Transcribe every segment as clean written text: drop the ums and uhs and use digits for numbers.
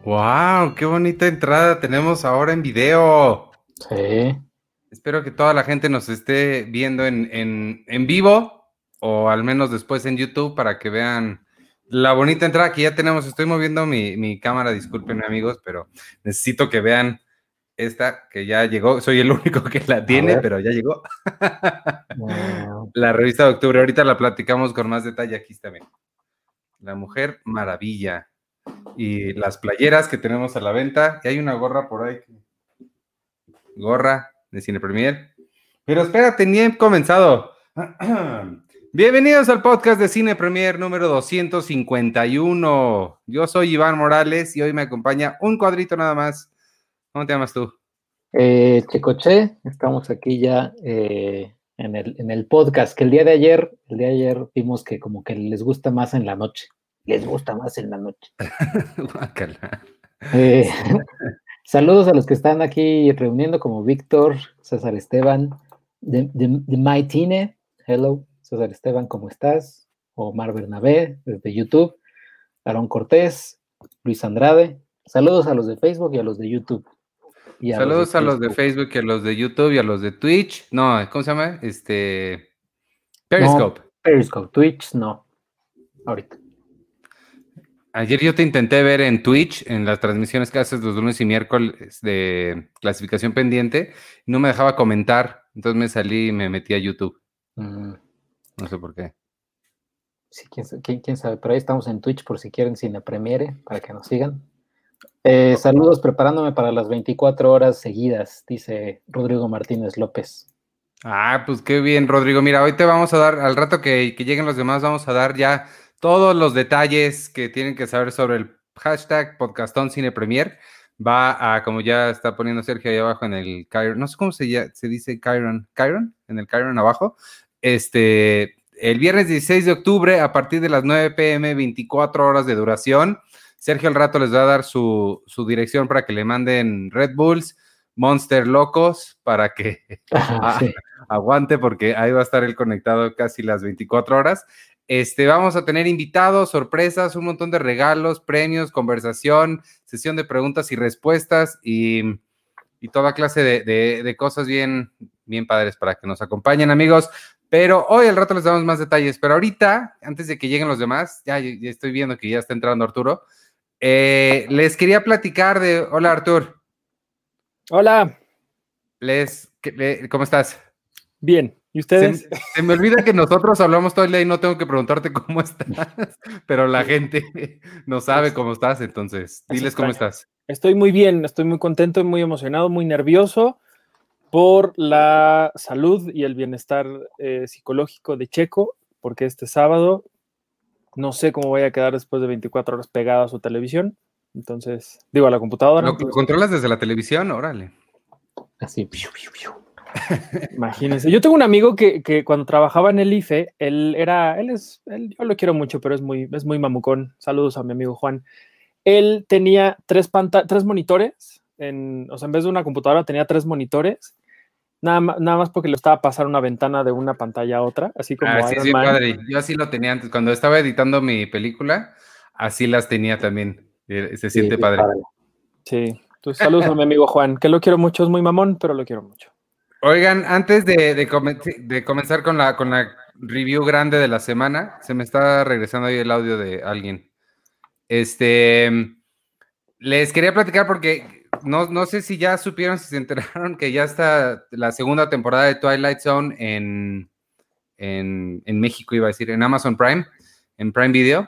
¡Wow! ¡Qué bonita entrada tenemos ahora en video! Sí. Espero que toda la gente nos esté viendo en vivo o al menos después en YouTube para que vean la bonita entrada que ya tenemos. Estoy moviendo mi cámara, discúlpenme amigos, pero necesito que vean esta que ya llegó. Soy el único que la A tiene, ver. pero ya llegó. eh, La revista de octubre, ahorita la platicamos con más detalle. Aquí está bien. La Mujer Maravilla. Y las playeras que tenemos a la venta. Y hay una gorra por ahí. Gorra de Cine Premier. Pero espérate, ni he comenzado. Bienvenidos al podcast de Cine Premier número 251. Yo soy Iván Morales y hoy me acompaña un cuadrito nada más. ¿Cómo te llamas tú? Checoche, estamos aquí ya en el podcast, que el día de ayer vimos que como que les gusta más en la noche. Les gusta más en la noche. Guácala. Eh, Sí. Saludos a los que están aquí reuniendo, como Víctor, César Esteban, de Maitine. Hello, César Esteban, ¿cómo estás? Omar Bernabé, desde YouTube. Aarón Cortés, Luis Andrade. Saludos a los de Facebook y a los de YouTube. Y a los de Saludos a los de Periscope. Facebook y a los de YouTube y a los de Twitch. No, ¿cómo se llama? No, Periscope. Periscope, Twitch, no, ahorita. Ayer yo te intenté ver en Twitch, en las transmisiones que haces los lunes y miércoles de clasificación pendiente, y no me dejaba comentar, entonces me salí y me metí a YouTube. Mm, No sé por qué. sí, quién sabe, pero ahí estamos en Twitch por si quieren Cine Premiere, para que nos sigan. Saludos, preparándome para las 24 horas seguidas, dice Rodrigo Martínez López. Ah, pues qué bien, Rodrigo. Mira, hoy te vamos a dar, al rato que lleguen los demás, vamos a dar ya todos los detalles que tienen que saber sobre el hashtag Podcastón Cine Premier. Va a, como ya está poniendo Sergio ahí abajo en el Chiron, no sé cómo se dice Chiron, en el Chiron abajo. El viernes 16 de octubre, a partir de las 9 p.m., 24 horas de duración. Sergio al rato les va a dar su dirección para que le manden Red Bulls, Monster Locos, para que Sí. aguante porque ahí va a estar él conectado casi las 24 horas. Vamos a tener invitados, sorpresas, un montón de regalos, premios, conversación, sesión de preguntas y respuestas y toda clase de cosas bien, bien padres para que nos acompañen, amigos. Pero hoy al rato les damos más detalles. Pero ahorita, antes de que lleguen los demás, ya estoy viendo que ya está entrando Arturo. Les quería platicar de... Hola, Artur. Hola, ¿Cómo estás? bien. ¿Y ustedes? Se me olvida que nosotros hablamos todo el día y no tengo que preguntarte cómo estás, pero la gente no sabe Es, cómo estás, entonces es diles cómo extraño. estás. Estoy muy bien, estoy muy contento, muy emocionado, muy nervioso por la salud y el bienestar psicológico de Checo, porque este sábado no sé cómo voy a quedar después de 24 horas pegado a su televisión. Entonces, digo, a la computadora. ¿Lo controlas desde la televisión? Órale. Así. Imagínense. Yo tengo un amigo que cuando trabajaba en el IFE, yo lo quiero mucho, pero es muy mamucón. Saludos a mi amigo Juan. Él tenía tres monitores, o sea, en vez de una computadora tenía tres monitores, nada más porque le estaba pasando una ventana de una pantalla a otra, así como Sí, es Iron bien Man. padre. Yo así lo tenía antes. Cuando estaba editando mi película, así las tenía también. Se Sí, siente padre. padre. Sí, entonces saludos a mi amigo Juan, que lo quiero mucho, es muy mamón, pero lo quiero mucho. Oigan, antes de comenzar con la review grande de la semana, se me está regresando ahí el audio de alguien. Les quería platicar porque no sé si ya supieron, si se enteraron que ya está la segunda temporada de Twilight Zone en México, iba a decir, en Amazon Prime, en Prime Video.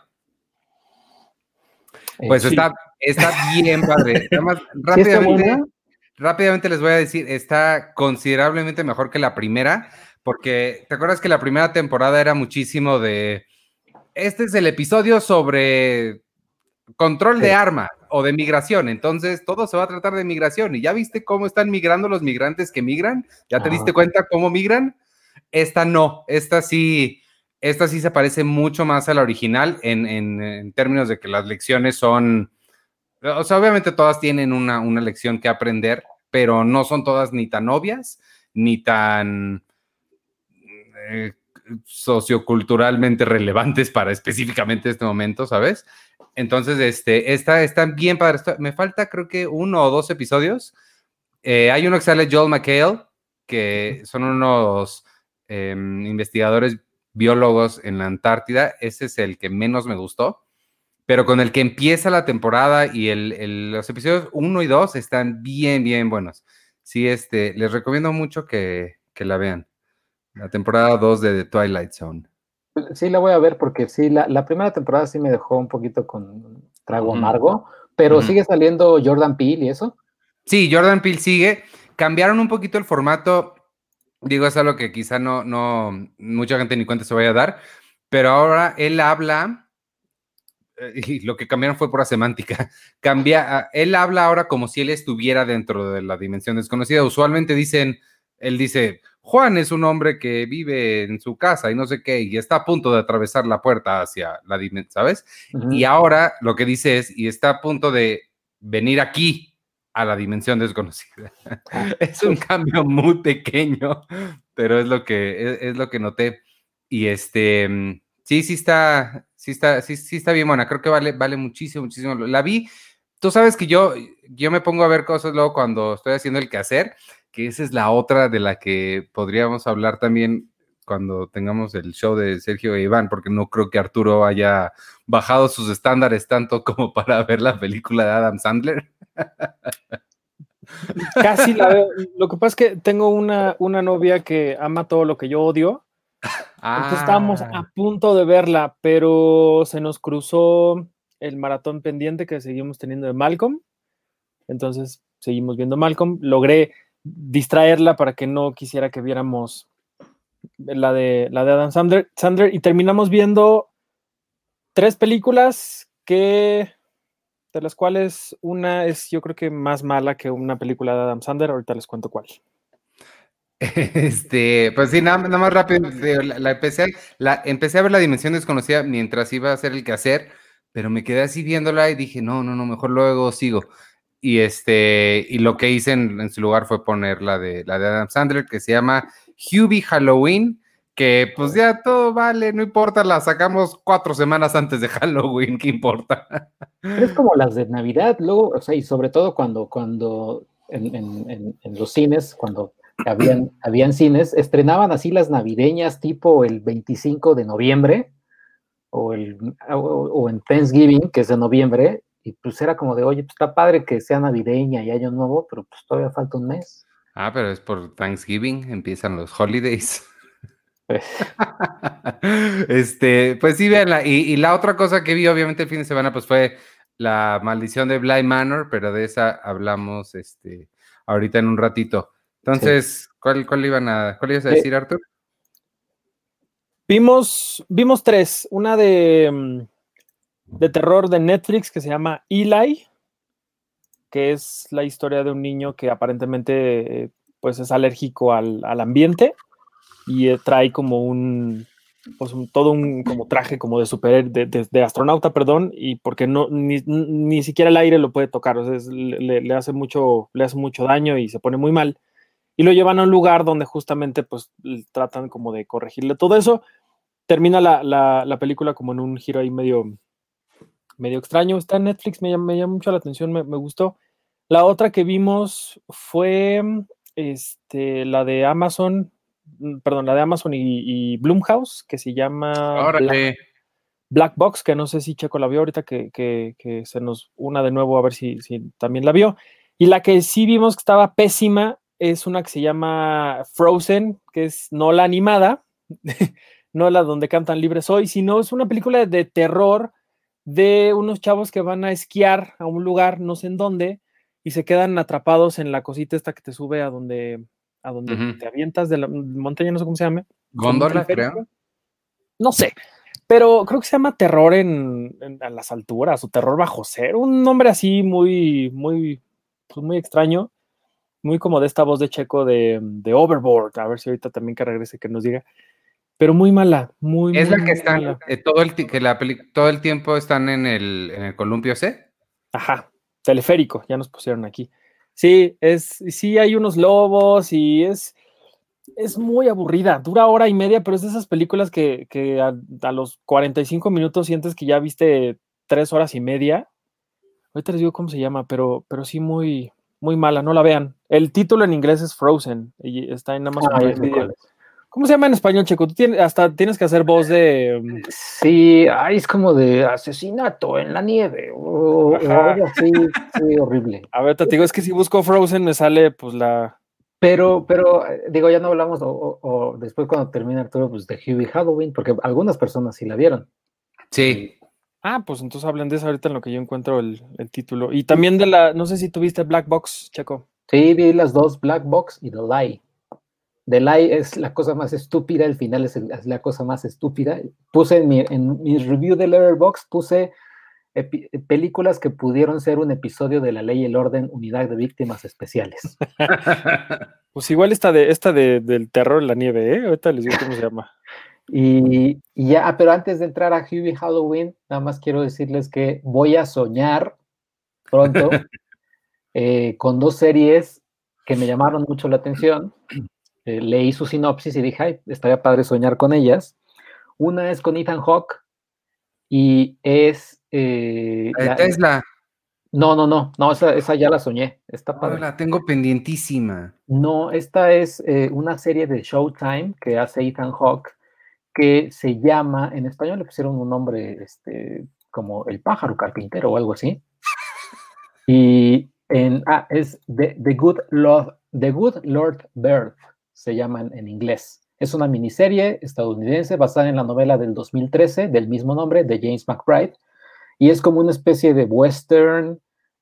Pues Sí. está bien padre. Nada más, ¿Sí está buena? rápidamente les voy a decir, está considerablemente mejor que la primera, porque ¿te acuerdas que la primera temporada era muchísimo este es el episodio sobre control de arma o de migración, entonces todo se va a tratar de migración, y ya viste cómo están migrando los migrantes que migran, ya te diste cuenta cómo migran. Esta no, esta sí se parece mucho más a la original en términos de que las lecciones son, o sea, obviamente todas tienen una lección que aprender, pero no son todas ni tan obvias, ni tan socioculturalmente relevantes para específicamente este momento, ¿sabes? Entonces, está bien padre. Me falta creo que 1 o 2 episodios. Hay uno que sale Joel McHale, que son unos investigadores biólogos en la Antártida. Ese es el que menos me gustó, pero con el que empieza la temporada y los episodios 1 y 2 están bien, bien buenos. Sí, les recomiendo mucho que la vean. La temporada 2 de The Twilight Zone. Sí, la voy a ver porque sí, la primera temporada sí me dejó un poquito con trago amargo, pero sigue saliendo Jordan Peele y eso. Sí, Jordan Peele sigue. Cambiaron un poquito el formato. Digo, es algo que quizá no mucha gente ni cuenta se vaya a dar, pero ahora él habla, y lo que cambiaron fue pura semántica. Él habla ahora como si él estuviera dentro de la dimensión desconocida. Usualmente él dice, Juan es un hombre que vive en su casa y no sé qué, y está a punto de atravesar la puerta hacia la dimensión, ¿sabes? Y ahora lo que dice es, y está a punto de venir aquí a la dimensión desconocida. Es un cambio muy pequeño, pero es lo que noté. Y sí está bien buena. Creo que vale muchísimo, muchísimo. La vi. Tú sabes que yo me pongo a ver cosas luego cuando estoy haciendo el quehacer, que esa es la otra de la que podríamos hablar también cuando tengamos el show de Sergio e Iván, porque no creo que Arturo haya bajado sus estándares tanto como para ver la película de Adam Sandler. Casi la veo. Lo que pasa es que tengo una novia que ama todo lo que yo odio. Entonces estábamos a punto de verla, pero se nos cruzó el maratón pendiente que seguimos teniendo de Malcolm. Entonces seguimos viendo Malcolm. Logré distraerla para que no quisiera que viéramos la de Adam Sandler y terminamos viendo 3 películas de las cuales una es, yo creo que más mala que una película de Adam Sandler. Ahorita les cuento cuál. Pues sí, nada más rápido, empecé a ver La Dimensión Desconocida mientras iba a hacer el quehacer, pero me quedé así viéndola y dije, no, mejor luego sigo. Y lo que hice en su lugar fue poner la de Adam Sandler, que se llama Hubie Halloween, que pues ya todo vale, no importa, la sacamos 4 semanas antes de Halloween, ¿qué importa? Es como las de Navidad, luego, o sea, y sobre todo cuando en los cines, cuando habían cines, estrenaban así las navideñas tipo el 25 de noviembre o en Thanksgiving, que es de noviembre, y pues era como de, oye, pues está padre que sea navideña y año nuevo, pero pues todavía falta un mes. Pero es por Thanksgiving, empiezan los holidays. Pues, Pues sí, véanla. Y la otra cosa que vi, obviamente, el fin de semana, pues fue La Maldición de Bly Manor, pero de esa hablamos ahorita en un ratito. Entonces, sí. ¿Cuál ibas a decir, Arthur? Vimos 3. Una de terror de Netflix que se llama Eli, que es la historia de un niño que aparentemente pues es alérgico al ambiente y trae como todo un como traje como de astronauta, perdón, y porque ni siquiera el aire lo puede tocar, o sea, le hace mucho daño y se pone muy mal. Y lo llevan a un lugar donde justamente pues tratan como de corregirle todo eso. Termina la película como en un giro ahí medio extraño. Está en Netflix, me llama mucho la atención, me gustó. La otra que vimos fue la de Amazon y Blumhouse, que se llama Black Box, que no sé si Checo la vio ahorita, que se nos una de nuevo a ver si también la vio. Y la que sí vimos que estaba pésima es una que se llama Frozen, que es no la animada, no la donde cantan libres hoy, sino es una película de terror de unos chavos que van a esquiar a un lugar, no sé en dónde, y se quedan atrapados en la cosita esta que te sube a donde te avientas de la montaña, no sé cómo se llama. Góndola, creo. No sé, pero creo que se llama terror a las alturas o terror bajo cero, un nombre así muy, muy, pues muy extraño, muy como de esta voz de Checo de Overboard, a ver si ahorita también que regrese que nos diga. Pero muy mala, muy ¿Es muy, la que están todo el tiempo están en el columpio C? Ajá, teleférico, ya nos pusieron aquí. Sí, sí hay unos lobos y es Es muy aburrida, dura hora y media, pero es de esas películas que a los 45 minutos sientes que ya viste 3 horas y media. Ahorita les digo cómo se llama, pero sí muy, muy mala, no la vean. El título en inglés es Frozen y está en Amazon Ya Prime sé Video. cuál es. ¿Cómo se llama en español, Checo? Hasta tienes que hacer voz de... Sí, es como de asesinato en la nieve o Ajá. algo así, sí, horrible. A ver, te digo, es que si busco Frozen me sale pues la... Pero digo, ya no hablamos, o después cuando termine Arturo, pues de Hubie Halloween, porque algunas personas sí la vieron. Sí. Ah, pues entonces hablan de eso ahorita en lo que yo encuentro el título. Y también de la, no sé si tuviste Black Box, Checo. Sí, vi las dos, Black Box y The Lie. The Lie es la cosa más estúpida, el final es la cosa más estúpida. Puse en mi review de Letterboxd, puse películas que pudieron ser un episodio de La Ley y el Orden, Unidad de Víctimas Especiales. Pues igual del terror en la nieve, ¿eh? Ahorita les digo cómo se llama. Y ya, pero antes de entrar a Hubie Halloween, nada más quiero decirles que voy a soñar pronto con dos series que me llamaron mucho la atención. Leí su sinopsis y dije, ay, estaría padre soñar con ellas. Una es con Ethan Hawke y es... Tesla. No, esa ya la soñé, está padre. La tengo pendientísima. No, esta es una serie de Showtime que hace Ethan Hawke que se llama, en español le pusieron un nombre como El pájaro carpintero o algo así. Y es The Good Lord Bird, se llama en inglés. Es una miniserie estadounidense basada en la novela del 2013 del mismo nombre de James McBride y es como una especie de western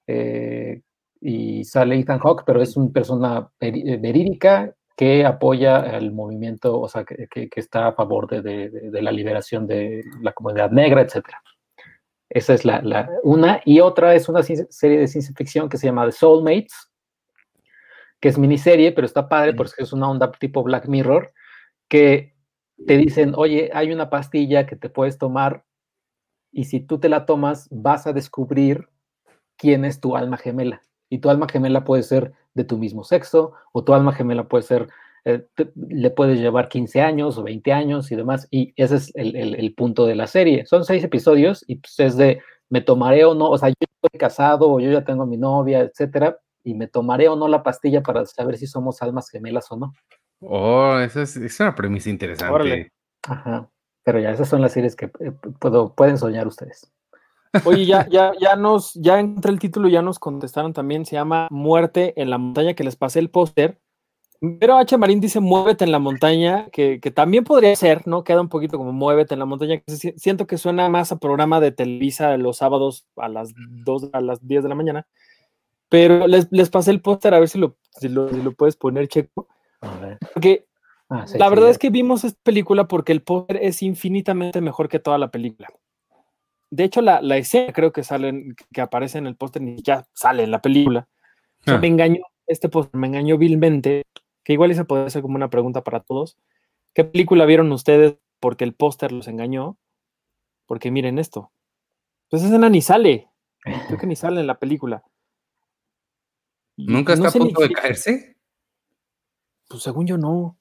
y sale Ethan Hawke, pero es una persona verídica que apoya el movimiento, o sea, que está a favor de la liberación de la comunidad negra, etcétera. Esa es una. Y otra es una serie de ciencia ficción que se llama The Soulmates, que es miniserie, pero está padre porque es una onda tipo Black Mirror, que te dicen, oye, hay una pastilla que te puedes tomar y si tú te la tomas vas a descubrir quién es tu alma gemela. Y tu alma gemela puede ser de tu mismo sexo, o tu alma gemela puede ser, le puedes llevar 15 años o 20 años y demás, y ese es el punto de la serie. Son 6 episodios y pues es de, me tomaré o no, o sea, yo estoy casado o yo ya tengo a mi novia, etcétera, y me tomaré o no la pastilla para saber si somos almas gemelas o no. Esa es una premisa interesante. Órale. Ajá, pero ya esas son las series que pueden soñar ustedes. Oye, ya entre el título, ya nos contestaron también, se llama Muerte en la montaña, que les pasé el póster. Pero H. Marín dice Muévete en la montaña, que también podría ser, ¿no? Queda un poquito como Muévete en la montaña. Siento que suena más a programa de Televisa los sábados a las 10 de la mañana. Pero les pasé el póster a ver si lo puedes poner, Checo. A ver. Porque sí, la verdad es que vimos esta película porque el póster es infinitamente mejor que toda la película. De hecho, la escena creo que aparece en el póster ni ya sale en la película. O sea, me engañó, este póster me engañó vilmente, que igual esa podría ser como una pregunta para todos. ¿Qué película vieron ustedes porque el póster los engañó? Porque miren esto. Pues esa escena ni sale. Creo que ni sale en la película. ¿Nunca está a punto de caerse? Pues según yo no.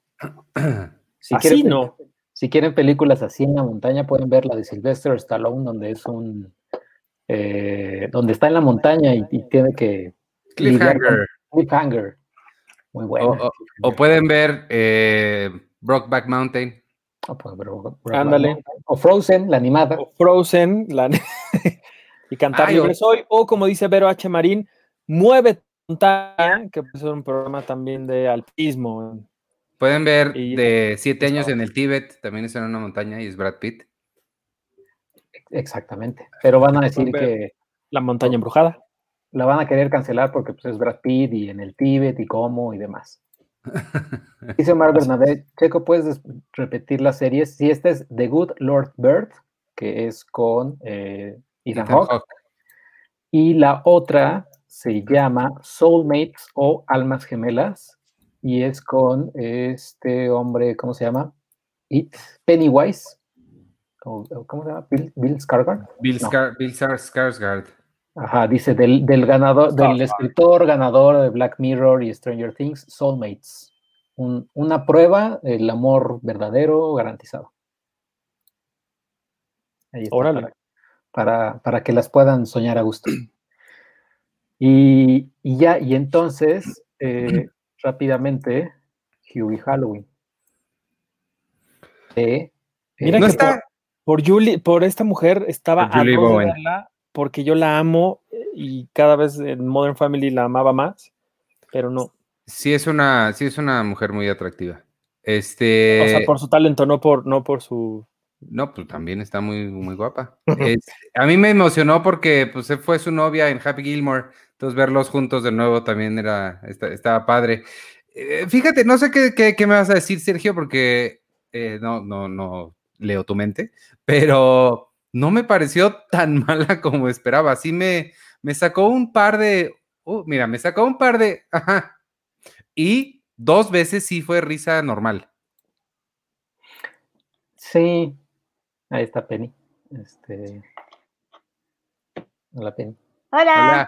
Si quieren películas así en la montaña, pueden ver la de Sylvester Stallone, donde es donde está en la montaña y tiene que Cliffhanger. Muy buena. O pueden ver Brokeback Mountain. Ándale. O Frozen, la animada. O Frozen, y Cantar Libre Soy. O como dice Vero H. Marín, Muévete montaña, que es un programa también de alpinismo. Pueden ver de 7 años en el Tíbet, también es en una montaña y es Brad Pitt. Exactamente, pero van a decir que... La montaña embrujada. La van a querer cancelar porque pues, es Brad Pitt y en el Tíbet y cómo y demás. Dice Mar Bernabé, Checo, ¿puedes repetir las series? Si esta es The Good Lord Bird, que es con Ethan Hawke. Y la otra se llama Soulmates o Almas Gemelas y es con este hombre, ¿cómo se llama? Pennywise. ¿Cómo se llama? Bill Skarsgård. Bill Skarsgård. Ajá, dice del ganador, del escritor ganador de Black Mirror y Stranger Things, Soulmates. una prueba, el amor verdadero garantizado. Ahí está, Órale. para que las puedan soñar a gusto. Y entonces, rápidamente, Huey Halloween. Mira No que está por esta mujer estaba por a Julie dos de Bowen. verla, porque yo la amo y cada vez en Modern Family la amaba más, pero no. Sí es una mujer muy atractiva. O sea, por su talento, no por su. No, pues también está muy, muy guapa. A mí me emocionó porque pues fue su novia en Happy Gilmore, entonces verlos juntos de nuevo también estaba padre. Fíjate, no sé qué me vas a decir, Sergio, porque no leo tu mente, pero no me pareció tan mala como esperaba. Sí me sacó un par de, mira, me sacó un par de, ajá, y 2 veces sí fue risa normal. Sí, ahí está Penny. Hola, Penny. Hola.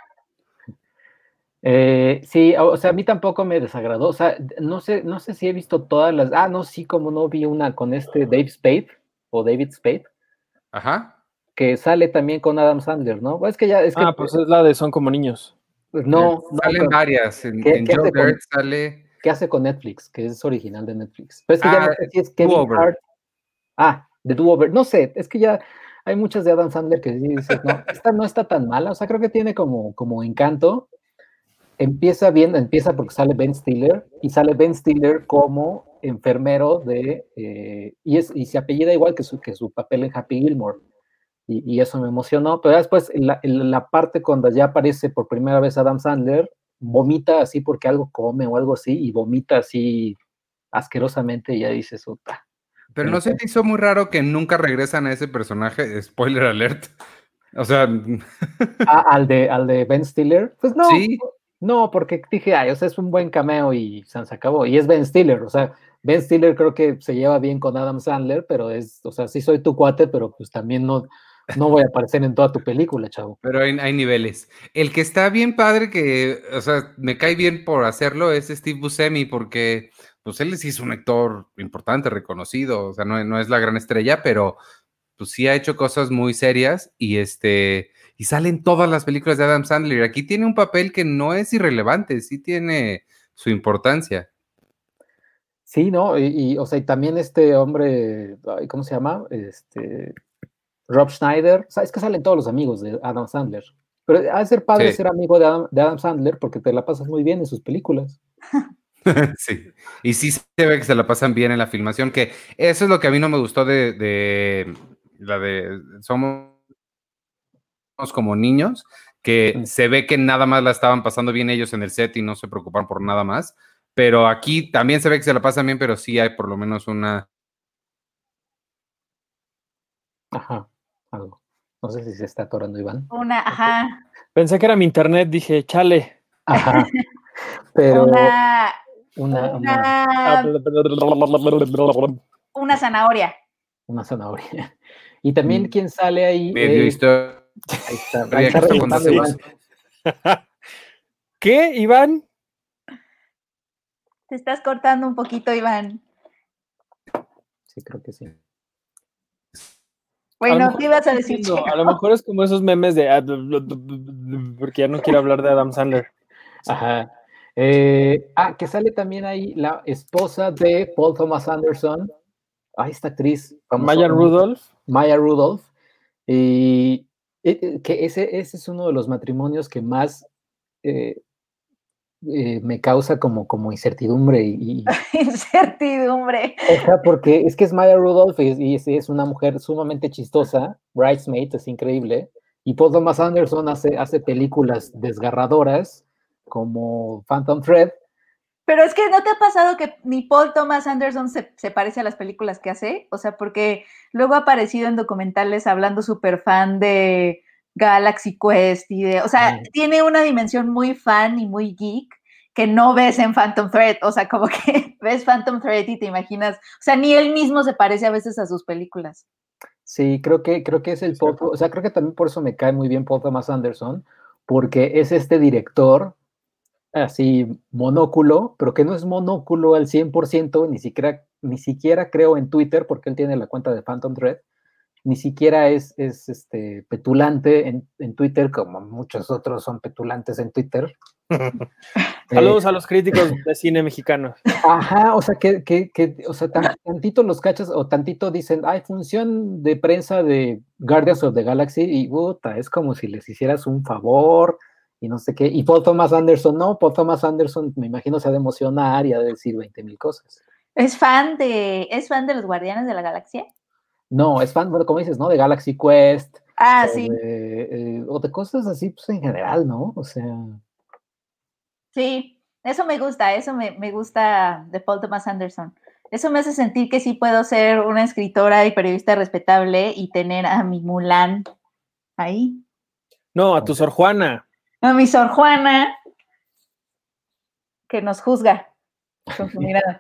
Sí, o sea, a mí tampoco me desagradó. O sea, no sé si he visto todas las. Ah, no, sí, como no vi una con Dave Spade o David Spade, Ajá. que sale también con Adam Sandler, ¿no? Es que Pues es la de Son como niños. no, Salen pero varias. ¿qué En Joe hace Dirt sale. ¿qué hace con Netflix? Que es original de Netflix. Pero es que ya no sé si es Kevin Do-Over. Hart. De Do-Over. No sé, es que ya hay muchas de Adam Sandler que sí dices, no, esta no está tan mala. O sea, creo que tiene como encanto. Empieza bien, empieza porque sale Ben Stiller y sale Ben Stiller como enfermero y se apellida igual que su papel en Happy Gilmore y eso me emocionó, pero después en la parte cuando ya aparece por primera vez Adam Sandler, vomita así porque algo come o algo así y vomita así asquerosamente y ya dices, otra. Pero no se te hizo muy raro que nunca regresan a ese personaje. Spoiler alert. O sea, Al de Ben Stiller, pues sí. no, porque dije, ay, o sea, es un buen cameo y se acabó. Y es Ben Stiller, o sea, Ben Stiller creo que se lleva bien con Adam Sandler, pero o sea, sí soy tu cuate, pero pues también no voy a aparecer en toda tu película, chavo. Pero hay niveles. El que está bien padre, o sea, me cae bien por hacerlo, es Steve Buscemi, porque pues él sí es un actor importante, reconocido. O sea, no es la gran estrella, pero pues sí ha hecho cosas muy serias y salen todas las películas de Adam Sandler. Aquí tiene un papel que no es irrelevante, sí tiene su importancia. Sí, ¿no? O sea, y también este hombre, ay, ¿cómo se llama? Rob Schneider, o sea, es que salen todos los amigos de Adam Sandler. Pero ha de ser padre Sí, ser amigo de Adam Sandler porque te la pasas muy bien en sus películas. sí. Y sí se ve que se la pasan bien en la filmación, que eso es lo que a mí no me gustó de la de Somos como niños, que se ve que nada más la estaban pasando bien ellos en el set y no se preocuparon por nada más. Pero aquí también se ve que se la pasan bien, pero sí hay por lo menos una. Ajá, algo. No sé si se está atorando Iván. Ajá. Pensé que era mi internet, dije, chale. Ajá, pero Una, una, una zanahoria. una zanahoria. Y también quien sale ahí Medio es. historia Ahí está que cuando reventando Iván. ¿Qué, Iván? Te estás cortando un poquito, Iván. Sí, creo que sí. Bueno, ¿qué ibas a decir, Checo? A lo mejor es como esos memes de porque ya no quiero hablar de Adam Sandler. Ajá. Que sale también ahí la esposa de Paul Thomas Anderson. Esta actriz famosa. Maya Rudolph. Maya Rudolph. Y que ese es uno de los matrimonios que más me causa como incertidumbre Incertidumbre. o sea, porque es que es Maya Rudolph y es una mujer sumamente chistosa, Bridesmaid es increíble, y Paul Thomas Anderson hace películas desgarradoras como Phantom Thread. Pero es que ¿no te ha pasado que ni Paul Thomas Anderson se parece a las películas que hace? O sea, porque luego ha aparecido en documentales hablando súper fan de Galaxy Quest o sea, tiene una dimensión muy fan y muy geek que no ves en Phantom Thread. O sea, como que ves Phantom Thread y te imaginas, o sea, ni él mismo se parece a veces a sus películas. Sí, creo que es el Paul, o sea, creo que también por eso me cae muy bien Paul Thomas Anderson, porque es este director así monóculo, pero que no es monóculo al 100%, ni siquiera creo en Twitter, porque él tiene la cuenta de Phantom Thread, ni siquiera es petulante en Twitter, como muchos otros son petulantes en Twitter. Saludos a los críticos de cine mexicanos. Ajá, o sea, o sea, tantito los cachas o tantito dicen, hay función de prensa de Guardians of the Galaxy y puta, es como si les hicieras un favor y no sé qué. Y Paul Thomas Anderson, no, Paul Thomas Anderson me imagino se ha de emocionar y ha de decir 20,000 cosas. ¿Es fan de los Guardianes de la Galaxia? No, es fan, bueno, como dices, ¿no? De Galaxy Quest. Ah, o sí. o de cosas así, pues en general, ¿no? O sea. Sí, eso me gusta de Paul Thomas Anderson. Eso me hace sentir que sí puedo ser una escritora y periodista respetable y tener a mi Mulan ahí. No, a tu Sor Juana. A mi Sor Juana, que nos juzga con su mirada.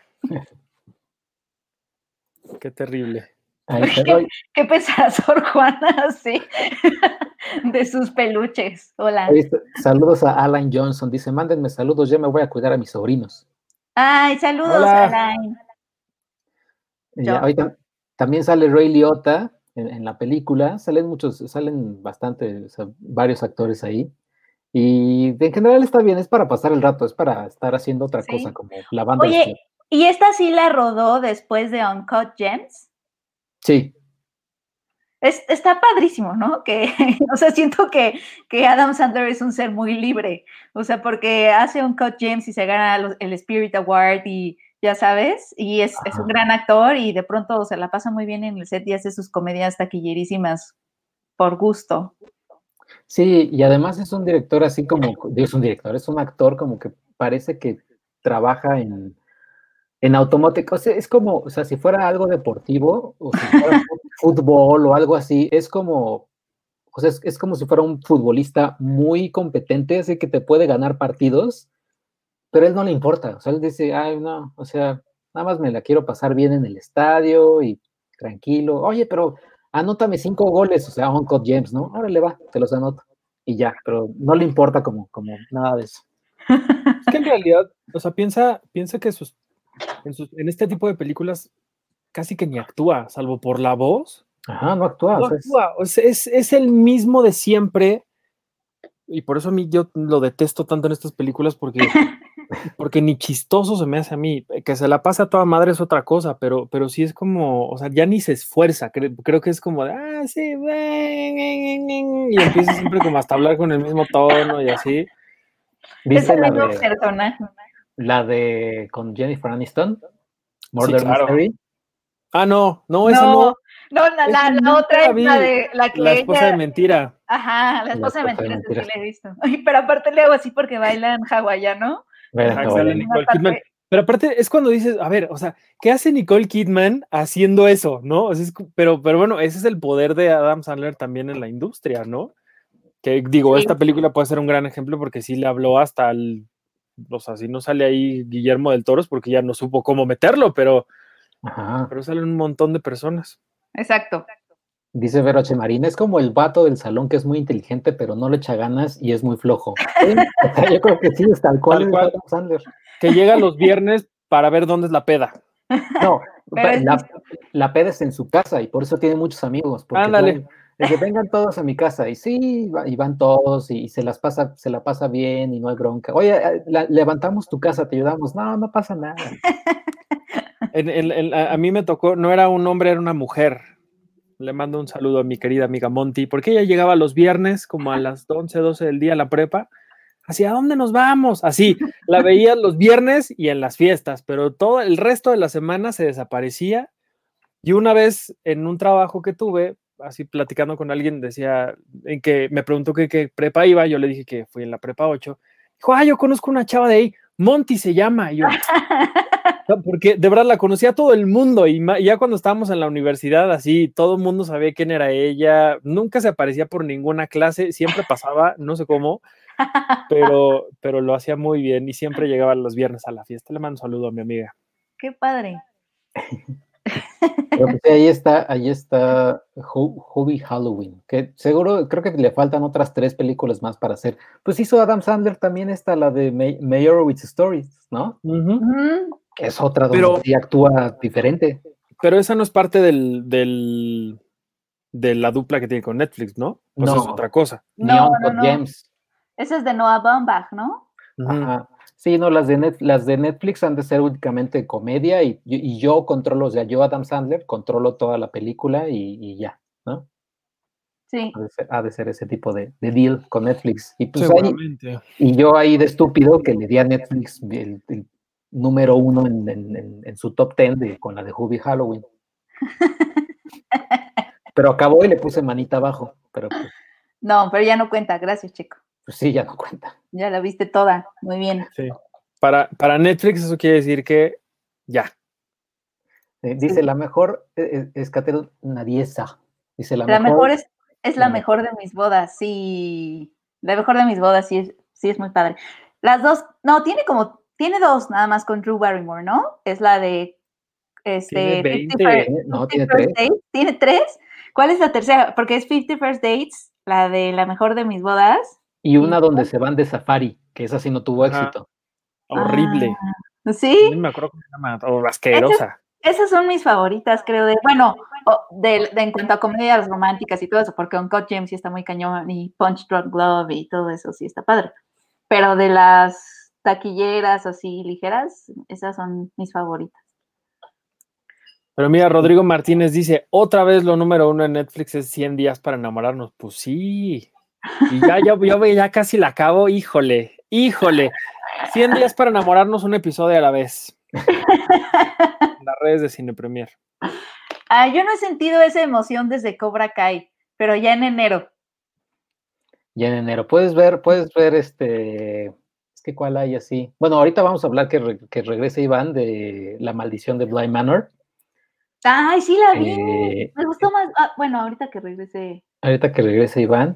Qué terrible. ¿Qué pensará Sor Juana así de sus peluches? Hola. Saludos a Alan Johnson. Dice, mándenme saludos, ya me voy a cuidar a mis sobrinos. Ay, saludos, Hola. Alain. Ahorita también sale Ray Liotta en la película. Salen bastante, o sea, varios actores ahí. Y en general está bien, es para pasar el rato, es para estar haciendo otra cosa, como lavando los Oye, ¿y esta sí la rodó después de Uncut Gems? Sí. Está padrísimo, ¿no? O sea, siento que Adam Sandler es un ser muy libre, o sea, porque hace Uncut Gems y se gana el Spirit Award y ya sabes, y es un gran actor y de pronto se la pasa muy bien en el set y hace sus comedias taquillerísimas por gusto. Sí, y además es un director así como, es un actor como que parece que trabaja en automático, o sea, es como, o sea, si fuera algo deportivo, o si fuera fútbol o algo así, es como, o sea, es como si fuera un futbolista muy competente, así que te puede ganar partidos, pero a él no le importa, o sea, él dice, ay, no, o sea, nada más me la quiero pasar bien en el estadio y tranquilo, oye, pero anótame 5 goles, o sea, Uncut James, ¿no? Órale, va, te los anoto, y ya, pero no le importa como nada de eso. Es que en realidad, o sea, piensa que en este tipo de películas casi que ni actúa, salvo por la voz. Ajá, no actúa. No actúa, o sea, es el mismo de siempre. Y por eso a mí yo lo detesto tanto en estas películas porque ni chistoso se me hace a mí. Que se la pasa a toda madre es otra cosa, pero sí es como, o sea, ya ni se esfuerza. Creo que es como de, sí, y empieza siempre como hasta hablar con el mismo tono y así. ¿Viste la de con Jennifer Aniston? Sí, Murder claro. Mystery. Ah, no, esa no. No, la otra es la de la esposa de mentira. Ajá, la esposa de mentira, sí la he visto. Pero aparte le hago así porque bailan hawaiano. Nicole Kidman. Pero aparte es cuando dices, a ver, o sea, ¿qué hace Nicole Kidman haciendo eso, no? O sea, pero bueno, ese es el poder de Adam Sandler también en la industria, ¿no? Que digo, esta película puede ser un gran ejemplo porque sí le habló hasta o sea, si no sale ahí Guillermo del Toro es porque ya no supo cómo meterlo, pero salen un montón de personas. Exacto. Dice Vero H. Marina, es como el vato del salón que es muy inteligente, pero no le echa ganas y es muy flojo. ¿Sí? O sea, yo creo que sí, es tal cual. Sandler. Que llega los viernes para ver dónde es la peda. No, la peda es en su casa y por eso tiene muchos amigos. Porque ándale. Es que vengan todos a mi casa y sí, y van todos y se la pasa bien y no hay bronca. Oye, levantamos tu casa, te ayudamos. No pasa nada. A mí me tocó, no era un hombre, era una mujer. Le mando un saludo a mi querida amiga Monty, porque ella llegaba los viernes como a las 11, 12 del día a la prepa. ¿Hacia dónde nos vamos? Así, la veía los viernes y en las fiestas, pero todo el resto de la semana se desaparecía. Y una vez en un trabajo que tuve, así platicando con alguien, decía, en que me preguntó qué prepa iba, yo le dije que fui en la prepa 8. Dijo, yo conozco una chava de ahí, Monty se llama. Y yo, porque de verdad la conocía todo el mundo y ya cuando estábamos en la universidad, así, todo el mundo sabía quién era ella, nunca se aparecía por ninguna clase, siempre pasaba, no sé cómo, pero lo hacía muy bien y siempre llegaba los viernes a la fiesta. Le mando un saludo a mi amiga. Qué padre. Pero pues, ahí está Hubie Halloween, que seguro, creo que le faltan otras 3 películas más para hacer. Pues hizo Adam Sandler también la de Meyerowitz Stories, ¿no? Mm, Que es otra donde Pero- sí actúa diferente. Pero esa no es parte de la dupla que tiene con Netflix, ¿no? Pues No. es otra cosa. no, Neon no, Code no. James. Ese es de Noah Baumbach, ¿no? Ujú. Ajá. Sí, no, las de Netflix han de ser únicamente comedia y yo controlo, o sea, yo Adam Sandler controlo toda la película y ya, ¿no? Sí. Ha de ser ese tipo de deal con Netflix. Y pues ahí, Seguramente. y yo ahí de estúpido que le di a Netflix el número 1 en su top 10 con la de Hubie Halloween. Pero acabó y le puse manita abajo, pero No, pero ya no cuenta. Gracias, chico. pues sí, ya no cuenta. Ya la viste toda. Muy bien. Sí. Para Netflix eso quiere decir que ya. Dice, Sí. la mejor es Catherine Nadiesa. Dice, la La mejor mejor es la mejor de mis bodas, sí. La mejor de mis bodas, sí es muy padre. Las dos, no, tiene dos nada más con Drew Barrymore, ¿no? Es la de Tiene 50 20. No, 50 tiene First 3. Dates. ¿Tiene 3? ¿Cuál es la tercera? Porque es 50 First Dates, la de la mejor de mis bodas. Y una donde se van de safari, que esa sí no tuvo Ajá. éxito. Horrible. ¿Sí? No me acuerdo cómo se llama. O asquerosa. Esas son mis favoritas, creo, en cuanto a comedias románticas y todo eso, porque Uncut Gems sí está muy cañón, y Punch Drunk Love y todo eso sí está padre. Pero de las taquilleras así ligeras, esas son mis favoritas. Pero mira, Rodrigo Martínez dice, otra vez lo número 1 en Netflix es 100 días para enamorarnos. Pues sí. Y ya casi la acabo. Híjole. 100 días para enamorarnos, un episodio a la vez. En las redes de Cine Premier. Yo no he sentido esa emoción desde Cobra Kai, pero ya en enero. Ya en enero. Puedes ver es que cuál hay así. Bueno, ahorita vamos a hablar que regrese Iván de La Maldición de Bly Manor. Ay, sí la vi. Eh, Me gustó más. Bueno, ahorita que regrese. Ahorita que regrese Iván.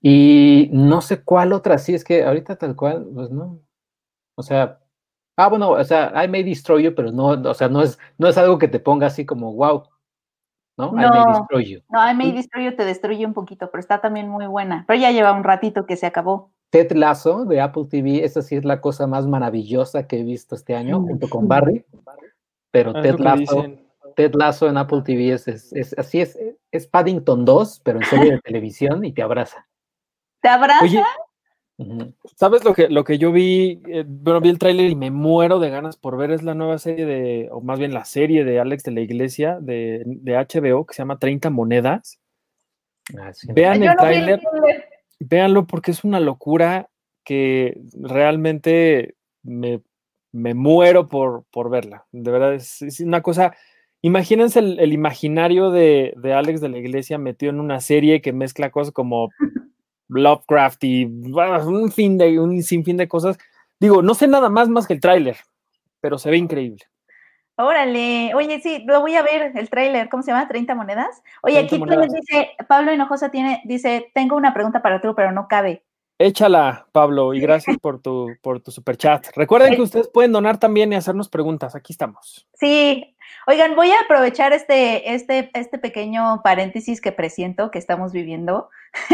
Y no sé cuál otra, sí, es que ahorita tal cual, pues no. O sea, bueno, o sea, I May Destroy You, pero no, o sea, no es algo que te ponga así como wow, ¿no? I May Destroy You. No, I May Destroy You te destruye un poquito, pero está también muy buena. Pero ya lleva un ratito que se acabó. Ted Lasso de Apple TV, esa sí es la cosa más maravillosa que he visto este año, junto con Barry. Pero Es lo que dicen. Ted Lasso en Apple TV así es Paddington 2, pero en serie de televisión y te abraza. ¿Te abraza? Oye, ¿sabes lo que yo vi? Bueno, vi el tráiler y me muero de ganas por ver. Es la nueva serie o más bien la serie de Alex de la Iglesia de HBO que se llama 30 Monedas. Sí. Vean el tráiler, véanlo porque es una locura que realmente me muero por verla. De verdad, es una cosa. Imagínense el imaginario de Alex de la Iglesia metido en una serie que mezcla cosas como Lovecraft y un sinfín de cosas. Digo, no sé nada más que el tráiler, pero se ve increíble. Órale, oye, sí, lo voy a ver, el tráiler, ¿cómo se llama? 30 monedas. Oye, aquí dice, Pablo Hinojosa dice, tengo una pregunta para tú, pero no cabe. Échala, Pablo, y gracias por tu superchat. Recuerden que ustedes pueden donar también y hacernos preguntas, aquí estamos. Sí, oigan, voy a aprovechar este pequeño paréntesis que presiento que estamos viviendo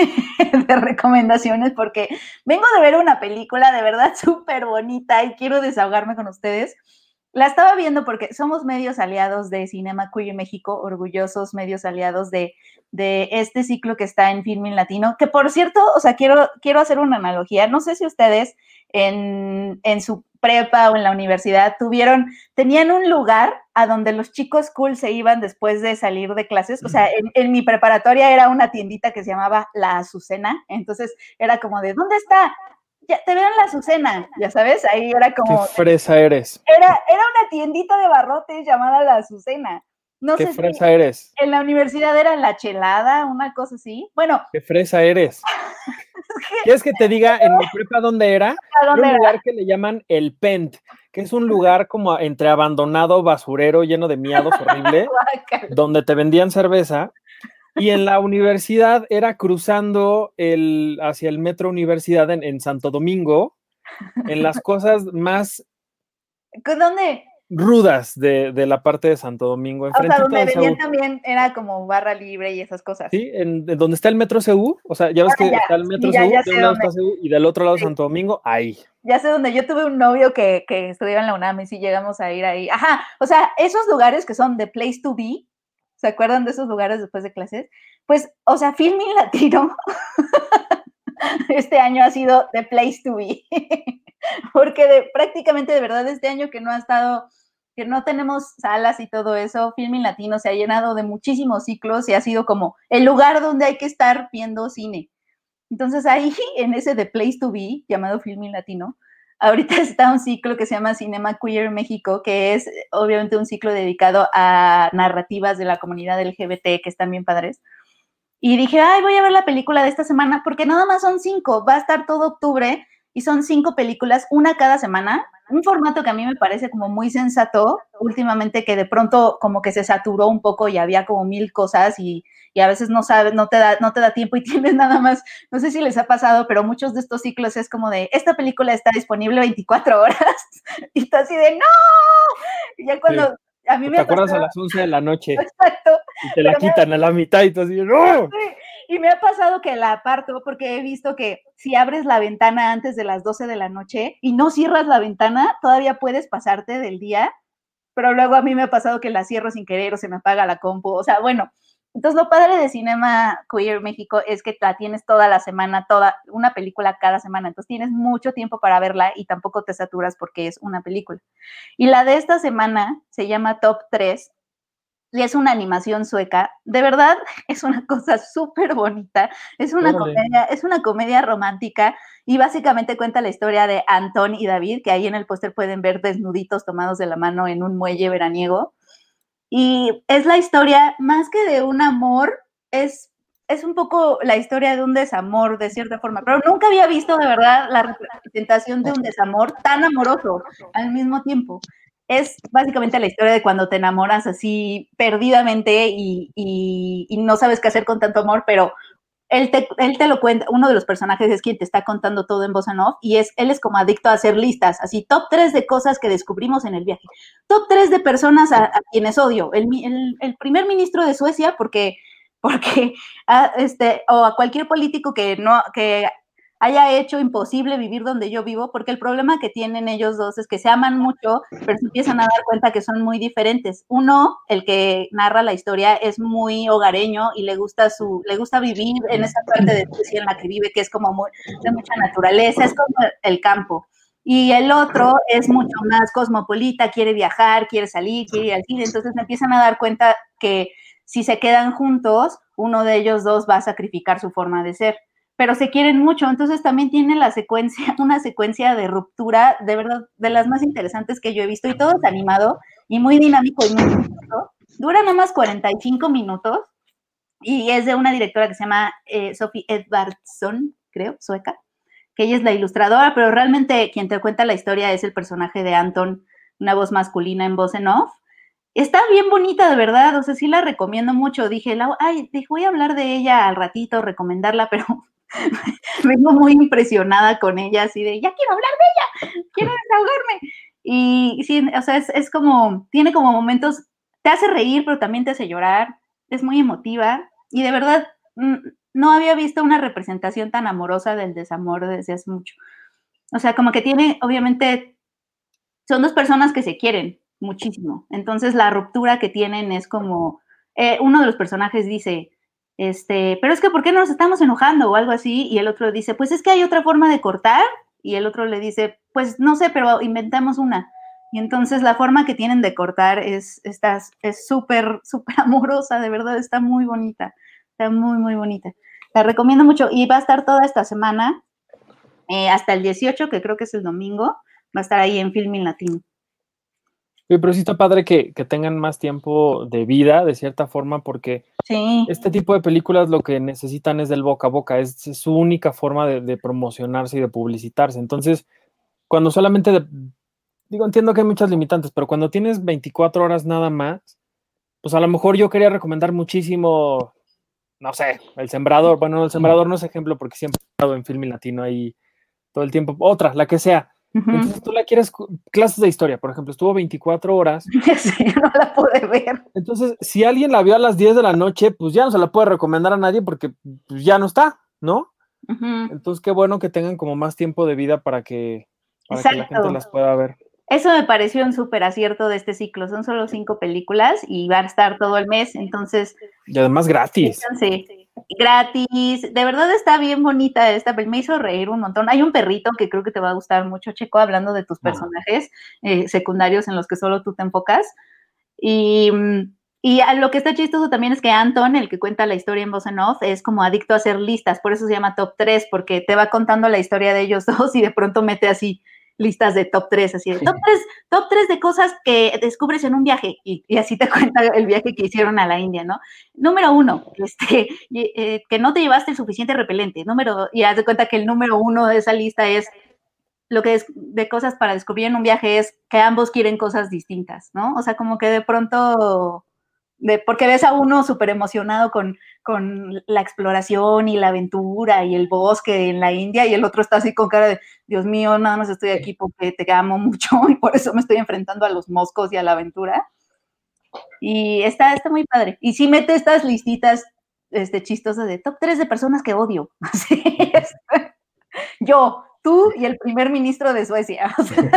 de recomendaciones, porque vengo de ver una película de verdad súper bonita y quiero desahogarme con ustedes. La estaba viendo porque somos medios aliados de Cinema Queer México, orgullosos medios aliados de este ciclo que está en Filmin Latino, que por cierto, o sea, quiero hacer una analogía. No sé si ustedes en su prepa o en la universidad tenían un lugar a donde los chicos cool se iban después de salir de clases. O sea, en mi preparatoria era una tiendita que se llamaba La Azucena, entonces era como de, ¿dónde está? Ya te veo en La Azucena, ya sabes, ahí era como... ¡Qué fresa eres! Era una tiendita de barrotes llamada La Azucena. No ¿Qué sé fresa eres? En la universidad era La Chelada, una cosa así. Bueno. ¿Qué fresa eres? ¿Quieres que te diga en mi prepa dónde era? Era un lugar que le llaman El Pent, que es un lugar como entre abandonado, basurero, lleno de miados horrible, donde te vendían cerveza. Y en la universidad era cruzando hacia el Metro Universidad en Santo Domingo, en las cosas más... ¿Dónde? rudas de la parte de Santo Domingo. O sea, Enfrentito donde de venían CU. también era como barra libre y esas cosas. Sí, en donde está el Metro CU, o sea, ya ves que ya, está el Metro sí, ya CU, sé de un lado dónde. está CU y del otro lado Sí. Santo Domingo, ahí. Ya sé dónde. Yo tuve un novio que estudiaba en la UNAM y sí llegamos a ir ahí. Ajá, o sea, esos lugares que son the place to be, ¿se acuerdan de esos lugares después de clases? Pues, o sea, Filmin Latino este año ha sido the place to be. Porque prácticamente de verdad este año que no ha estado, que no tenemos salas y todo eso, Filmin Latino se ha llenado de muchísimos ciclos y ha sido como el lugar donde hay que estar viendo cine. Entonces ahí, en ese The Place to Be, llamado Filmin Latino, ahorita está un ciclo que se llama Cinema Queer México, que es obviamente un ciclo dedicado a narrativas de la comunidad LGBT, que están bien padres. Y dije, ay, voy a ver la película de esta semana, porque nada más son 5, va a estar todo octubre, y son 5 películas, una cada semana, un formato que a mí me parece como muy sensato, últimamente que de pronto como que se saturó un poco y había como 1000 cosas y a veces no sabes, no te da tiempo y tienes nada más, no sé si les ha pasado, pero muchos de estos ciclos es como de, esta película está disponible 24 horas, y tú así de, ¡no! Y ya cuando... Sí. A mí me ¿Te acuerdas pasado, a las 11 de la noche? Exacto. Y te la quitan a la mitad y tú así, ¡no! Sí, y me ha pasado que la aparto porque he visto que si abres la ventana antes de las 12 de la noche y no cierras la ventana, todavía puedes pasarte del día, pero luego a mí me ha pasado que la cierro sin querer o se me apaga la compu, o sea, bueno, entonces lo padre de Cinema Queer México es que la tienes toda la semana, toda una película cada semana, entonces tienes mucho tiempo para verla y tampoco te saturas porque es una película. Y la de esta semana se llama Top 3 y es una animación sueca. De verdad, es una cosa súper bonita. Es una comedia romántica y básicamente cuenta la historia de Anton y David, que ahí en el póster pueden ver desnuditos tomados de la mano en un muelle veraniego. Y es la historia, más que de un amor, es un poco la historia de un desamor, de cierta forma. Pero nunca había visto de verdad la representación de un desamor tan amoroso al mismo tiempo. Es básicamente la historia de cuando te enamoras así perdidamente y no sabes qué hacer con tanto amor, pero él te lo cuenta, uno de los personajes es quien te está contando todo en voz en off y él es como adicto a hacer listas, así top 3 de cosas que descubrimos en el viaje, top 3 de personas a quienes odio, el primer ministro de Suecia porque o a cualquier político que haya hecho imposible vivir donde yo vivo, porque el problema que tienen ellos dos es que se aman mucho, pero se empiezan a dar cuenta que son muy diferentes. Uno, el que narra la historia, es muy hogareño y le gusta vivir en esa parte de Suecia en la que vive, que es como de mucha naturaleza, es como el campo. Y el otro es mucho más cosmopolita, quiere viajar, quiere salir, quiere ir al cine, entonces me empiezan a dar cuenta que si se quedan juntos, uno de ellos dos va a sacrificar su forma de ser, pero se quieren mucho, entonces también tiene una secuencia de ruptura, de verdad, de las más interesantes que yo he visto, y todo es animado, y muy dinámico, y muy chistoso. Dura nada más 45 minutos, y es de una directora que se llama Sophie Edvardsson, creo, sueca, que ella es la ilustradora, pero realmente quien te cuenta la historia es el personaje de Anton, una voz masculina en voz en off. Está bien bonita, de verdad, o sea, sí la recomiendo mucho. Dije, voy a hablar de ella al ratito, recomendarla, pero vengo muy impresionada con ella, así de, ya quiero hablar de ella, quiero desahogarme. Y sí, o sea, es como, tiene como momentos, te hace reír, pero también te hace llorar, es muy emotiva, y de verdad, no había visto una representación tan amorosa del desamor desde hace mucho. O sea, como que tiene, obviamente, son dos personas que se quieren muchísimo. Entonces la ruptura que tienen es como, uno de los personajes dice, pero es que ¿por qué nos estamos enojando? O algo así, y el otro dice, pues es que hay otra forma de cortar, y el otro le dice, pues no sé, pero inventamos una. Y entonces la forma que tienen de cortar es súper, súper amorosa, de verdad, está muy bonita, está muy, muy bonita. La recomiendo mucho, y va a estar toda esta semana, hasta el 18, que creo que es el domingo, va a estar ahí en Filmin Latino. Sí, pero sí está padre que tengan más tiempo de vida, de cierta forma, porque sí. Este tipo de películas lo que necesitan es del boca a boca, es su única forma de promocionarse y de publicitarse. Entonces, cuando solamente, entiendo que hay muchas limitantes, pero cuando tienes 24 horas nada más, pues a lo mejor yo quería recomendar muchísimo, no sé, El Sembrador. Bueno, El Sembrador no es ejemplo porque siempre he estado en Filmin Latino ahí todo el tiempo. Otra, la que sea. Entonces tú la quieres, clases de historia, por ejemplo, estuvo 24 horas. Sí, no la pude ver. Entonces, si alguien la vio a las 10 de la noche, pues ya no se la puede recomendar a nadie porque pues, ya no está, ¿no? Entonces, qué bueno que tengan como más tiempo de vida para que la gente las pueda ver. Eso me pareció un súper acierto de este ciclo. Son solo 5 películas y va a estar todo el mes, entonces... Y además gratis. Sí, gratis. De verdad está bien bonita esta, me hizo reír un montón. Hay un perrito que creo que te va a gustar mucho, Checo, hablando de tus personajes secundarios en los que solo tú te enfocas. Y lo que está chistoso también es que Anton, el que cuenta la historia en voz en off, es como adicto a hacer listas, por eso se llama Top 3, porque te va contando la historia de ellos dos y de pronto mete así listas de top 3, así de top 3 de cosas que descubres en un viaje, y así te cuenta el viaje que hicieron a la India, ¿no? Número 1, que no te llevaste el suficiente repelente. Y haz de cuenta que el número 1 de esa lista es lo que es de cosas para descubrir en un viaje es que ambos quieren cosas distintas, ¿no? O sea, como que de pronto, porque ves a uno súper emocionado con la exploración y la aventura y el bosque en la India, y el otro está así con cara de, Dios mío, nada más estoy aquí porque te amo mucho y por eso me estoy enfrentando a los moscos y a la aventura. Y está muy padre. Y sí mete estas listitas chistosas de top 3 de personas que odio. Así es. Yo, tú y el primer ministro de Suecia. O sea,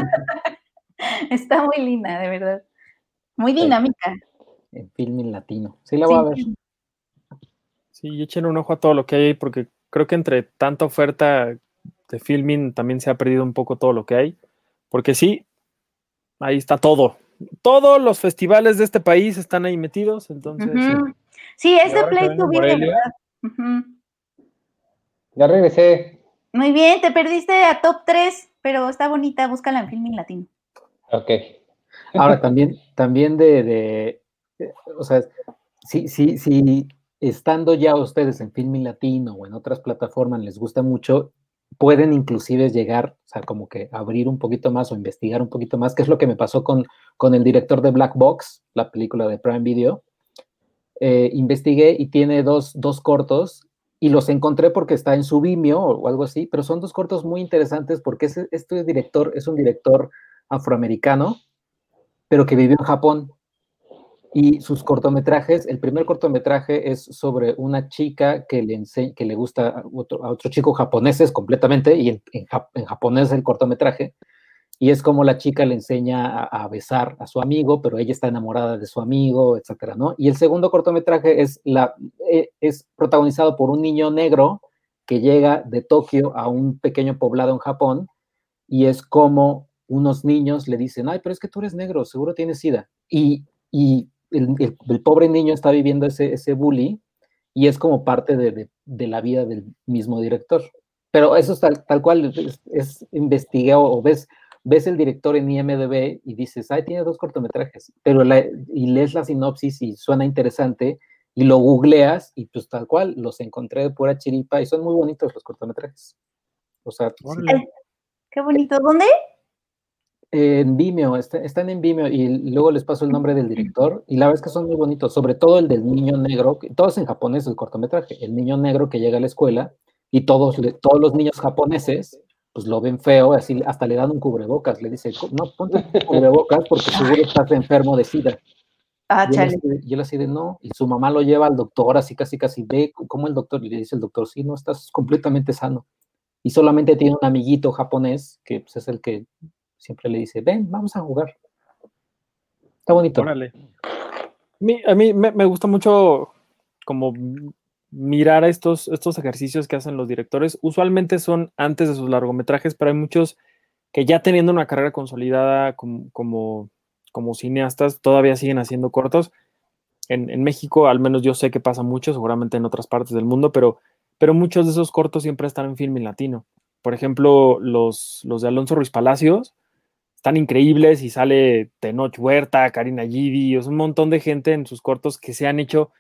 está muy linda, de verdad. Muy dinámica. En Filmin Latino. Sí, la voy a ver. Sí, echen un ojo a todo lo que hay ahí, porque creo que entre tanta oferta de Filmin también se ha perdido un poco todo lo que hay. Porque sí, ahí está todo. Todos los festivales de este país están ahí metidos, entonces... Sí, es de Play to Be, de verdad. Ya regresé. Muy bien, te perdiste a top 3, pero está bonita, búscala en Filmin Latino. Ok. Ahora, también o sea, si estando ya ustedes en Filmin Latino o en otras plataformas les gusta mucho, pueden inclusive llegar, o sea, como que abrir un poquito más o investigar un poquito más, que es lo que me pasó con el director de Black Box, la película de Prime Video. Investigué y tiene dos cortos y los encontré porque está en su Vimeo o algo así, pero son 2 cortos muy interesantes porque este director es un director afroamericano, pero que vivió en Japón. Y sus cortometrajes, el primer cortometraje es sobre una chica que le gusta a otro chico japoneses completamente, y en japonés el cortometraje, y es como la chica le enseña a besar a su amigo, pero ella está enamorada de su amigo, etcétera, ¿no? Y el segundo cortometraje es protagonizado por un niño negro que llega de Tokio a un pequeño poblado en Japón, y es como unos niños le dicen, ay, pero es que tú eres negro, seguro tienes SIDA. Y el pobre niño está viviendo ese bully, y es como parte de la vida del mismo director. Pero eso es tal cual, investigué o ves el director en IMDb y dices, ay, tiene 2 cortometrajes, pero y lees la sinopsis y suena interesante, y lo googleas y pues tal cual, los encontré de pura chiripa y son muy bonitos los cortometrajes. O sea, sí. Qué bonito. ¿Dónde? En Vimeo, están en Vimeo, y luego les paso el nombre del director, y la verdad es que son muy bonitos, sobre todo el del niño negro, todos en japonés el cortometraje, el niño negro que llega a la escuela y todos los niños japoneses pues lo ven feo, así hasta le dan un cubrebocas, le dice, no, ponte un cubrebocas porque seguro estás enfermo de SIDA. Y él así de no, y su mamá lo lleva al doctor, así casi ve cómo el doctor, y le dice el doctor, sí, no, estás completamente sano. Y solamente tiene un amiguito japonés que pues, es el que siempre le dice, ven, vamos a jugar. Está bonito. Órale. A mí me gusta mucho como mirar estos ejercicios que hacen los directores. Usualmente son antes de sus largometrajes, pero hay muchos que ya teniendo una carrera consolidada como cineastas, todavía siguen haciendo cortos. En México, al menos yo sé que pasa mucho, seguramente en otras partes del mundo, pero muchos de esos cortos siempre están en Filmin Latino. Por ejemplo, los de Alonso Ruiz Palacios están increíbles, y sale Tenoch Huerta, Karina Gidi, un montón de gente en sus cortos que se han hecho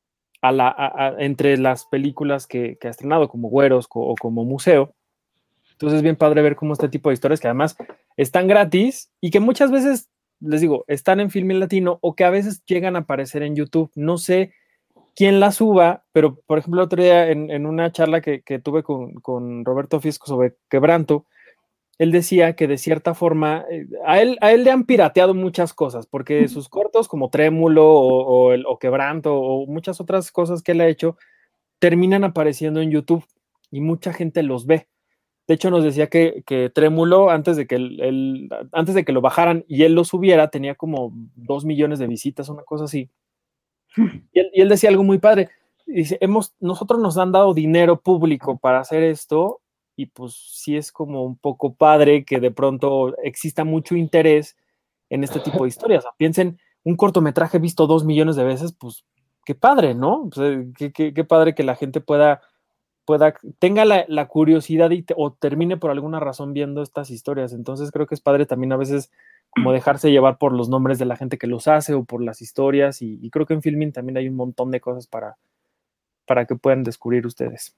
entre las películas que ha estrenado, como Güeros o como Museo. Entonces es bien padre ver cómo este tipo de historias, que además están gratis y que muchas veces, les digo, están en Filmin Latino o que a veces llegan a aparecer en YouTube. No sé quién la suba, pero por ejemplo el otro día en una charla que tuve con Roberto Fisco sobre Quebranto, él decía que de cierta forma, a él le han pirateado muchas cosas, porque sus cortos como Trémulo o Quebranto o muchas otras cosas que él ha hecho, terminan apareciendo en YouTube y mucha gente los ve. De hecho, nos decía que Trémulo, antes de que antes de que lo bajaran y él lo subiera, tenía como 2 millones de visitas, una cosa así. Y él decía algo muy padre. Dice, nosotros nos han dado dinero público para hacer esto, y pues sí es como un poco padre que de pronto exista mucho interés en este tipo de historias. O sea, piensen, un cortometraje visto 2 millones de veces, pues qué padre, ¿no? Pues, qué padre que la gente tenga la curiosidad o termine por alguna razón viendo estas historias. Entonces creo que es padre también a veces como dejarse llevar por los nombres de la gente que los hace o por las historias, y creo que en Filmin también hay un montón de cosas para que puedan descubrir ustedes.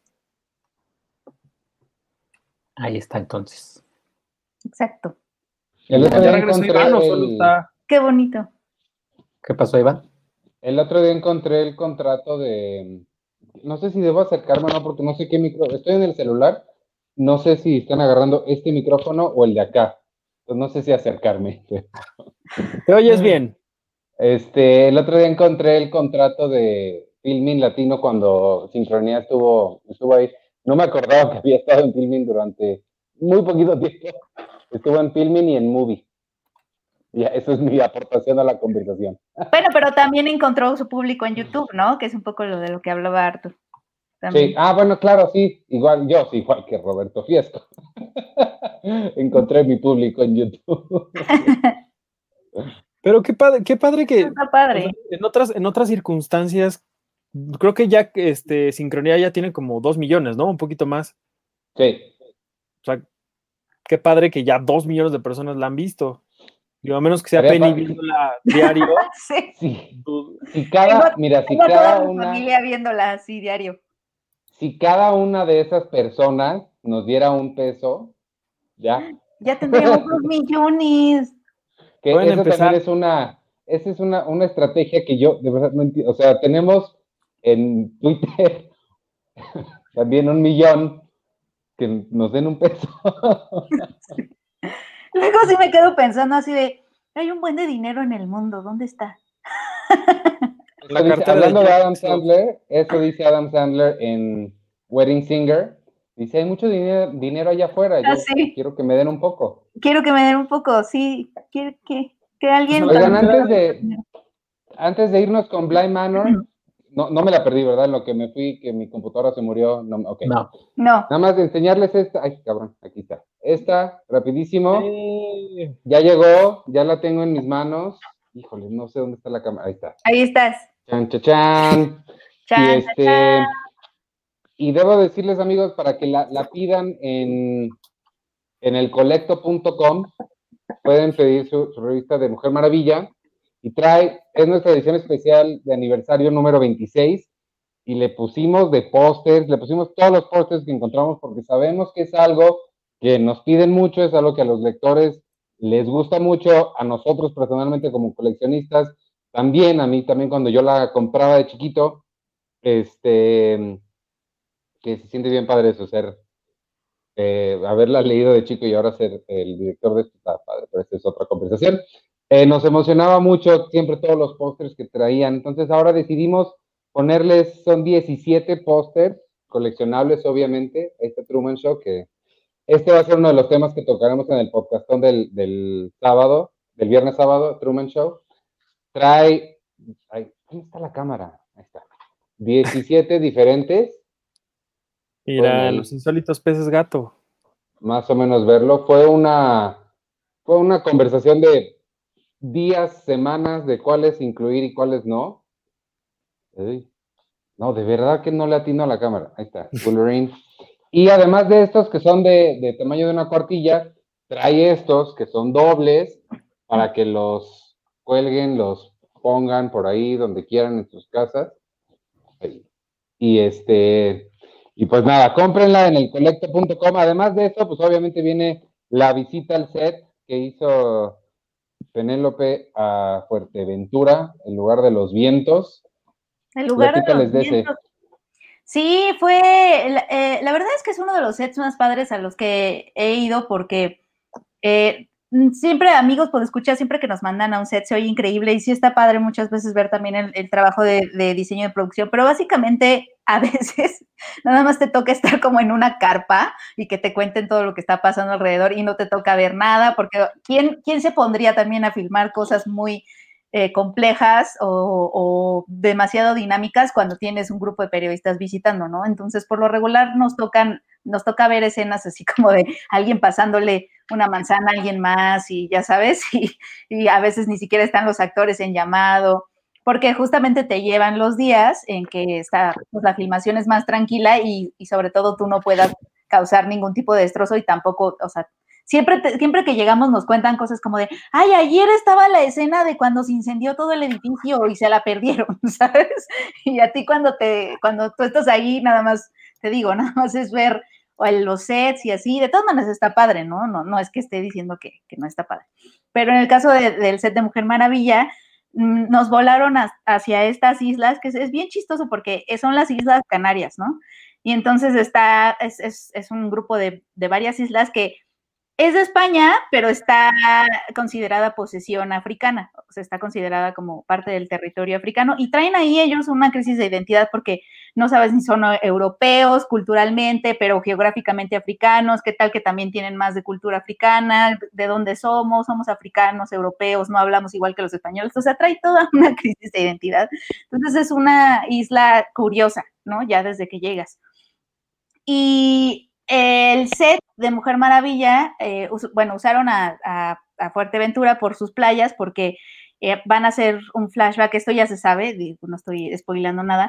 Ahí está entonces. Exacto. El otro Ya día regresó encontré Iván, ¿o solo está? Qué bonito. ¿Qué pasó, Iván? el otro día encontré el contrato de, no sé si debo acercarme o no, porque no sé qué micrófono, estoy en el celular, no sé si están agarrando este micrófono o el de acá, entonces no sé si acercarme. ¿Te oyes bien? El otro día encontré el contrato de Filmin Latino cuando Sincronía estuvo ahí. No me acordaba que había estado en Filmin durante muy poquito tiempo. Estuvo en Filmin y en Movie. Ya, eso es mi aportación a la conversación. Bueno, pero también encontró su público en YouTube, ¿no? Que es un poco lo de lo que hablaba Arthur. También. Sí, bueno, claro, sí, igual que Roberto Fiesco. Encontré mi público en YouTube. Pero qué padre que Está padre. o sea, en otras circunstancias, creo que ya Sincronía ya tiene como 2 millones, ¿no? Un poquito más. Sí. O sea, qué padre que ya 2 millones de personas la han visto. Digo, a menos que sea Estaría Penny pa- viéndola diario. Sí. Sí. du- Si cada, mira, si Tengo a toda cada mi una, familia viéndola así diario. si cada una de esas personas nos diera un peso, ya, Ya tendríamos 2 millones. que Pueden eso también empezar. esa es una estrategia que yo de verdad no entiendo. O sea, tenemos en Twitter también 1 millón que nos den un peso. Luego sí me quedo pensando así de, hay un buen de dinero en el mundo, ¿dónde está? La Dice, cartera hablando de Jeff Adam Bezos. Sandler, eso dice Adam Sandler en Wedding Singer. Dice, hay mucho dinero allá afuera, yo Sí. quiero que me den un poco. Quiero que me den un poco, sí. Quiero que alguien... Pues, Oigan, Oigan, antes de irnos con Blind Manor, no me la perdí, ¿verdad? En lo que me fui, que mi computadora se murió. No, ok. No. No. Nada más de enseñarles esta. Ay, cabrón, aquí está. Esta, rapidísimo. Sí. Ya llegó, ya la tengo en mis manos. Híjole, no sé dónde está la cámara. Ahí está. Ahí estás. Chan, chan, chan. Chan, chan. Y debo decirles, amigos, para que la pidan en elcolecto.com, pueden pedir su revista de Mujer Maravilla, y es nuestra edición especial de aniversario número 26, y le pusimos de pósters, le pusimos todos los pósters que encontramos, porque sabemos que es algo que nos piden mucho, es algo que a los lectores les gusta mucho, a nosotros personalmente como coleccionistas, también, a mí también cuando yo la compraba de chiquito, que se siente bien padre eso, haberla leído de chico y ahora ser el director de esto está padre, pero esta es otra conversación. Nos emocionaba mucho siempre todos los pósters que traían, entonces ahora decidimos ponerles, son 17 pósters coleccionables, obviamente. Ahí está Truman Show, que este va a ser uno de los temas que tocaremos en el podcastón del sábado, del viernes sábado, Truman Show. ¿Dónde está la cámara? Ahí está. 17 diferentes. Mira, los insólitos peces gato. Más o menos verlo. Fue una conversación de días, semanas, de cuáles incluir y cuáles no. No, de verdad que no le atino a la cámara. Ahí está, Wolverine. Y además de estos que son de tamaño de una cuartilla, trae estos que son dobles para que los cuelguen, los pongan por ahí donde quieran en sus casas. Y pues nada, cómprenla en elcolecto.com. Además de esto, pues obviamente viene la visita al set que hizo Penélope a Fuerteventura, en lugar de los vientos. El lugar de Platícales los de vientos. ese. Sí, la verdad es que es uno de los sets más padres a los que he ido porque Siempre amigos, pues escuchar, siempre que nos mandan a un set se oye increíble y sí está padre muchas veces ver también el trabajo de diseño de producción, pero básicamente a veces nada más te toca estar como en una carpa y que te cuenten todo lo que está pasando alrededor y no te toca ver nada, porque ¿quién se pondría también a filmar cosas muy complejas o demasiado dinámicas cuando tienes un grupo de periodistas visitando, ¿no? Entonces, por lo regular nos toca ver escenas así como de alguien pasándole una manzana a alguien más y ya sabes, y a veces ni siquiera están los actores en llamado, porque justamente te llevan los días en que pues, la filmación es más tranquila y sobre todo tú no puedas causar ningún tipo de destrozo y tampoco, o sea, siempre que llegamos nos cuentan cosas como de, ay, ayer estaba la escena de cuando se incendió todo el edificio y se la perdieron, ¿sabes? Y a ti cuando tú estás ahí, nada más, te digo, nada más es ver los sets y así, de todas maneras está padre, ¿no? No es que esté diciendo que no está padre. Pero en el caso del set de Mujer Maravilla, nos volaron hacia estas islas, que es bien chistoso porque son las Islas Canarias, ¿no? Y entonces es un grupo de varias islas que es de España, pero está considerada posesión africana, o sea, está considerada como parte del territorio africano y traen ahí ellos una crisis de identidad porque no sabes si son europeos culturalmente, pero geográficamente africanos, qué tal que también tienen más de cultura africana, de dónde somos africanos, europeos, no hablamos igual que los españoles, o sea, trae toda una crisis de identidad. Entonces es una isla curiosa, ¿no? Ya desde que llegas. Y el set de Mujer Maravilla, usaron a Fuerteventura por sus playas porque van a hacer un flashback, esto ya se sabe, no estoy spoilando nada,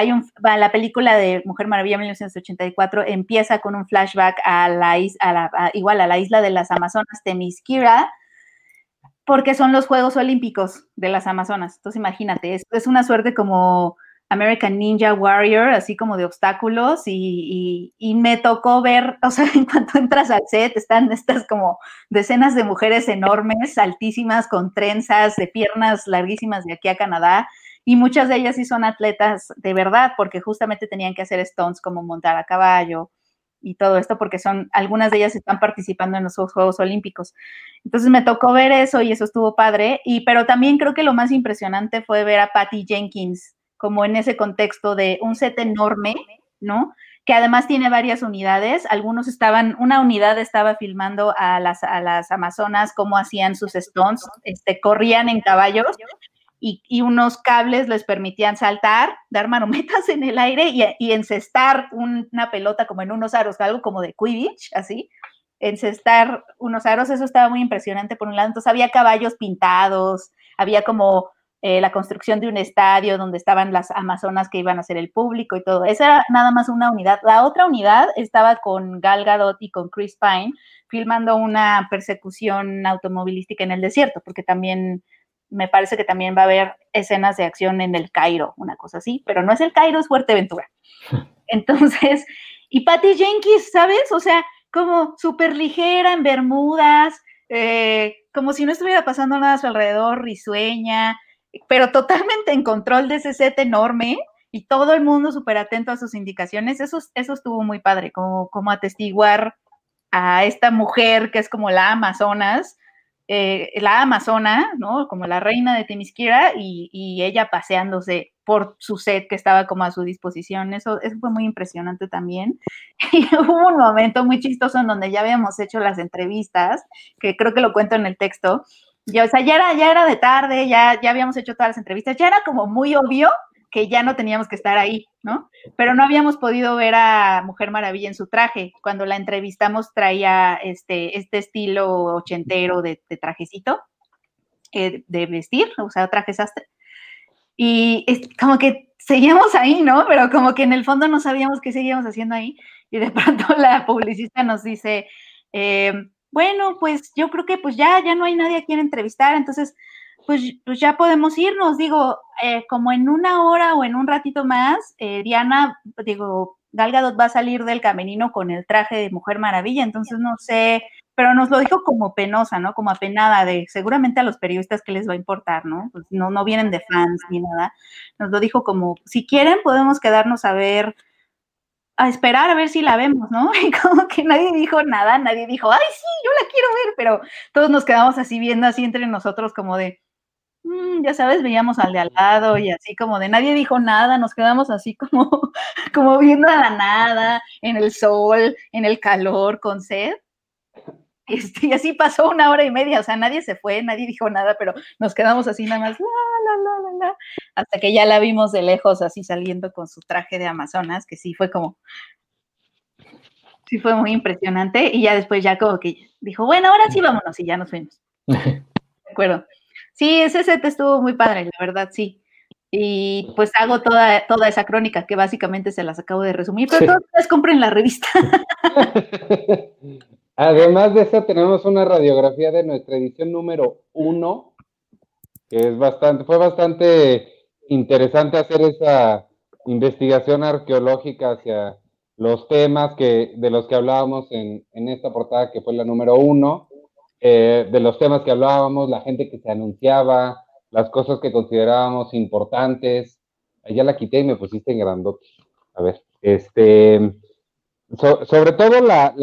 la película de Mujer Maravilla 1984 empieza con un flashback igual a la isla de las Amazonas, Temisquira, porque son los Juegos Olímpicos de las Amazonas. Entonces imagínate, es una suerte como American Ninja Warrior, así como de obstáculos, y me tocó ver, o sea, en cuanto entras al set, están estas como decenas de mujeres enormes, altísimas, con trenzas, de piernas larguísimas de aquí a Canadá, y muchas de ellas sí son atletas de verdad, porque justamente tenían que hacer stunts como montar a caballo y todo esto, porque algunas de ellas están participando en los Juegos Olímpicos. Entonces me tocó ver eso y eso estuvo padre, pero también creo que lo más impresionante fue ver a Patty Jenkins como en ese contexto de un set enorme, ¿no? Que además tiene varias unidades. Una unidad estaba filmando a las amazonas cómo hacían sus stunts, corrían en caballos y unos cables les permitían saltar, dar marometas en el aire y encestar una pelota como en unos aros, algo como de Quidditch, así, encestar unos aros, eso estaba muy impresionante por un lado. Entonces había caballos pintados, había como la construcción de un estadio donde estaban las amazonas que iban a ser el público y todo. Esa era nada más una unidad. La otra unidad estaba con Gal Gadot y con Chris Pine filmando una persecución automovilística en el desierto, porque también me parece que también va a haber escenas de acción en el Cairo, una cosa así, pero no es el Cairo, es Fuerteventura. Entonces, y Patty Jenkins, ¿sabes? O sea, como súper ligera en bermudas, como si no estuviera pasando nada a su alrededor, risueña, pero totalmente en control de ese set enorme y todo el mundo súper atento a sus indicaciones. Eso estuvo muy padre, como atestiguar a esta mujer que es como la Amazonas, la Amazona, ¿no? Como la reina de Temisquira y ella paseándose por su set que estaba como a su disposición. Eso fue muy impresionante también. Y hubo un momento muy chistoso en donde ya habíamos hecho las entrevistas, que creo que lo cuento en el texto. O sea, ya era de tarde, ya habíamos hecho todas las entrevistas, ya era como muy obvio que ya no teníamos que estar ahí, ¿no? Pero no habíamos podido ver a Mujer Maravilla en su traje. Cuando la entrevistamos traía este estilo ochentero de trajecito, de vestir, o sea, traje sastre. Y es como que seguíamos ahí, ¿no? Pero como que en el fondo no sabíamos qué seguíamos haciendo ahí. Y de pronto la publicista nos dice, bueno, pues yo creo que pues ya no hay nadie a quien entrevistar, entonces pues ya podemos irnos. Digo, como en una hora o en un ratito más, Gal Gadot va a salir del camerino con el traje de Mujer Maravilla, entonces no sé, pero nos lo dijo como penosa, ¿no? Como apenada, de seguramente a los periodistas que les va a importar, ¿no? Pues no vienen de fans ni nada. Nos lo dijo como, si quieren podemos quedarnos a ver a esperar a ver si la vemos, ¿no? Y como que nadie dijo nada, nadie dijo, ay, sí, yo la quiero ver, pero todos nos quedamos así viendo así entre nosotros como de, ya sabes, veíamos al de al lado y así como de nadie dijo nada, nos quedamos así como viendo a la nada, en el sol, en el calor, con sed. Y así pasó 1 hora y media, o sea, nadie se fue, nadie dijo nada, pero nos quedamos así nada más, hasta que ya la vimos de lejos así saliendo con su traje de Amazonas, que sí fue muy impresionante, y ya después ya como que dijo, bueno, ahora sí vámonos, y ya nos fuimos. De acuerdo. Sí, ese set estuvo muy padre, la verdad, sí. Y pues hago toda esa crónica, que básicamente se las acabo de resumir, pero todos ustedes compren la revista. Además de eso, tenemos una radiografía de nuestra edición número 1, que fue bastante interesante hacer esa investigación arqueológica hacia los temas de los que hablábamos en esta portada, que fue la número 1, de los temas que hablábamos, la gente que se anunciaba, las cosas que considerábamos importantes. Ya la quité y me pusiste en grandote. A ver, sobre todo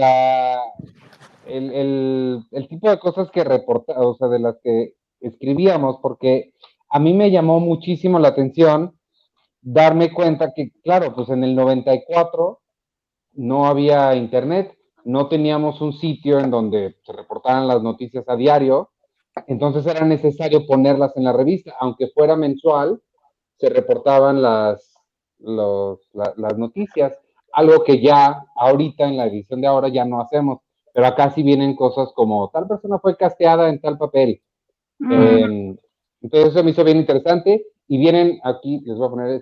el tipo de cosas que reportamos, o sea, de las que escribíamos, porque a mí me llamó muchísimo la atención darme cuenta que, claro, pues en el 94 no había internet, no teníamos un sitio en donde se reportaran las noticias a diario, entonces era necesario ponerlas en la revista, aunque fuera mensual, se reportaban las noticias, algo que ya ahorita en la edición de ahora ya no hacemos, pero acá sí vienen cosas como tal persona fue casteada en tal papel. Entonces eso me hizo bien interesante y vienen aquí, les voy a poner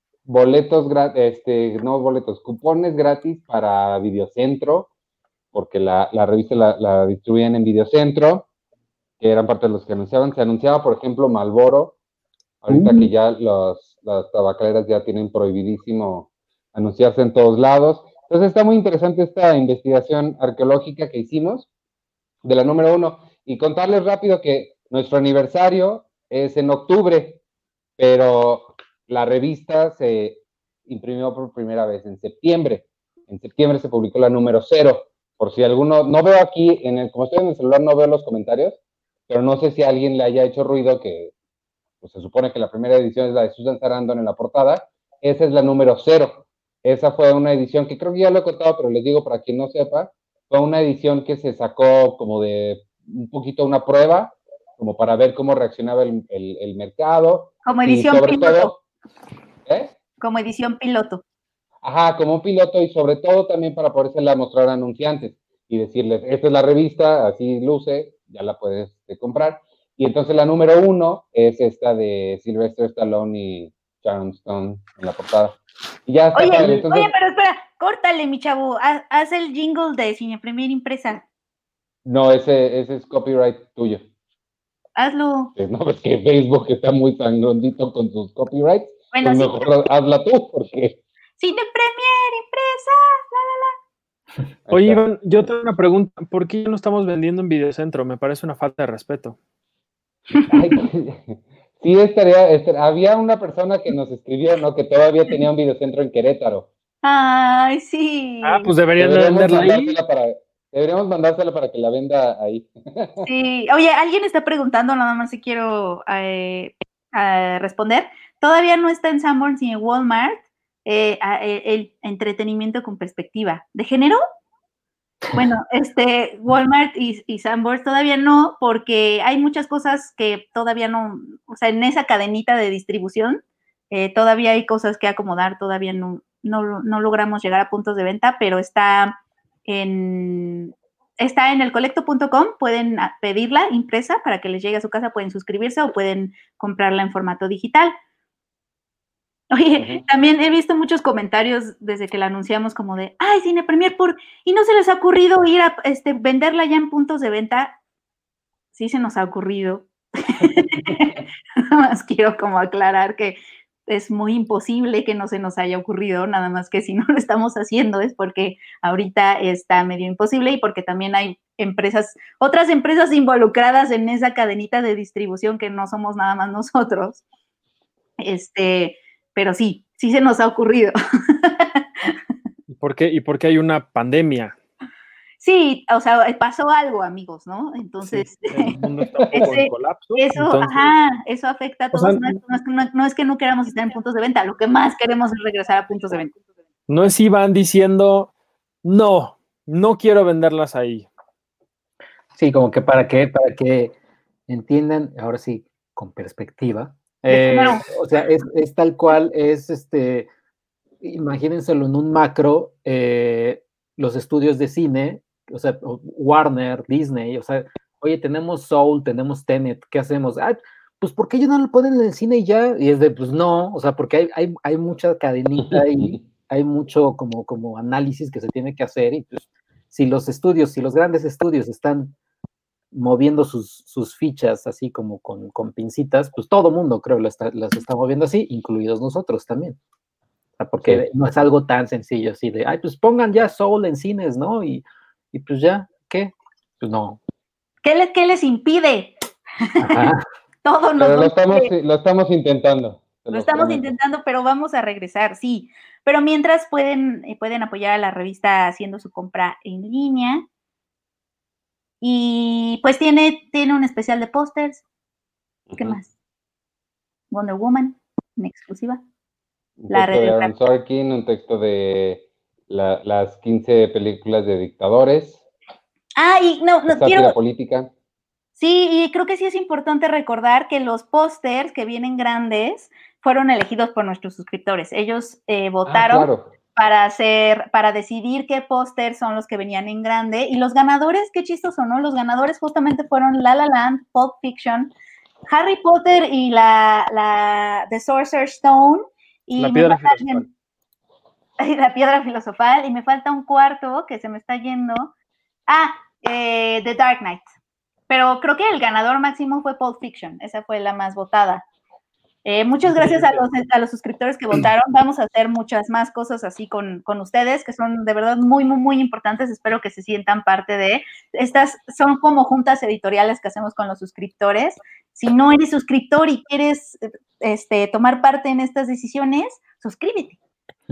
cupones gratis para Videocentro, porque la revista la distribuían en Videocentro, que eran parte de los que anunciaban. Se anunciaba, por ejemplo, Marlboro, ahorita que ya las tabacaleras ya tienen prohibidísimo anunciarse en todos lados. Entonces está muy interesante esta investigación arqueológica que hicimos de la número 1. Y contarles rápido que nuestro aniversario es en octubre, pero la revista se imprimió por primera vez en septiembre. En septiembre se publicó la número 0. Por si alguno, no veo aquí, como estoy en el celular no veo los comentarios, pero no sé si a alguien le haya hecho ruido que pues se supone que la primera edición es la de Susan Sarandon en la portada. Esa es la número 0. Esa fue una edición que creo que ya lo he contado, pero les digo para quien no sepa, fue una edición que se sacó como de un poquito una prueba, como para ver cómo reaccionaba el mercado. Como edición y sobre piloto. Todo, Como edición piloto. Ajá, como un piloto y sobre todo también para podérsela mostrar a anunciantes y decirles, esta es la revista, así luce, ya la puedes comprar. Y entonces la número 1 es esta de Sylvester Stallone y Sharon Stone en la portada. Y ya está padre. Entonces, oye, pero espera, córtale, mi chavo, haz el jingle de Cine Premier Impresa. No, ese es copyright tuyo. Hazlo. No, es que Facebook está muy sangrondito con sus copyrights. Bueno, pues sí. Mejor hazla tú, porque... Cine Premier Impresa, Oye, Iván, yo tengo una pregunta. ¿Por qué ya no estamos vendiendo en Videocentro? Me parece una falta de respeto. Ay, sí, había una persona que nos escribió, ¿no? Que todavía tenía un videocentro en Querétaro. Ay, sí. Ah, pues deberían de venderla ahí. Deberíamos mandársela para que la venda ahí. Sí. Oye, alguien está preguntando, nada más si quiero responder. Todavía no está en Sanborns ni en Walmart el entretenimiento con perspectiva. ¿De género? Bueno, Walmart y Sanborns todavía no, porque hay muchas cosas que todavía no, o sea, en esa cadenita de distribución, todavía hay cosas que acomodar, todavía no logramos llegar a puntos de venta, pero está en elcolecto.com, pueden pedirla impresa para que les llegue a su casa, pueden suscribirse o pueden comprarla en formato digital. Oye, también he visto muchos comentarios desde que la anunciamos como de, ay, Cine Premier ¿y no se les ha ocurrido ir a venderla ya en puntos de venta? Sí se nos ha ocurrido. Nada más quiero como aclarar que es muy imposible que no se nos haya ocurrido, nada más que si no lo estamos haciendo es porque ahorita está medio imposible y porque también hay otras empresas involucradas en esa cadenita de distribución que no somos nada más nosotros. Pero sí se nos ha ocurrido. por qué hay una pandemia? Sí, o sea, pasó algo, amigos, ¿no? Entonces, sí, el mundo está un poco en colapso. Eso afecta a todos. No es que no queramos estar en puntos de venta, lo que más queremos es regresar a puntos de venta. No es Iván diciendo, no quiero venderlas ahí. Sí, como que para que entiendan, ahora sí, con perspectiva. O sea, es tal cual, imagínenselo en un macro, los estudios de cine, o sea, Warner, Disney, o sea, oye, tenemos Soul, tenemos Tenet, ¿qué hacemos? Pues ¿por qué ellos no lo ponen en el cine y ya? Y es de, pues no, o sea, porque hay mucha cadenita ahí, hay mucho como análisis que se tiene que hacer, y pues si los grandes estudios están moviendo sus fichas así como con pincitas, pues todo mundo creo las está moviendo así, incluidos nosotros también. Porque sí, no es algo tan sencillo así de, pues pongan ya Soul en cines, ¿no? Y pues ya, ¿qué? Pues no. ¿Qué les impide? Todo nos pero lo estamos intentando. Lo estamos intentando, pero vamos a regresar, sí. Pero mientras pueden apoyar a la revista haciendo su compra en línea. Y pues tiene un especial de pósters. ¿Qué más? Wonder Woman, en exclusiva. Un texto de Aaron Sorkin, un texto de las 15 películas de dictadores. Y no sátira política. Sí, y creo que sí es importante recordar que los pósters que vienen grandes fueron elegidos por nuestros suscriptores. Ellos votaron claro, para decidir qué pósters son los que venían en grande. Y los ganadores, qué chistoso, ¿no? Los ganadores justamente fueron La La Land, Pulp Fiction, Harry Potter y la The Sorcerer's Stone. Y la piedra filosofal. La piedra filosofal. Y me falta un cuarto que se me está yendo. The Dark Knight. Pero creo que el ganador máximo fue Pulp Fiction. Esa fue la más votada. Muchas gracias a los suscriptores que votaron. Vamos a hacer muchas más cosas así con ustedes, que son de verdad muy, muy, muy importantes. Espero que se sientan parte de. Estas son como juntas editoriales que hacemos con los suscriptores. Si no eres suscriptor y quieres tomar parte en estas decisiones, suscríbete.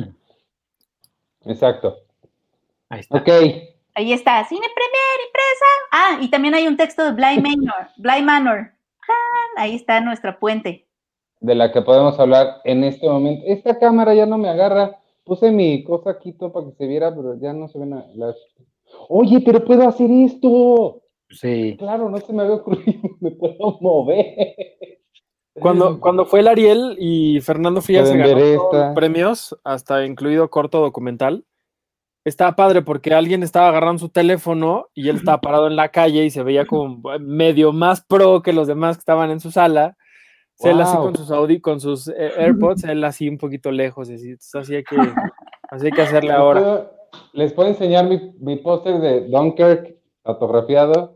Exacto. Ahí está. Ok. Ahí está, Cine Premier, impresa. Y también hay un texto de Bly Manor. Ahí está nuestra puente. De la que podemos hablar en este momento. Esta cámara ya no me agarra. Puse mi cosa aquí todo para que se viera, pero ya no se ven las... Oye, pero puedo hacer esto. Sí. Claro, no se me había ocurrido. Me puedo mover. Cuando fue el Ariel y Fernando Frías se ganó todos los premios, hasta incluido corto documental, estaba padre porque alguien estaba agarrando su teléfono y él estaba parado en la calle y se veía como medio más pro que los demás que estaban en su sala. Wow. Él así con sus AirPods, él así un poquito lejos, así hay que hacerle ahora. Les puedo enseñar mi póster de Dunkirk autografiado.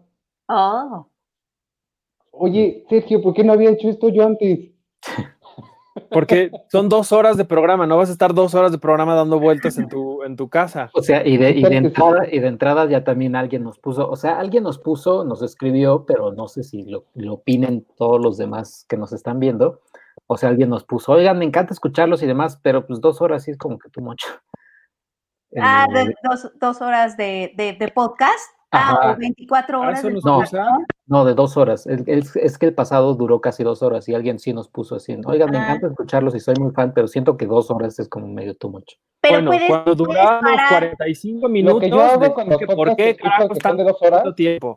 Oye, Sergio, ¿por qué no había hecho esto yo antes? Porque son 2 horas de programa, no vas a estar 2 horas de programa dando vueltas en tu casa. O sea, y de entrada ya también alguien nos puso, nos escribió, pero no sé si lo opinen todos los demás que nos están viendo. O sea, alguien nos puso, oigan, me encanta escucharlos y demás, pero pues 2 horas sí es como que too much. De 2 horas de podcast. O 24 horas de No, de 2 horas. Es que el pasado duró casi 2 horas y alguien sí nos puso así, oigan, me encanta escucharlos y soy muy fan, pero siento que 2 horas es como medio too much. Pero bueno, cuando duramos 45 minutos, lo que yo hago cuando ¿por qué carajos de 2 horas? Tanto tiempo?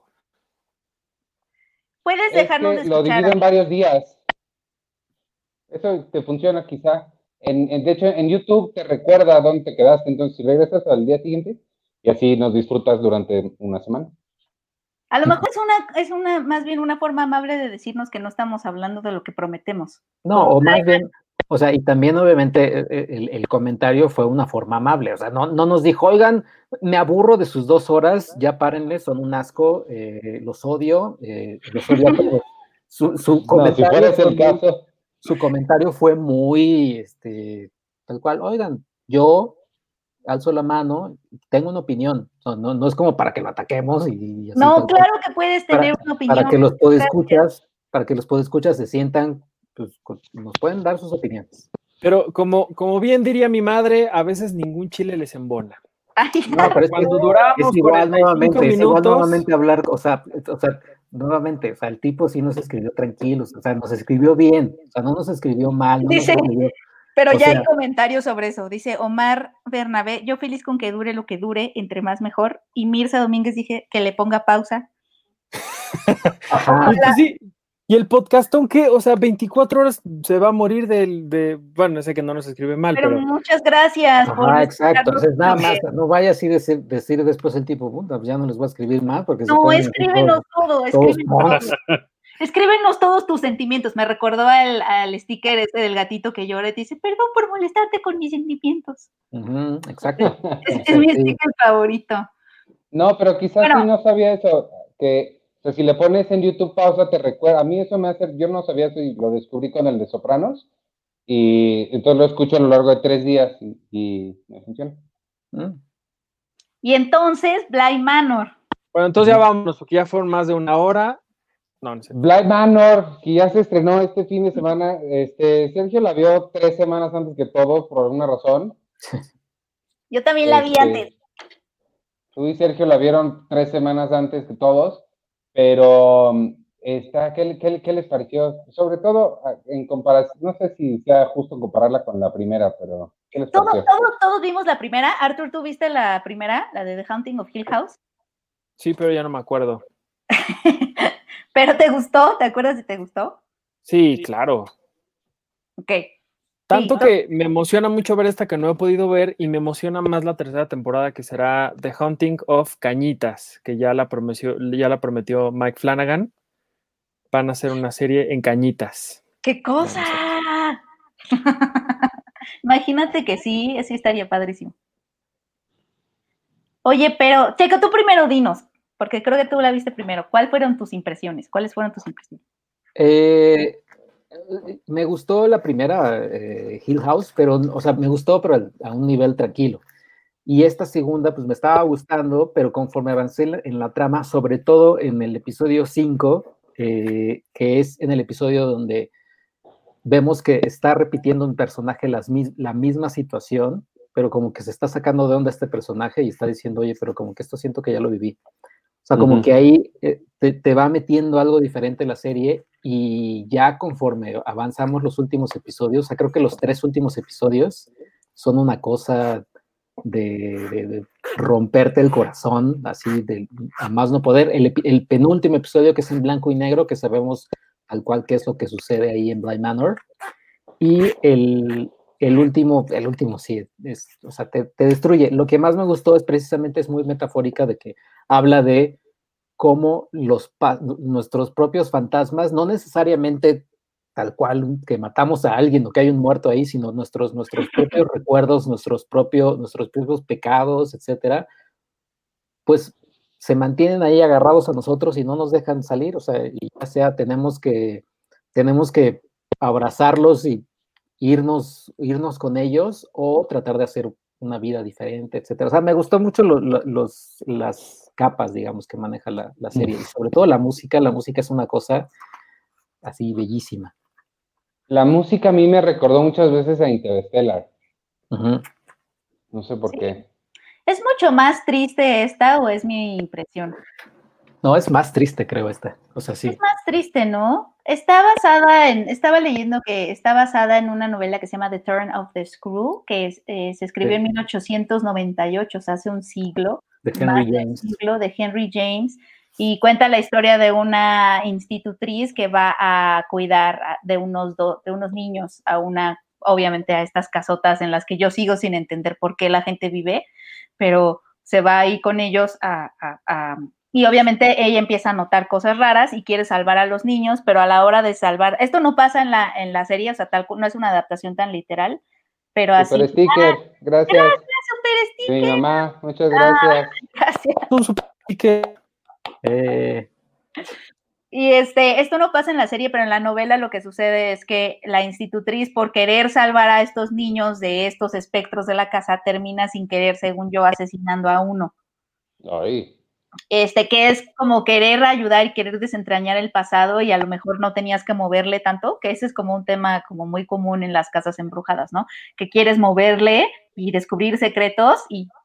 Puedes dejarnos de escuchar. Lo divido en varios días. Eso te funciona quizá. De hecho, en YouTube te recuerda dónde te quedaste, entonces si regresas al día siguiente y así nos disfrutas durante una semana. A lo mejor es más bien una forma amable de decirnos que no estamos hablando de lo que prometemos. No, o más bien, o sea, y también obviamente el comentario fue una forma amable, o sea, no nos dijo, oigan, me aburro de sus 2 horas, ya párenle, son un asco, los odio a todos. Su comentario, si fuera el caso. Su comentario fue muy, tal cual, oigan, yo alzo la mano, tengo una opinión, no es como para que lo ataquemos y así. No, claro que puedes tener una opinión. Para que los podescuchas se sientan, pues nos pueden dar sus opiniones. Pero como bien diría mi madre, a veces ningún chile les embona. Ay, No, pero es que Cuando duramos es igual 45 nuevamente, es igual minutos. nuevamente hablar, o sea, nuevamente, o sea, el tipo sí nos escribió tranquilos, o sea, nos escribió bien, o sea, no nos escribió mal, no Dice, nos escribió, pero o ya hay sea, comentarios sobre eso. Dice Omar Bernabé, yo feliz con que dure lo que dure, entre más mejor. Y Mirza Domínguez dije que le ponga pausa. ajá, Y pues sí, y el podcastón que, o sea, 24 horas se va a morir bueno, sé que no nos escribe mal, Pero pero muchas gracias por ajá, exacto, escucharnos. entonces nada más, no vaya así decir después el tipo, puta, pues ya no les voy a escribir más, porque se No, ponen así escríbenos todo, todos escríbenos punks. todo. Escríbenos todos tus sentimientos. Me recordó al sticker ese del gatito que llora y te dice, perdón por molestarte con mis sentimientos. Ujú, exacto. Es mi sticker favorito. No, pero quizás Bueno. sí no sabía eso, que o sea, si le pones en YouTube pausa te recuerda, a mí eso me hace, yo no sabía eso y lo descubrí con el de Sopranos, y entonces lo escucho a lo largo de 3 días y me funciona. Y entonces, Bly Manor. bueno, entonces ya vámonos, porque ya fueron más de una hora. No, no sé. Bly Manor, que ya se estrenó este fin de semana, Sergio la vio 3 semanas antes que todos, por alguna razón. Yo también la vi antes. Tú y Sergio la vieron 3 semanas antes que todos, pero ¿qué les pareció? Sobre todo en comparación, no sé si sea justo compararla con la primera, pero ¿qué les pareció? Todos vimos la primera. Arthur, ¿tú viste la primera? La de The Haunting of Hill House. Sí, pero ya no me acuerdo. ¿Pero te gustó? ¿Te acuerdas si te gustó? Sí, claro. Ok. Tanto Sí. que me emociona mucho ver esta que no he podido ver y me emociona más la tercera temporada que será The Haunting of Cañitas, que ya la prometió Mike Flanagan. Van a hacer una serie en Cañitas. ¡Qué cosa! Imagínate que sí estaría padrísimo. Oye, pero, Checo, tú primero dinos, porque creo que tú la viste primero. ¿Cuáles fueron tus impresiones? Me gustó la primera, Hill House, pero, o sea, me gustó, pero a un nivel tranquilo. Y esta segunda, pues me estaba gustando, pero conforme avancé en la trama, sobre todo en el episodio 5, que es en el episodio donde vemos que está repitiendo un personaje la misma situación, pero como que se está sacando de onda este personaje y está diciendo, oye, pero como que esto siento que ya lo viví. O sea, como que ahí te va metiendo algo diferente la serie y ya conforme avanzamos los últimos episodios, o sea, creo que los 3 últimos episodios son una cosa de romperte el corazón, así a más no poder. El penúltimo episodio, que es en blanco y negro, que sabemos al cual qué es lo que sucede ahí en Bly Manor, y el último sí, o sea, te destruye. Lo que más me gustó es precisamente, es muy metafórica, de que habla de cómo nuestros propios fantasmas, no necesariamente tal cual que matamos a alguien o que hay un muerto ahí, sino nuestros propios recuerdos, nuestros propios pecados, etcétera, pues se mantienen ahí agarrados a nosotros y no nos dejan salir. O sea, y ya sea tenemos que abrazarlos y irnos con ellos, o tratar de hacer una vida diferente, etcétera. O sea, me gustó mucho las capas, digamos, que maneja la serie, y sobre todo la música es una cosa así bellísima. La música a mí me recordó muchas veces a Interstellar. No sé por qué. ¿Es mucho más triste esta o es mi impresión? No, es más triste, creo, esta. O sea, sí. Es más triste, ¿no? Estaba leyendo que está basada en una novela que se llama The Turn of the Screw, que se escribió en 1898, o sea, hace un siglo. De Henry James. De Henry James, y cuenta la historia de una institutriz que va a cuidar de unos niños obviamente a estas casotas en las que yo sigo sin entender por qué la gente vive, pero se va ahí con ellos y obviamente ella empieza a notar cosas raras y quiere salvar a los niños, pero a la hora de salvar, esto no pasa en la serie, o sea, no es una adaptación tan literal, pero así. Super sticker, gracias. Gracias, super sticker. Mi mamá, muchas gracias. Gracias. Un super sticker. Y esto no pasa en la serie, pero en la novela lo que sucede es que la institutriz, por querer salvar a estos niños de estos espectros de la casa, termina sin querer, según yo, asesinando a uno. Ay. Que es como querer ayudar y querer desentrañar el pasado, y a lo mejor no tenías que moverle tanto, que ese es como un tema como muy común en las casas embrujadas, ¿no? Que quieres moverle y descubrir secretos y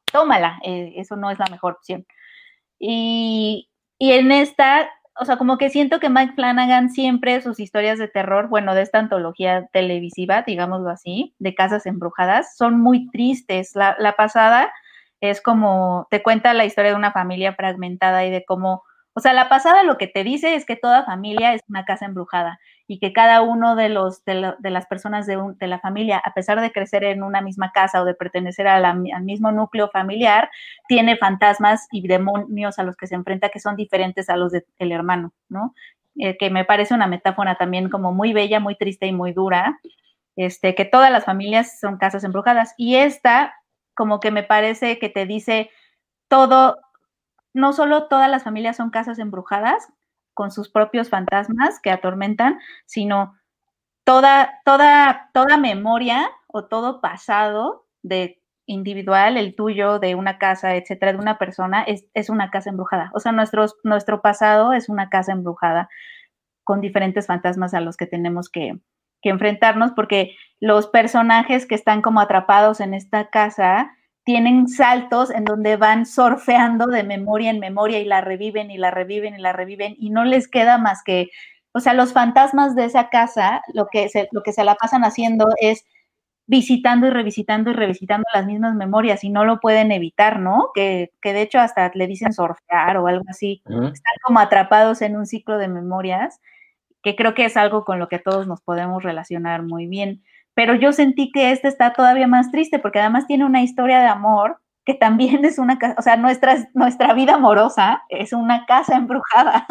tómala, eso no es la mejor opción. Y en esta, o sea, como que siento que Mike Flanagan siempre sus historias de terror, bueno, de esta antología televisiva, digámoslo así, de casas embrujadas, son muy tristes. La pasada es como, te cuenta la historia de una familia fragmentada y de cómo, o sea, la pasada lo que te dice es que toda familia es una casa embrujada y que cada uno de las personas de la familia, a pesar de crecer en una misma casa o de pertenecer al mismo núcleo familiar, tiene fantasmas y demonios a los que se enfrenta que son diferentes a los del hermano, ¿no? Que me parece una metáfora también como muy bella, muy triste y muy dura, que todas las familias son casas embrujadas. Y esta, como que me parece que te dice todo, no solo todas las familias son casas embrujadas con sus propios fantasmas que atormentan, sino toda memoria o todo pasado de individual, el tuyo, de una casa, etcétera, de una persona, es una casa embrujada. O sea, nuestro pasado es una casa embrujada con diferentes fantasmas a los que tenemos que enfrentarnos, porque los personajes que están como atrapados en esta casa tienen saltos en donde van surfeando de memoria en memoria y la reviven y la reviven y la reviven y no les queda más que, o sea, los fantasmas de esa casa, lo que se la pasan haciendo es visitando y revisitando las mismas memorias y no lo pueden evitar, ¿no? Que de hecho hasta le dicen surfear o algo así. Están como atrapados en un ciclo de memorias, que creo que es algo con lo que todos nos podemos relacionar muy bien. Pero yo sentí que este está todavía más triste porque además tiene una historia de amor que también es una casa, o sea, nuestra vida amorosa es una casa embrujada.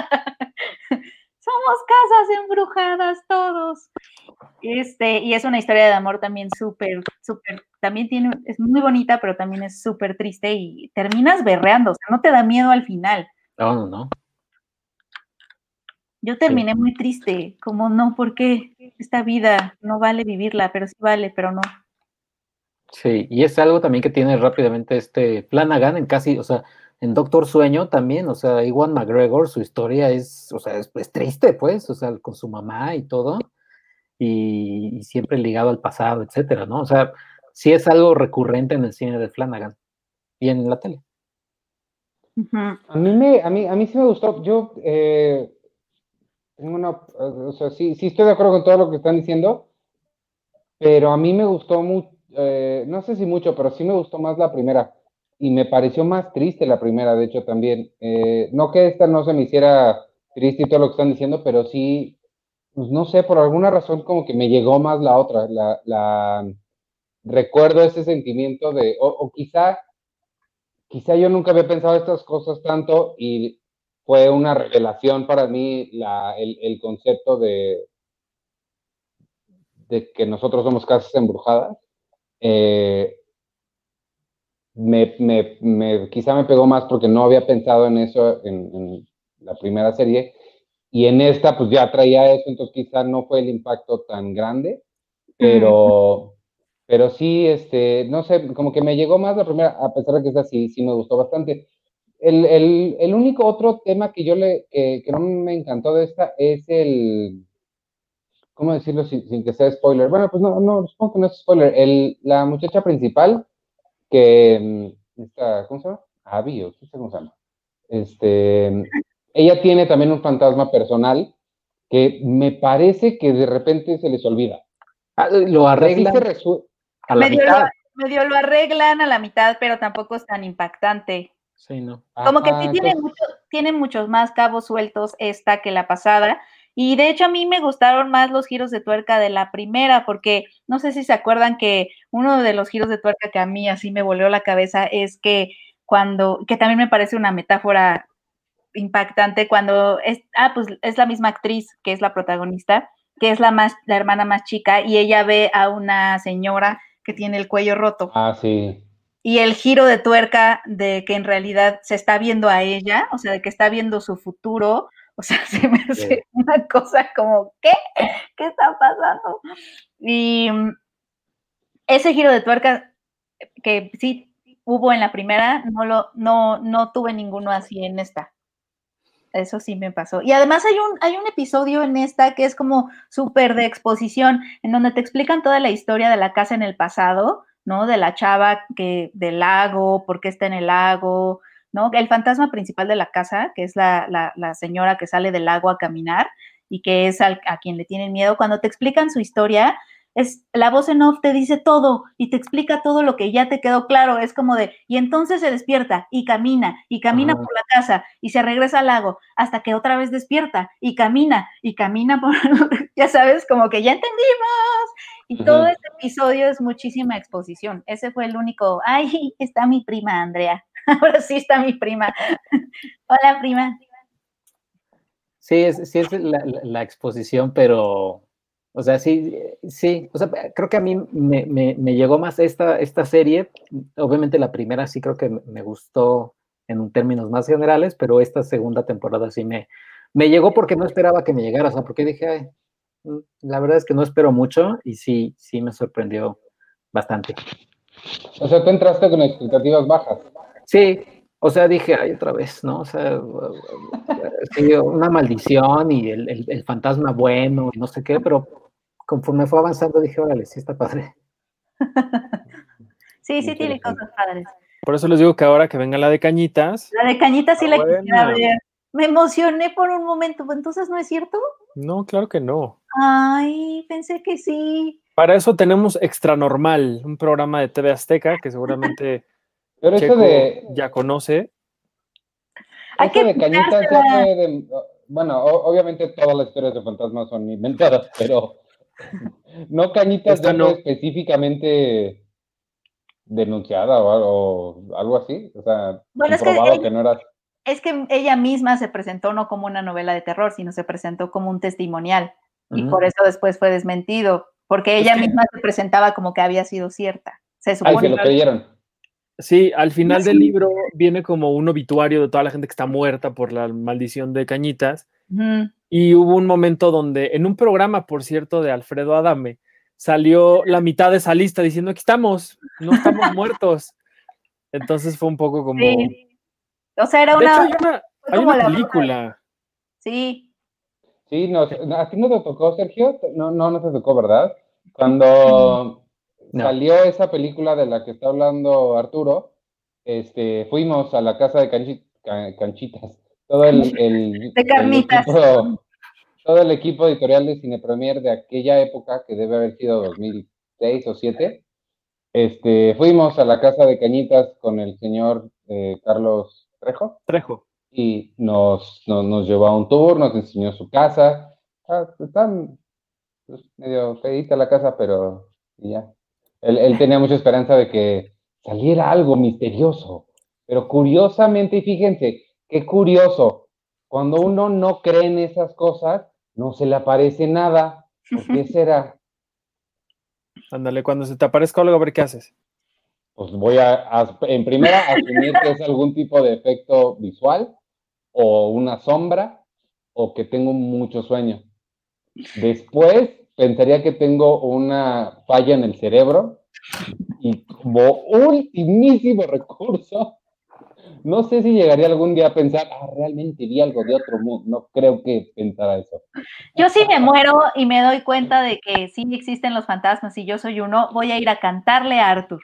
Somos casas embrujadas todos. Y es una historia de amor también súper, también es muy bonita, pero también es súper triste y terminas berreando, o sea, no te da miedo al final. No. Yo terminé muy triste, como no, ¿por qué esta vida no vale vivirla? Pero sí vale, pero no. Sí, y es algo también que tiene rápidamente Flanagan en casi, o sea, en Doctor Sueño también, o sea, Ewan McGregor, su historia es, o sea, es triste, pues, o sea, con su mamá y todo, y siempre ligado al pasado, etcétera, ¿no? O sea, sí es algo recurrente en el cine de Flanagan y en la tele. Uh-huh. A mí sí me gustó. Yo tengo o sea, sí estoy de acuerdo con todo lo que están diciendo, pero a mí me gustó mucho, no sé si mucho, pero sí me gustó más la primera. Y me pareció más triste la primera, de hecho, también. No que esta no se me hiciera triste y todo lo que están diciendo, pero sí, pues no sé, por alguna razón como que me llegó más la otra. Recuerdo ese sentimiento o quizá yo nunca había pensado estas cosas tanto y fue una revelación para mí el concepto de que nosotros somos casas embrujadas. Quizá me pegó más porque no había pensado en eso en la primera serie y en esta pues ya traía eso, entonces quizá no fue el impacto tan grande, pero sí, no sé, como que me llegó más la primera, a pesar de que esta sí me gustó bastante. El único otro tema que que no me encantó de esta es ¿cómo decirlo sin que sea spoiler? Bueno, pues no, supongo que no es spoiler. La muchacha principal, que, ¿cómo se llama? Abby, o qué sé cómo se llama. Ella tiene también un fantasma personal que me parece que de repente se les olvida. Lo arreglan a la mitad. Medio lo arreglan a la mitad, pero tampoco es tan impactante. Sí, no. Como que sí tiene muchos más cabos sueltos esta que la pasada. Y de hecho a mí me gustaron más los giros de tuerca de la primera, porque no sé si se acuerdan que uno de los giros de tuerca que a mí así me volvió la cabeza es que que también me parece una metáfora impactante, cuando pues es la misma actriz que es la protagonista, que es la hermana más chica, y ella ve a una señora que tiene el cuello roto. Sí. Y el giro de tuerca de que en realidad se está viendo a ella, o sea, de que está viendo su futuro, o sea, se me hace una cosa como, ¿qué? ¿Qué está pasando? Y ese giro de tuerca que sí hubo en la primera, no tuve ninguno así en esta. Eso sí me pasó. Y además hay un episodio en esta que es como súper de exposición, en donde te explican toda la historia de la casa en el pasado, ¿no? De la chava del lago, por qué está en el lago, ¿no? El fantasma principal de la casa, que es la señora que sale del lago a caminar y que es a quien le tienen miedo. Cuando te explican su historia, la voz en off te dice todo y te explica todo lo que ya te quedó claro. Es como y entonces se despierta y camina por la casa y se regresa al lago hasta que otra vez despierta y camina por, ya sabes, como que ya entendimos. Y todo este episodio es muchísima exposición. Ese fue el único, ay, está mi prima Andrea. Ahora sí está mi prima. Hola, prima. Sí, es la exposición, pero, o sea, sí, o sea, creo que a mí me llegó más esta serie. Obviamente la primera sí creo que me gustó en términos más generales, pero esta segunda temporada sí me llegó porque no esperaba que me llegara, o sea, porque dije, ay, la verdad es que no espero mucho y sí me sorprendió bastante. O sea, tú entraste con expectativas bajas. Sí, o sea, dije, ay, otra vez, ¿no? O sea, sí, una maldición y el fantasma bueno y no sé qué, pero conforme fue avanzando dije, órale, sí está padre. Sí, tiene cosas padres. Por eso les digo que ahora que venga la de Cañitas. La de Cañitas sí la quisiera ver. Me emocioné por un momento, ¿entonces no es cierto? No, claro que no. Ay, pensé que sí. Para eso tenemos Extra Normal, un programa de TV Azteca que seguramente pero Checo eso ya conoce. Eso de Cañitas ya fue bueno, obviamente todas las historias de fantasmas son inventadas, pero no Cañitas ya fue específicamente denunciada o algo así, o sea, bueno, comprobado que no era. Es que ella misma se presentó no como una novela de terror, sino se presentó como un testimonial, y por eso después fue desmentido, porque ella misma se presentaba como que había sido cierta. Se supone. Ay, se lo creyeron. Sí, al final del libro viene como un obituario de toda la gente que está muerta por la maldición de Cañitas. Y hubo un momento donde, en un programa, por cierto, de Alfredo Adame, salió la mitad de esa lista diciendo, aquí estamos, no estamos muertos. Entonces fue un poco como... Sí. O sea, era de hecho, hay una película. Sí. Sí, ¿a ti no te tocó, Sergio? No te tocó, ¿verdad? Cuando salió esa película de la que está hablando Arturo, fuimos a la casa de Canchitas. Todo de carnitas. todo el equipo editorial de Cine Premier de aquella época, que debe haber sido 2006 o 2007, fuimos a la casa de Cañitas con el señor Carlos Trejo. Y nos llevó a un tour, nos enseñó su casa. Está medio feita la casa, pero ya. Él tenía mucha esperanza de que saliera algo misterioso. Pero curiosamente, y fíjense, qué curioso, cuando uno no cree en esas cosas, no se le aparece nada. ¿Por qué será? Ándale, cuando se te aparezca algo, a ver qué haces. Pues voy en primera, asumir que es algún tipo de efecto visual, o una sombra, o que tengo mucho sueño. Después pensaría que tengo una falla en el cerebro, y como ultimísimo recurso, no sé si llegaría algún día a pensar, realmente vi algo de otro mundo. No creo que pensara eso. Yo sí me muero y me doy cuenta de que sí existen los fantasmas y yo soy uno, voy a ir a cantarle a Arthur.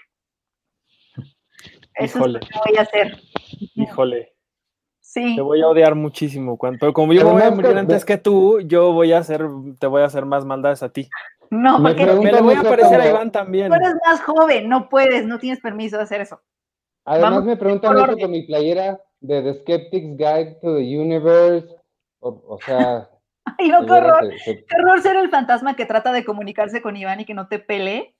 Eso es lo que voy a hacer. Híjole. Sí. Te voy a odiar muchísimo. Pero como yo me voy a morir antes que tú, te voy a hacer más maldades a ti. No, porque me le voy a aparecer a Iván también. Tú eres más joven, no puedes, no tienes permiso de hacer eso. Además me preguntan eso con mi playera de The Skeptic's Guide to the Universe. O sea... Ay, no, qué horror. Qué horror ser el fantasma que trata de comunicarse con Iván y que no te pele.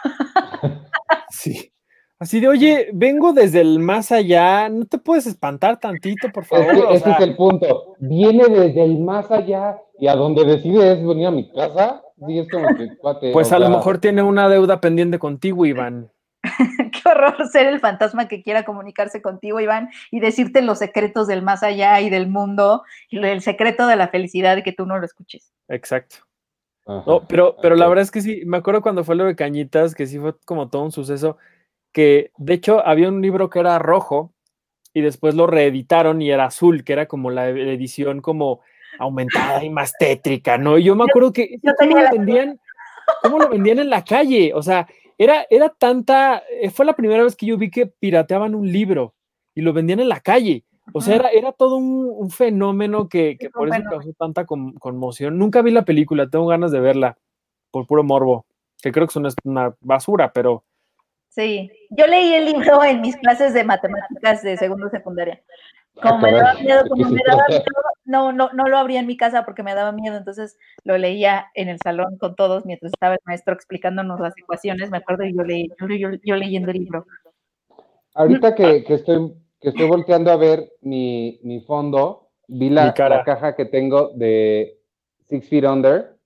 Sí. Así de, oye, vengo desde el más allá, no te puedes espantar tantito, por favor. Ese es el punto. Viene desde el más allá y a donde decide es venir a mi casa. Sí, es como que, pues a lo mejor tiene una deuda pendiente contigo, Iván. Qué horror ser el fantasma que quiera comunicarse contigo, Iván, y decirte los secretos del más allá y del mundo, y el secreto de la felicidad y que tú no lo escuches. Exacto. No, pero la verdad es que sí, me acuerdo cuando fue lo de Cañitas, que sí fue como todo un suceso, que de hecho había un libro que era rojo y después lo reeditaron y era azul, que era como la edición como aumentada y más tétrica, ¿no? Y yo me acuerdo que ¿cómo lo vendían en la calle? O sea, era tanta, fue la primera vez que yo vi que pirateaban un libro y lo vendían en la calle. O sea, era todo un fenómeno que por eso causó tanta conmoción. Nunca vi la película, tengo ganas de verla por puro morbo, que creo que es una basura, pero... Sí, yo leí el libro en mis clases de matemáticas de segundo secundaria. Como me daba miedo, no lo abría en mi casa porque me daba miedo, entonces lo leía en el salón con todos mientras estaba el maestro explicándonos las ecuaciones, me acuerdo, y yo leyendo el libro. Ahorita que estoy volteando a ver mi fondo, vi la caja que tengo de 6 Feet Under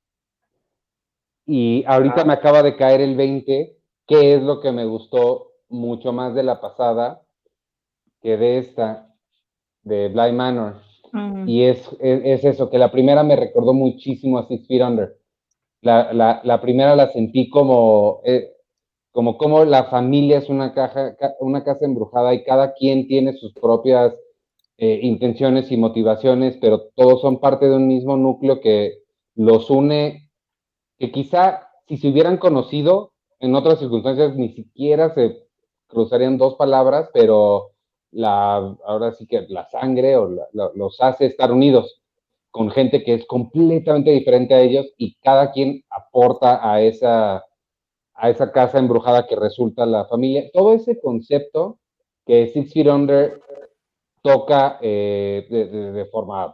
y ahorita me acaba de caer el 20, que es lo que me gustó mucho más de la pasada que de esta, de Bly Manor. Y es eso, que la primera me recordó muchísimo a 6 Feet Under. La primera la sentí como la familia es una casa embrujada y cada quien tiene sus propias intenciones y motivaciones, pero todos son parte de un mismo núcleo que los une, que quizá si se hubieran conocido en otras circunstancias ni siquiera se cruzarían dos palabras, pero ahora sí que la sangre los hace estar unidos con gente que es completamente diferente a ellos y cada quien aporta a esa casa embrujada que resulta la familia. Todo ese concepto que Six Feet Under toca de forma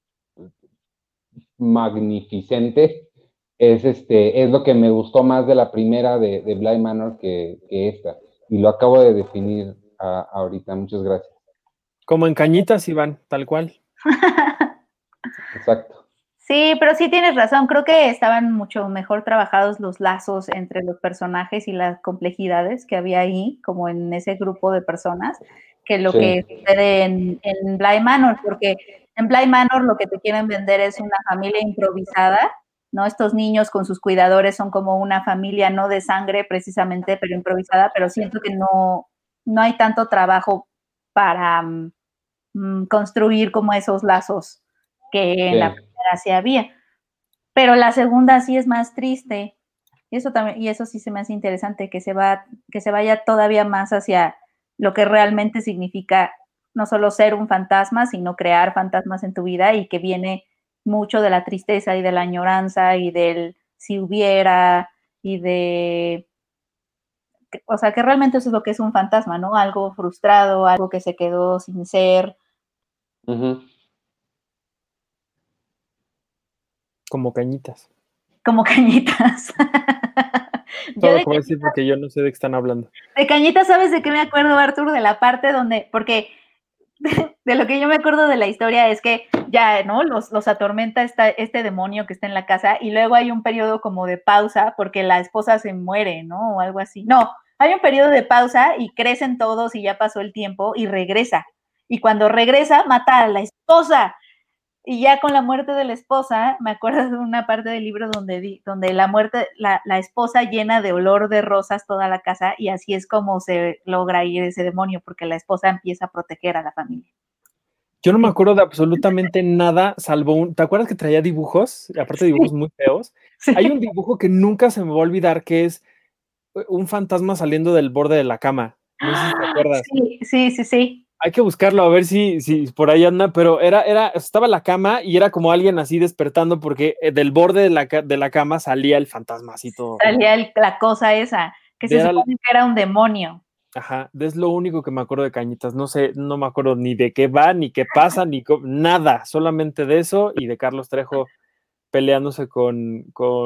magnificente es lo que me gustó más de la primera de Bly Manor que esta. Y lo acabo de definir ahorita. Muchas gracias. Como en Cañitas, Iván, tal cual. Exacto. Sí, pero sí tienes razón, creo que estaban mucho mejor trabajados los lazos entre los personajes y las complejidades que había ahí, como en ese grupo de personas, que lo que sucede en Bly Manor, porque en Bly Manor lo que te quieren vender es una familia improvisada, ¿no? Estos niños con sus cuidadores son como una familia no de sangre precisamente, pero improvisada, pero siento que no hay tanto trabajo para construir como esos lazos que en la primera sí había. Pero la segunda sí es más triste. Eso también, y eso sí se me hace interesante, que se vaya todavía más hacia lo que realmente significa no solo ser un fantasma, sino crear fantasmas en tu vida, y que viene mucho de la tristeza y de la añoranza y del si hubiera y de, o sea, que realmente eso es lo que es un fantasma, ¿no? Algo frustrado, algo que se quedó sin ser. Como Cañitas. Como Cañitas. Todo lo que voy a decir porque yo no sé de qué están hablando. De Cañitas, ¿sabes de qué me acuerdo, Arthur? De la parte donde, porque de lo que yo me acuerdo de la historia es que ya, ¿no? Los atormenta este demonio que está en la casa, y luego hay un periodo como de pausa porque la esposa se muere, ¿no? O algo así. No, hay un periodo de pausa y crecen todos y ya pasó el tiempo y regresa. Y cuando regresa, mata a la esposa. Y ya con la muerte de la esposa, me acuerdo de una parte del libro donde la esposa llena de olor de rosas toda la casa, y así es como se logra ir ese demonio, porque la esposa empieza a proteger a la familia. Yo no me acuerdo de absolutamente nada, salvo ¿te acuerdas que traía dibujos? Aparte de dibujos muy feos. Sí. Hay un dibujo que nunca se me va a olvidar, que es un fantasma saliendo del borde de la cama. No sé si te acuerdas. Sí. Hay que buscarlo a ver si por ahí anda, pero estaba la cama y era como alguien así despertando porque del borde de la cama salía el fantasma así todo. Salía la cosa esa, que se supone que era un demonio. Ajá, es lo único que me acuerdo de Cañitas. No sé, no me acuerdo ni de qué va, ni qué pasa, nada, solamente de eso y de Carlos Trejo peleándose con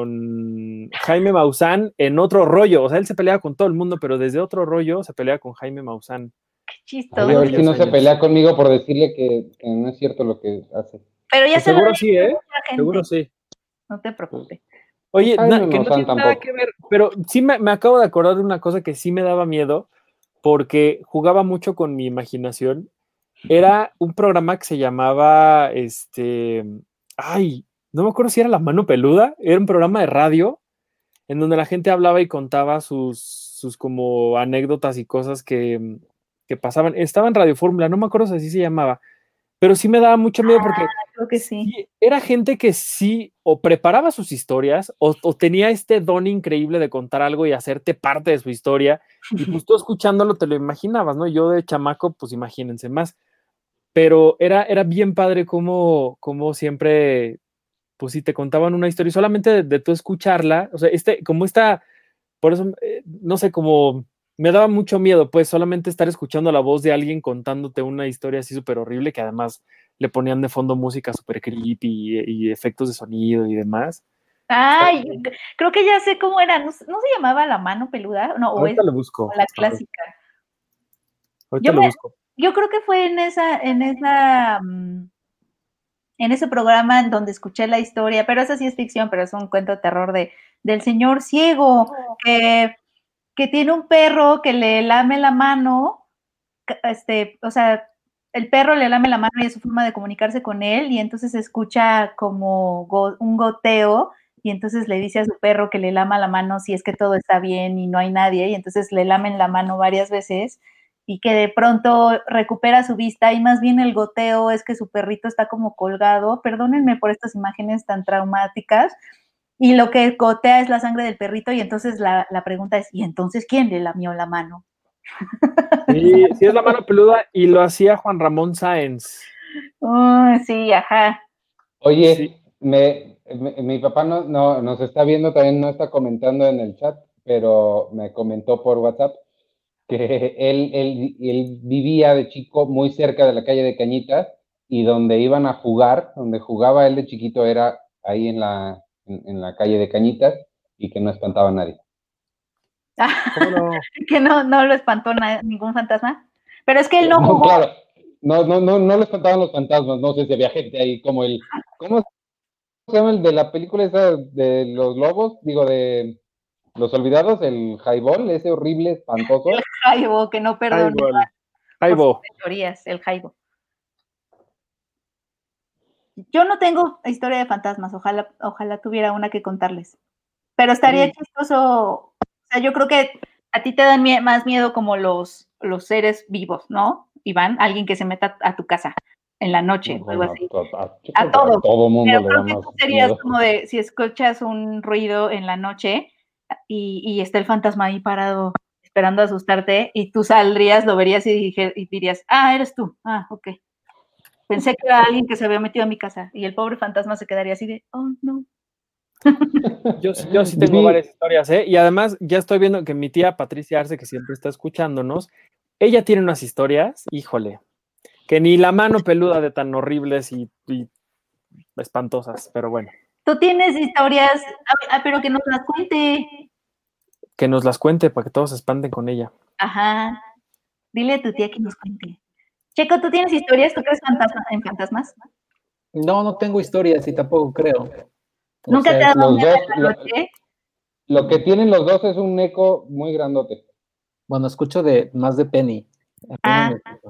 Jaime Maussan en otro rollo. O sea, él se peleaba con todo el mundo, pero desde otro rollo se pelea con Jaime Maussan. Qué chistoso. A ver si no se pelea conmigo por decirle que no es cierto lo que hace. Pero ya pues seguro sí, ¿eh? Seguro sí. No te preocupes. Oye, que no tiene nada que ver, pero sí me acabo de acordar de una cosa que sí me daba miedo, porque jugaba mucho con mi imaginación. Era un programa que se llamaba, no me acuerdo si era La Mano Peluda, era un programa de radio en donde la gente hablaba y contaba sus como anécdotas y cosas que pasaban. Estaba en Radio Fórmula, no me acuerdo si así se llamaba, pero sí me daba mucho miedo porque Creo que sí. era gente que sí o preparaba sus historias o tenía este don increíble de contar algo y hacerte parte de su historia, y pues tú escuchándolo te lo imaginabas, ¿no? Yo de chamaco, pues imagínense más, pero era bien padre como siempre, pues si te contaban una historia y solamente de tú escucharla, o sea, por eso, no sé, como me daba mucho miedo, pues solamente estar escuchando la voz de alguien contándote una historia así súper horrible, que además le ponían de fondo música súper creepy y efectos de sonido y demás. Ay, creo que ya sé cómo era. ¿No se llamaba La Mano Peluda? No, o es Ahorita lo busco. la clásica. Ahorita lo busco. Yo creo que fue en ese programa en donde escuché la historia, pero esa sí es ficción, pero es un cuento de terror del señor ciego que tiene un perro que le lame la mano, o sea, el perro le lame la mano y es su forma de comunicarse con él, y entonces escucha como un goteo, y entonces le dice a su perro que le lama la mano si es que todo está bien y no hay nadie, y entonces le lamen la mano varias veces, y que de pronto recupera su vista, y más bien el goteo es que su perrito está como colgado. Perdónenme por estas imágenes tan traumáticas, y lo que gotea es la sangre del perrito, y entonces la pregunta es, ¿y entonces quién le lamió la mano? Sí, sí es La Mano Peluda, y lo hacía Juan Ramón Sáenz. Sí, ajá. Oye, Sí. mi papá no nos está viendo, también no está comentando en el chat, pero me comentó por WhatsApp que él vivía de chico muy cerca de la calle de Cañitas, y donde iban a jugar, donde jugaba él de chiquito era ahí en la calle de Cañitas, y que no espantaba a nadie. ¿Cómo no? Que no lo espantó ningún fantasma. Pero es que él no No, jugó. claro, no le espantaban los fantasmas, no sé si había gente ahí como ¿cómo se llama el de la película esa de los lobos? Digo, de Los Olvidados, el Highball, ese horrible, espantoso. El Jaibo, que no perdona por sus teorías, el Jaibo. Yo no tengo historia de fantasmas, ojalá tuviera una que contarles. Pero estaría chistoso. O sea, yo creo que a ti te dan más miedo como los seres vivos, ¿no, Iván? Alguien que se meta a tu casa en la noche o algo así. A todos. A todo mundo Pero le creo da que más tú serías miedo. como de, si escuchas un ruido en la noche y está el fantasma ahí parado esperando asustarte, y tú saldrías, lo verías y dirías, eres tú, ok. Pensé que era alguien que se había metido a mi casa, y el pobre fantasma se quedaría así de, oh, no. Yo sí tengo varias historias, ¿eh? Y además ya estoy viendo que mi tía Patricia Arce, que siempre está escuchándonos, ella tiene unas historias, híjole, que ni La Mano Peluda de tan horribles y espantosas, pero bueno. Tú tienes historias, pero que nos las cuente. Que nos las cuente para que todos se espanten con ella. Ajá. Dile a tu tía que nos cuente. Checo, ¿tú tienes historias? ¿Tú crees en fantasmas? No tengo historias y tampoco creo. ¿Nunca te ha dado miedo en la noche? Lo que tienen los dos es un eco muy grandote. Bueno, escucho más de Penny. A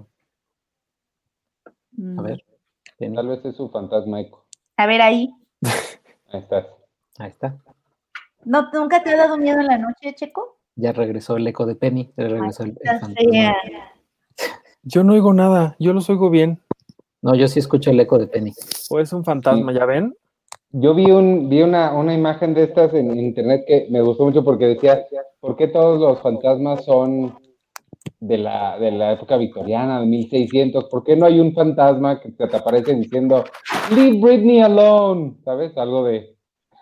ver. Penny. Tal vez es su fantasma eco. A ver, ahí. Ahí estás. Ahí está. ¿Nunca te ha dado miedo en la noche, Checo? Ya regresó el eco de Penny. Ya regresó el fantasma. Fea. Yo no oigo nada, yo los oigo bien. No, yo sí escucho el eco de Penny. O es un fantasma, ¿ya ven? Yo vi una imagen de estas en internet que me gustó mucho porque decía, ¿por qué todos los fantasmas son de la época victoriana, de 1600? ¿Por qué no hay un fantasma que te aparece diciendo, leave Britney alone? ¿Sabes? Algo de...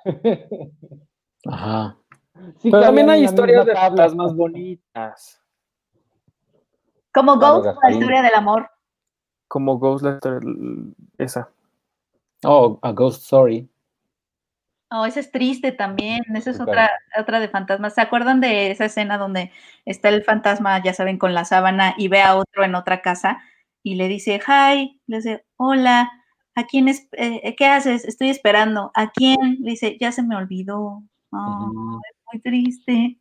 Ajá. Sí, pero también hay en la historias de misma tabla. fantasmas bonitas. Como Claro, Ghost, la Gasparín. historia del amor. Como Ghost Letter, esa. Oh, A Ghost Story. Oh, esa es triste también. Esa es Sí, claro. otra de fantasmas. ¿Se acuerdan de esa escena donde está el fantasma, ya saben, con la sábana, y ve a otro en otra casa y le dice, hi, le dice, hola, ¿a quién qué haces? Estoy esperando. ¿A quién? Le dice, ya se me olvidó. Oh, es muy triste.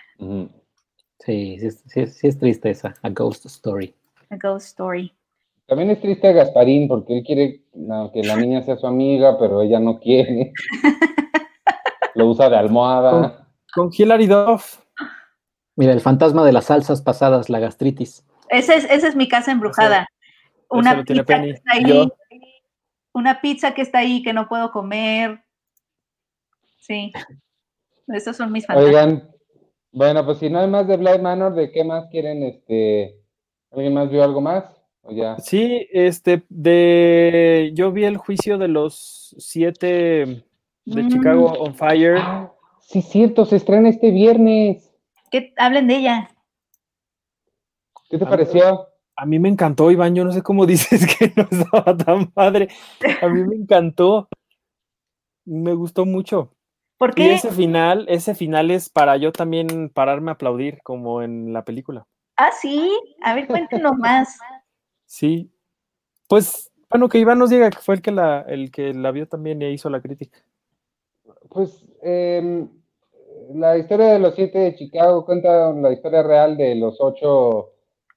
Sí es triste esa. A Ghost Story. A Ghost Story. También es triste a Gasparín porque él quiere que la niña sea su amiga, pero ella no quiere. Lo usa de almohada. Con Hilary Duff. Mira, el fantasma de las salsas pasadas, la gastritis. Esa es mi casa embrujada. Una lo tiene pizza Penny. que está ahí, Yo. una pizza que está ahí que no puedo comer. Sí, esos son mis fantasmas. Oigan, bueno, pues si no hay más de Bly Manor, ¿de qué más quieren? ¿Alguien más vio algo más? ¿O ya? Sí, yo vi el juicio de los 7 de Chicago on Fire. Ah, sí, cierto, se estrena este viernes. Que hablen de ella. ¿Qué te pareció? A mí me encantó, Iván. Yo no sé cómo dices que no estaba tan padre. A mí me encantó. Me gustó mucho. ¿Por Y qué? ese final es para yo también pararme a aplaudir, como en la película. Ah, sí. A ver, cuéntenos más. Sí. Pues, bueno, que Iván nos diga que fue el que la vio también e hizo la crítica. Pues la historia de los 7 de Chicago cuenta la historia real de los 8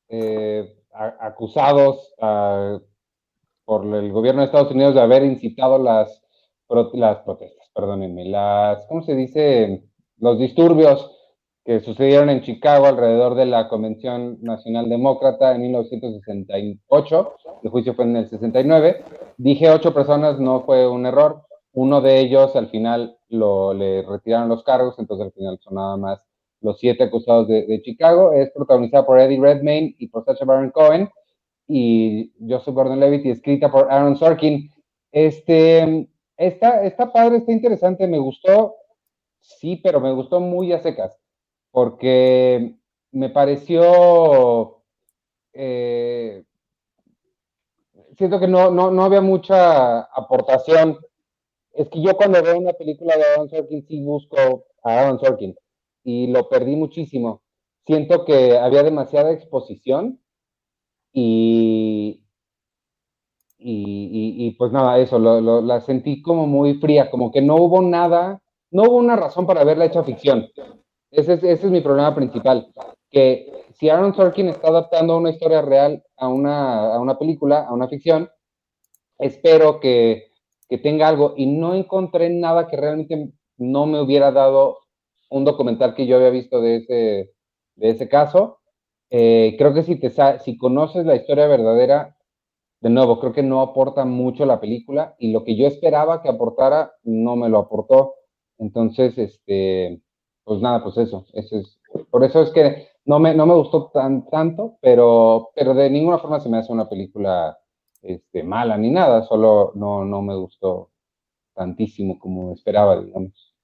acusados por el gobierno de Estados Unidos de haber incitado las protestas, perdónenme, ¿cómo se dice? Los disturbios que sucedieron en Chicago alrededor de la Convención Nacional Demócrata en 1968. El juicio fue en el 69. Dije 8 personas, no fue un error. Uno de ellos al final le retiraron los cargos, entonces al final son nada más los 7 acusados de Chicago. Es protagonizada por Eddie Redmayne y por Sacha Baron Cohen y Joseph Gordon-Levitt y escrita por Aaron Sorkin. Está padre, está interesante, me gustó, sí, pero me gustó muy a secas, porque me pareció, siento que no había mucha aportación. Es que yo cuando veo una película de Aaron Sorkin sí busco a Aaron Sorkin y lo perdí muchísimo. Siento que había demasiada exposición y, pues nada, eso, la sentí como muy fría, como que no hubo nada, no hubo una razón para haberla hecho ficción. Ese es mi problema principal, que si Aaron Sorkin está adaptando una historia real a una película, a una ficción, espero que tenga algo, y no encontré nada que realmente no me hubiera dado un documental que yo había visto de ese caso. Creo que si conoces la historia verdadera, de nuevo, creo que no aporta mucho la película y lo que yo esperaba que aportara no me lo aportó. Entonces, pues nada, pues eso es. Por eso es que no me gustó tanto, pero de ninguna forma se me hace una película mala ni nada, solo no me gustó tantísimo como esperaba, digamos.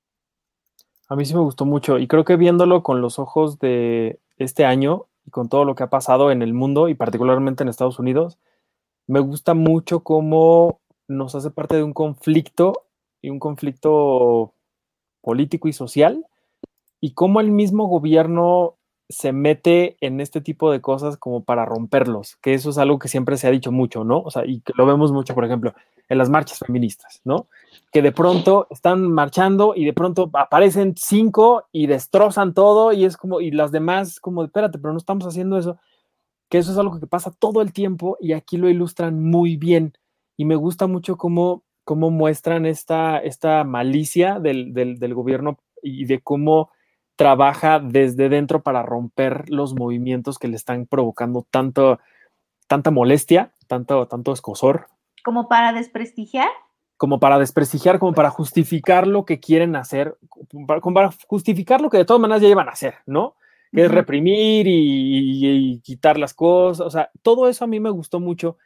A mí sí me gustó mucho y creo que viéndolo con los ojos de este año y con todo lo que ha pasado en el mundo y particularmente en Estados Unidos, me gusta mucho cómo nos hace parte de un conflicto y un conflicto político y social y cómo el mismo gobierno se mete en este tipo de cosas como para romperlos, que eso es algo que siempre se ha dicho mucho, ¿no? O sea, y que lo vemos mucho, por ejemplo, en las marchas feministas, ¿no? Que de pronto están marchando y de pronto aparecen 5 y destrozan todo y es como, y las demás como, espérate, pero no estamos haciendo eso, que eso es algo que pasa todo el tiempo y aquí lo ilustran muy bien y me gusta mucho cómo muestran esta malicia del gobierno y de cómo trabaja desde dentro para romper los movimientos que le están provocando tanta molestia, tanto escozor. ¿Como para desprestigiar? Como para desprestigiar, como para justificar lo que quieren hacer, como para justificar lo que de todas maneras ya iban a hacer, ¿no? Que es reprimir y quitar las cosas, o sea, todo eso a mí me gustó mucho.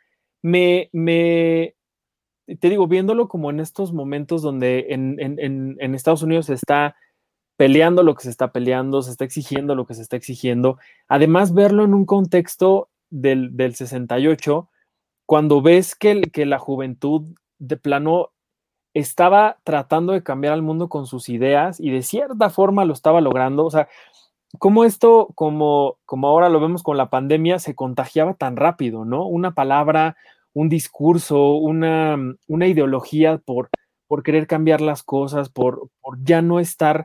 Te digo, viéndolo como en estos momentos donde en Estados Unidos se está peleando lo que se está peleando, se está exigiendo lo que se está exigiendo, además verlo en un contexto del 68, cuando ves que la juventud de plano estaba tratando de cambiar al mundo con sus ideas y de cierta forma lo estaba logrando, o sea, cómo esto, como ahora lo vemos con la pandemia, se contagiaba tan rápido, ¿no? Una palabra, un discurso, una ideología por querer cambiar las cosas, por ya no estar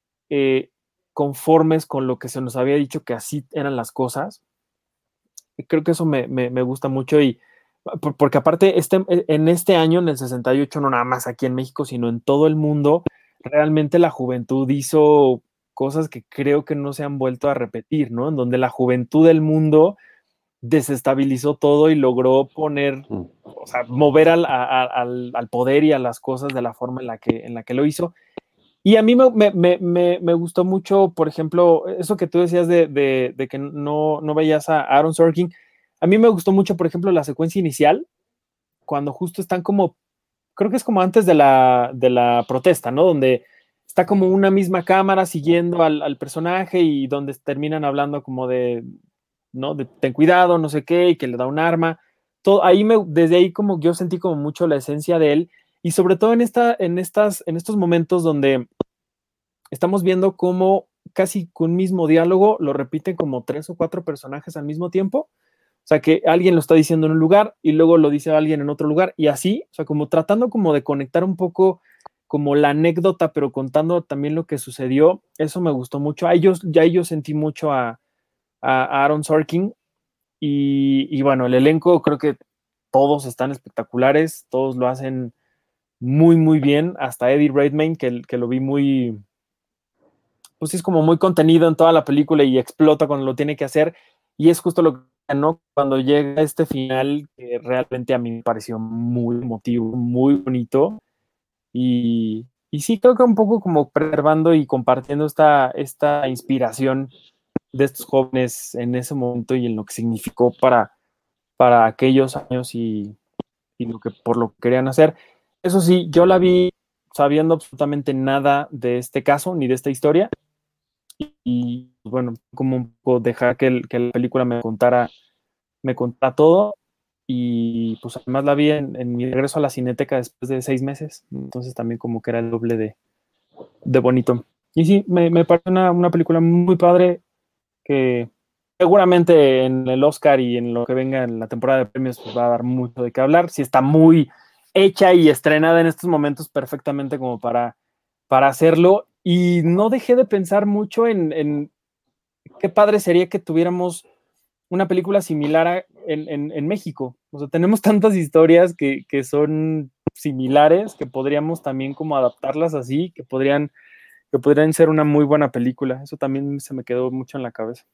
conformes con lo que se nos había dicho que así eran las cosas. Y creo que eso me gusta mucho y porque aparte en este año, en el 68, no nada más aquí en México, sino en todo el mundo, realmente la juventud hizo cosas que creo que no se han vuelto a repetir, ¿no? En donde la juventud del mundo desestabilizó todo y logró poner, o sea, mover al poder y a las cosas de la forma en la que lo hizo. Y a mí me gustó mucho, por ejemplo, eso que tú decías de que no veías a Aaron Sorkin. A mí me gustó mucho, por ejemplo, la secuencia inicial, cuando justo están como, creo que es como antes de la protesta, ¿no? Donde está como una misma cámara siguiendo al personaje y donde terminan hablando como de, ¿no? De ten cuidado, no sé qué, y que le da un arma. Todo, desde ahí como yo sentí como mucho la esencia de él, y sobre todo en estos momentos donde estamos viendo cómo casi con un mismo diálogo lo repiten como 3 o 4 personajes al mismo tiempo. O sea, que alguien lo está diciendo en un lugar y luego lo dice alguien en otro lugar y así, o sea, como tratando como de conectar un poco como la anécdota, pero contando también lo que sucedió. Eso me gustó mucho. Ya yo sentí mucho a Aaron Sorkin y bueno, el elenco creo que todos están espectaculares, todos lo hacen muy, muy bien. Hasta Eddie Redmayne, que lo vi muy, pues sí, es como muy contenido en toda la película y explota cuando lo tiene que hacer. Y es justo lo que no cuando llega este final, que realmente a mí me pareció muy emotivo, muy bonito. Y sí, creo que un poco como preservando y compartiendo esta inspiración de estos jóvenes en ese momento y en lo que significó para aquellos años y por lo que querían hacer. Eso sí, yo la vi sabiendo absolutamente nada de este caso ni de esta historia. Y bueno, como un poco dejar que la película me contara todo. Y pues además la vi en mi regreso a la Cineteca después de 6 meses. Entonces también como que era el doble de bonito. Y sí, me parece una película muy padre que seguramente en el Oscar y en lo que venga en la temporada de premios pues va a dar mucho de qué hablar. Sí está muy hecha y estrenada en estos momentos perfectamente como para hacerlo. Y no dejé de pensar mucho en qué padre sería que tuviéramos una película similar en México. O sea, tenemos tantas historias que son similares que podríamos también como adaptarlas así, que podrían ser una muy buena película. Eso también se me quedó mucho en la cabeza.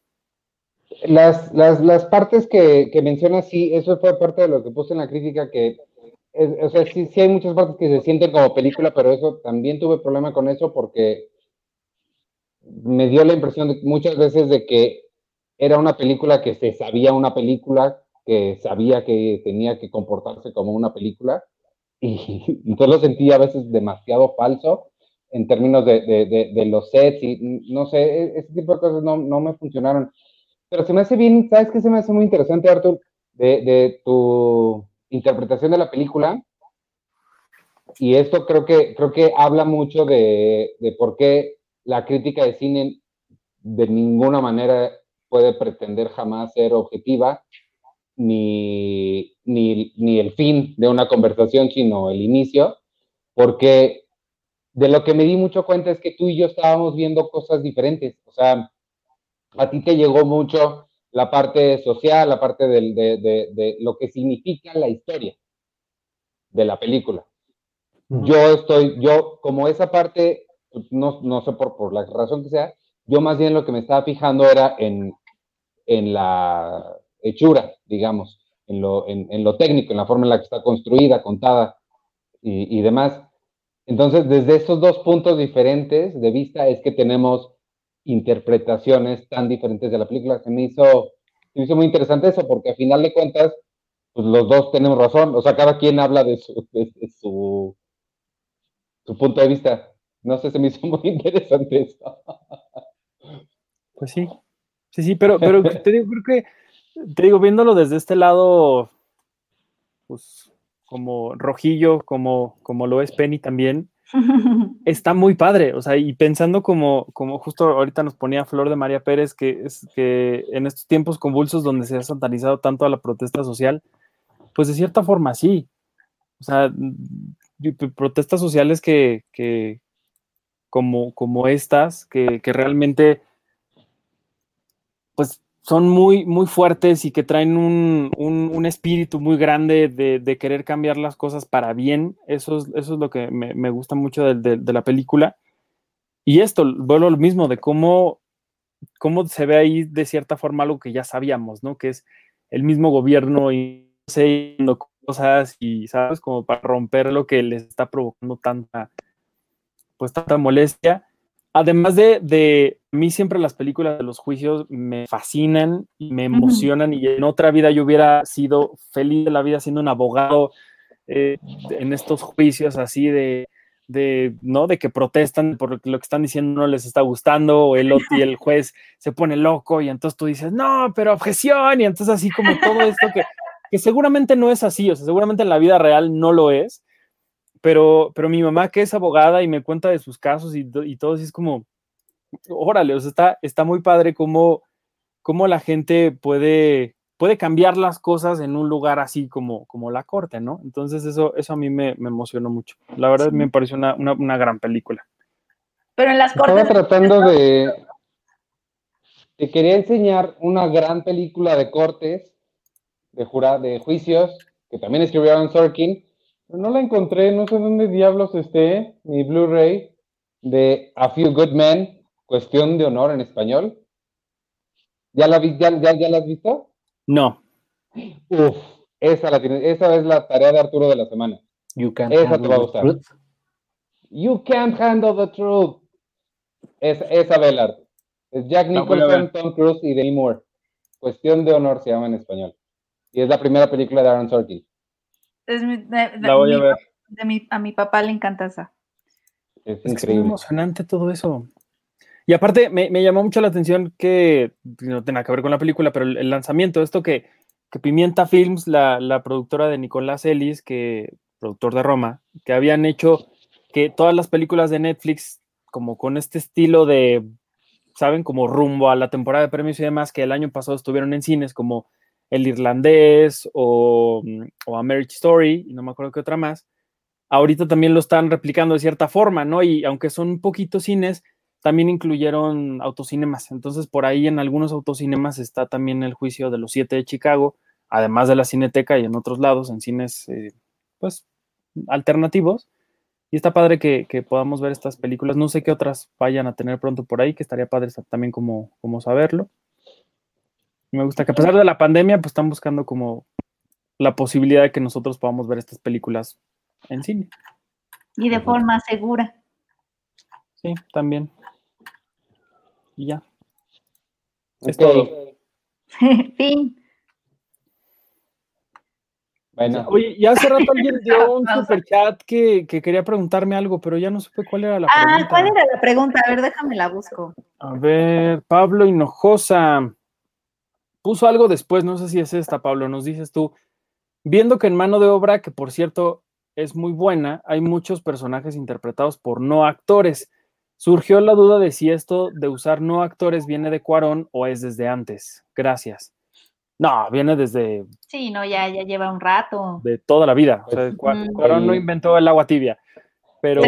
Las partes que mencionas, sí, eso fue parte de lo que puse en la crítica, o sea, sí, sí hay muchas partes que se sienten como película, pero eso también tuve problema con eso porque me dio la impresión muchas veces de que era una película que se sabía una película, que sabía que tenía que comportarse como una película, y entonces lo sentí a veces demasiado falso en términos de los sets, y no sé, ese tipo de cosas no me funcionaron. Pero se me hace bien, ¿sabes qué? Se me hace muy interesante, Arthur, de tu interpretación de la película, y esto creo que habla mucho de por qué la crítica de cine de ninguna manera puede pretender jamás ser objetiva, ni el fin de una conversación, sino el inicio, porque de lo que me di mucho cuenta es que tú y yo estábamos viendo cosas diferentes. O sea, a ti te llegó mucho la parte social, la parte de lo que significa la historia de la película. Yo como esa parte, no sé por la razón que sea, yo más bien lo que me estaba fijando era en la hechura, digamos, en lo técnico, en la forma en la que está construida, contada y demás. Entonces, desde esos dos puntos diferentes de vista es que tenemos interpretaciones tan diferentes de la película. Se me hizo muy interesante eso, porque a final de cuentas, pues los dos tenemos razón. O sea, cada quien habla de su punto de vista. No sé, se me hizo muy interesante eso. Pues sí, sí, pero te digo, creo que, te digo, viéndolo desde este lado, pues como rojillo, como lo es Penny también, está muy padre, o sea, y pensando como justo ahorita nos ponía Flor de María Pérez, que en estos tiempos convulsos donde se ha satanizado tanto a la protesta social, pues de cierta forma sí, o sea, protestas sociales que como estas, que realmente pues son muy, muy fuertes y que traen un espíritu muy grande de querer cambiar las cosas para bien. Eso es lo que me gusta mucho de la película. Y esto, vuelvo lo mismo, de cómo se ve ahí de cierta forma algo que ya sabíamos, ¿no? Que es el mismo gobierno y haciendo cosas y, ¿sabes? Como para romper lo que les está provocando tanta molestia. Además de a mí siempre las películas de los juicios me fascinan y me emocionan, y en otra vida yo hubiera sido feliz de la vida siendo un abogado en estos juicios así ¿no? De que protestan por lo que están diciendo no les está gustando, y el juez se pone loco y entonces tú dices, no, pero objeción, y entonces así como todo esto que seguramente no es así, o sea, seguramente en la vida real no lo es, pero mi mamá, que es abogada y me cuenta de sus casos y todo, así es como, órale, o sea, está muy padre cómo la gente puede cambiar las cosas en un lugar así como la corte, ¿no? Entonces eso a mí me emocionó mucho. La verdad me pareció una gran película. Pero en las cortes... Estaba tratando te quería enseñar una gran película de cortes, de juicios, que también escribió Aaron Sorkin, pero no la encontré, no sé dónde diablos esté, mi Blu-ray, de A Few Good Men, Cuestión de Honor en español. ¿Ya la has visto? No. Uf, esa es la tarea de Arturo de la semana. Esa te va a gustar. You Can't Handle the Truth. Esa vela. Es Jack Nicholson, Tom Cruise y Demi Moore. Cuestión de Honor se llama en español. Y es la primera película de Aaron Sorkin. La voy a ver. A mi papá le encanta esa. Es increíble. Es muy emocionante todo eso. Y aparte me llamó mucho la atención que no tiene nada que ver con la película, pero el lanzamiento, esto que Pimienta Films, la productora de Nicolás Ellis, productor de Roma, que habían hecho que todas las películas de Netflix, como con este estilo de, ¿saben? Como rumbo a la temporada de premios y demás, que el año pasado estuvieron en cines, como El Irlandés o A Marriage Story, y no me acuerdo qué otra más, ahorita también lo están replicando de cierta forma, ¿no? Y aunque son poquitos cines, también incluyeron autocinemas. Entonces, por ahí en algunos autocinemas está también el juicio de los 7 de Chicago, además de la Cineteca y en otros lados, en cines, pues, alternativos. Y está padre que podamos ver estas películas. No sé qué otras vayan a tener pronto por ahí, que estaría padre también como saberlo. Me gusta que a pesar de la pandemia, pues están buscando como la posibilidad de que nosotros podamos ver estas películas en cine. Y de forma segura. Sí, también. Y ya. Okay. Es todo. Fin. Bueno. Oye, ya hace rato alguien dio un superchat que quería preguntarme algo, pero ya no supe cuál era la pregunta. ¿Cuál era la pregunta? A ver, déjame la busco. A ver, Pablo Hinojosa puso algo después, no sé si es esta, Pablo, nos dices tú. Viendo que en Mano de Obra, que por cierto es muy buena, hay muchos personajes interpretados por no actores. Surgió la duda de si esto de usar no actores viene de Cuarón o es desde antes. Gracias. No, viene desde... Sí, no, ya lleva un rato. De toda la vida. O sea, Cuarón no inventó el agua tibia, pero...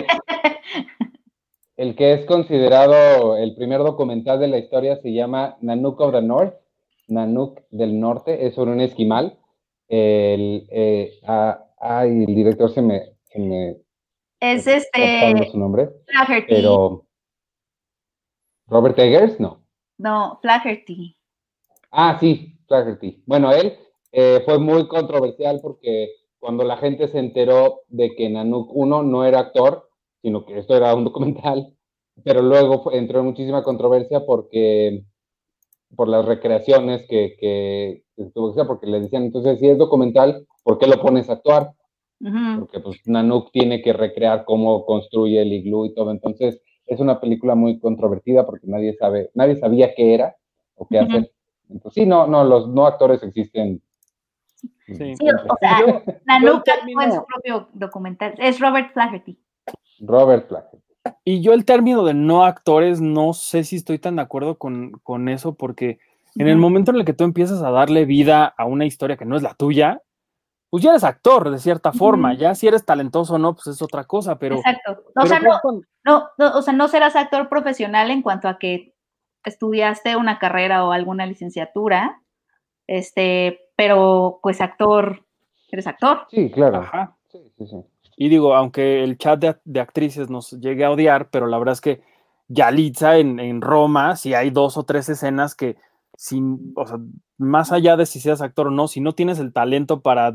El que es considerado el primer documental de la historia se llama Nanook of the North, Nanook del Norte, es sobre un esquimal. El director se me es su nombre. Flaherty. Pero Robert Eggers, no. No, Flaherty. Sí, Flaherty. Bueno, él fue muy controversial porque cuando la gente se enteró de que Nanook 1 no era actor, sino que esto era un documental, pero luego entró en muchísima controversia por las recreaciones que tuvo que hacer, porque le decían, entonces, si es documental, ¿por qué lo pones a actuar? Porque pues Nanook tiene que recrear cómo construye el iglú y todo, entonces es una película muy controvertida porque nadie sabía qué era o qué hacer. Entonces, sí, no, los no actores existen. Sí, o sea, Nanook actuó en su propio documental, es Robert Flaherty. Y yo el término de no actores no sé si estoy tan de acuerdo con eso, porque en el momento en el que tú empiezas a darle vida a una historia que no es la tuya, pues ya eres actor de cierta forma. Ya si eres talentoso o no, pues es otra cosa, pero... Exacto. O sea, o sea, no serás actor profesional en cuanto a que estudiaste una carrera o alguna licenciatura, pero pues eres actor. Sí, claro. Ajá. Sí. Y digo, aunque el chat de actrices nos llegue a odiar, pero la verdad es que Yalitza en Roma, sí hay 2 o 3 escenas que o sea, más allá de si seas actor o no, si no tienes el talento para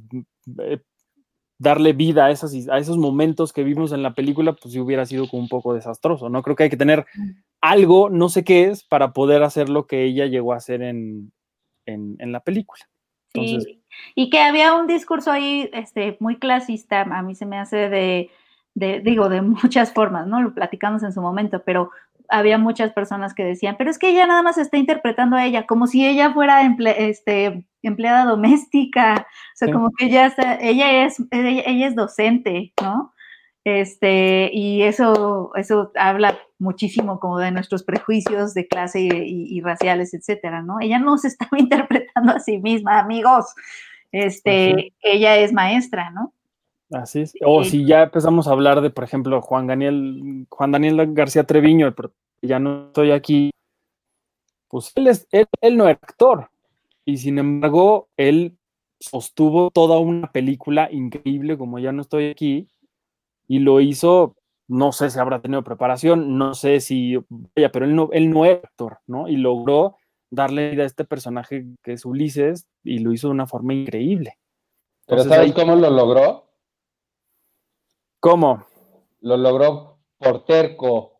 darle vida a esos momentos que vimos en la película, pues sí hubiera sido como un poco desastroso, ¿no? Creo que hay que tener algo, no sé qué es, para poder hacer lo que ella llegó a hacer en la película. Entonces, sí, y que había un discurso ahí muy clasista, a mí se me hace de muchas formas, ¿no? Lo platicamos en su momento, pero había muchas personas que decían, pero es que ella nada más está interpretando a ella, como si ella fuera empleada doméstica, o sea, sí. como que ella es docente, ¿no? Y eso habla muchísimo como de nuestros prejuicios de clase y raciales, etcétera, ¿no? Ella no se estaba interpretando a sí misma, amigos. Ella es maestra, ¿no? Así es. O si ya empezamos a hablar de, por ejemplo, Juan Daniel García Treviño, pero ya no estoy aquí, pues él no era actor. Y sin embargo, él sostuvo toda una película increíble, como Ya no estoy aquí, y lo hizo, no sé si habrá tenido preparación, no sé si, vaya, pero él no era actor, ¿no? Y logró darle vida a este personaje que es Ulises, y lo hizo de una forma increíble. Pero Entonces, ¿sabes cómo lo logró? ¿Cómo? Lo logró por terco.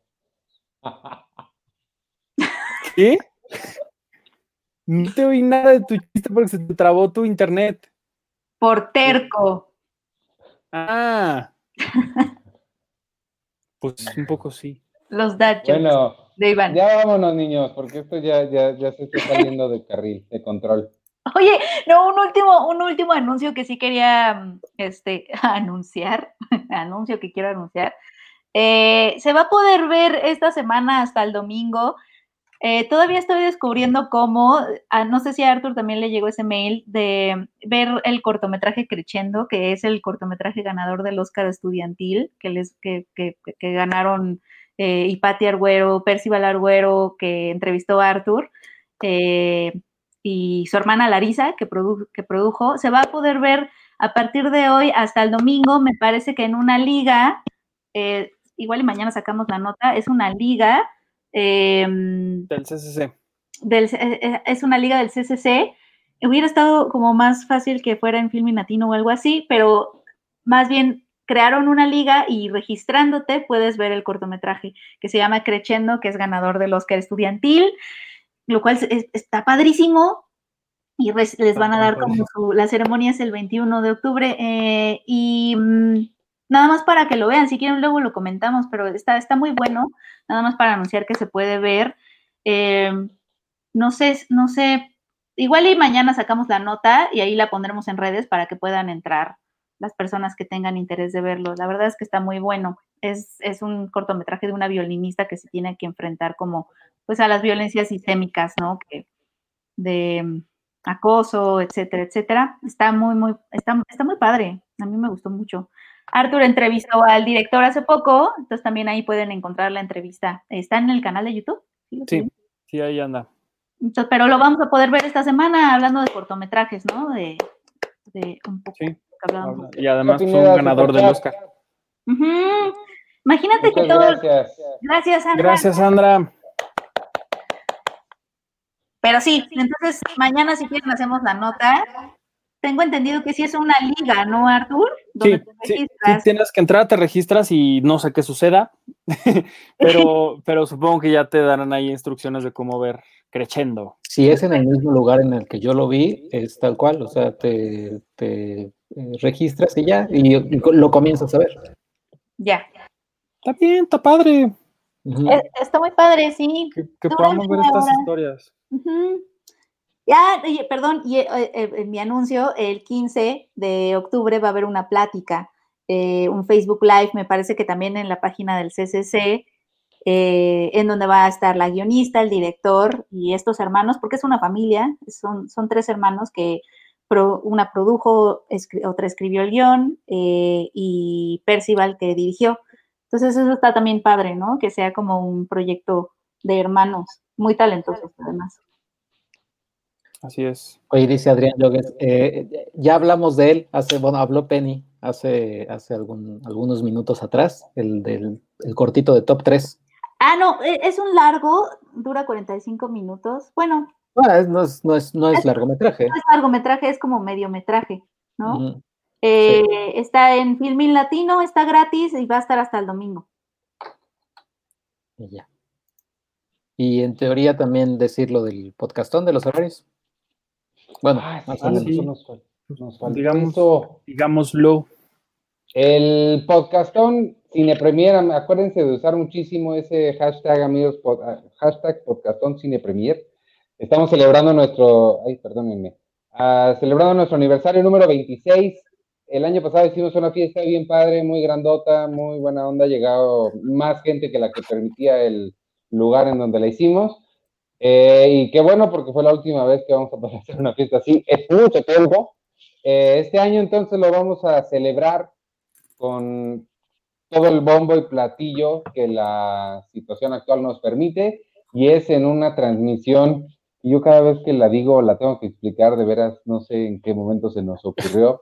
¿Qué? No te oí nada de tu chiste porque se te trabó tu internet. Por terco. Ah. Pues un poco sí. Los dachos Bueno, de Iván. ya vámonos, niños, porque esto ya se está saliendo de carril, de control. Oye, no, un último anuncio que sí quería anunciar, anuncio que quiero anunciar. Se va a poder ver esta semana hasta el domingo. Todavía estoy descubriendo cómo, no sé si a Arthur también le llegó ese mail de ver el cortometraje Crescendo, que es el cortometraje ganador del Oscar estudiantil, que ganaron Hipatia Arguero, Percival Arguero, que entrevistó a Arthur, y su hermana Larisa, que produjo. Se va a poder ver a partir de hoy hasta el domingo, me parece que en una liga, igual y mañana sacamos la nota, es una liga Del CCC. Es una liga del CCC. Hubiera estado como más fácil que fuera en Filmin Latino o algo así, pero más bien crearon una liga y registrándote puedes ver el cortometraje que se llama Crescendo, que es ganador del Oscar estudiantil, lo cual está padrísimo y les van a dar como la ceremonia es el 21 de octubre y nada más para que lo vean, si quieren luego lo comentamos, pero está muy bueno, nada más para anunciar que se puede ver. No sé, igual y mañana sacamos la nota y ahí la pondremos en redes para que puedan entrar las personas que tengan interés de verlo. La verdad es que está muy bueno. Es un cortometraje de una violinista que se tiene que enfrentar como pues a las violencias sistémicas, ¿no? De acoso, etcétera, etcétera. Está muy padre. A mí me gustó mucho. Arthur entrevistó al director hace poco, entonces también ahí pueden encontrar la entrevista. ¿Está en el canal de YouTube? Sí, ahí anda. Entonces, pero lo vamos a poder ver esta semana hablando de cortometrajes, ¿no? De un poco. Sí. Hablamos. Y además fue un ganador del Oscar. Imagínate Muchas que todo. Gracias. Gracias, Sandra. Gracias, Sandra. Pero sí, entonces mañana si quieren hacemos la nota. Tengo entendido que sí es una liga, ¿no, Arthur? Sí, tienes que entrar, te registras y no sé qué suceda, pero supongo que ya te darán ahí instrucciones de cómo ver Crescendo. Si es en el mismo lugar en el que yo lo vi, es tal cual, o sea, te registras y ya, y lo comienzas a ver. Ya. Está bien, está padre. Está muy padre, sí. Que podamos ver estas historias. Ya, perdón, y en mi anuncio, el 15 de octubre va a haber una plática, un Facebook Live, me parece que también en la página del CCC, en donde va a estar la guionista, el director y estos hermanos, porque es una familia, son 3 hermanos que una produjo, otra escribió el guión y Percival que dirigió. Entonces eso está también padre, ¿no? Que sea como un proyecto de hermanos, muy talentosos además. Así es. Oye, dice Adrián Llogues, ya hablamos de él, habló Penny hace algunos minutos atrás, el cortito de Top 3. Ah, no, es un largo, dura 45 minutos. Bueno, Bueno, no es largometraje. No es largometraje, es como mediometraje, ¿no? Ujú. Está en Filmin Latino, está gratis y va a estar hasta el domingo. Y ya. Y en teoría también decir lo del podcastón de los horarios. Bueno, más o menos. sí. Nos faltó Digamos, eso. digámoslo. El podcastón Cine Premier, acuérdense de usar muchísimo ese hashtag, amigos, hashtag podcastón Cine Premier. Estamos celebrando celebrando nuestro aniversario número 26. El año pasado hicimos una fiesta bien padre, muy grandota, muy buena onda. Llegado más gente que la que permitía el lugar en donde la hicimos. Y qué bueno, porque fue la última vez que vamos a poder hacer una fiesta así. Es mucho tiempo. Este año entonces lo vamos a celebrar con todo el bombo y platillo que la situación actual nos permite, y es en una transmisión, y yo cada vez que la digo la tengo que explicar, de veras, no sé en qué momento se nos ocurrió.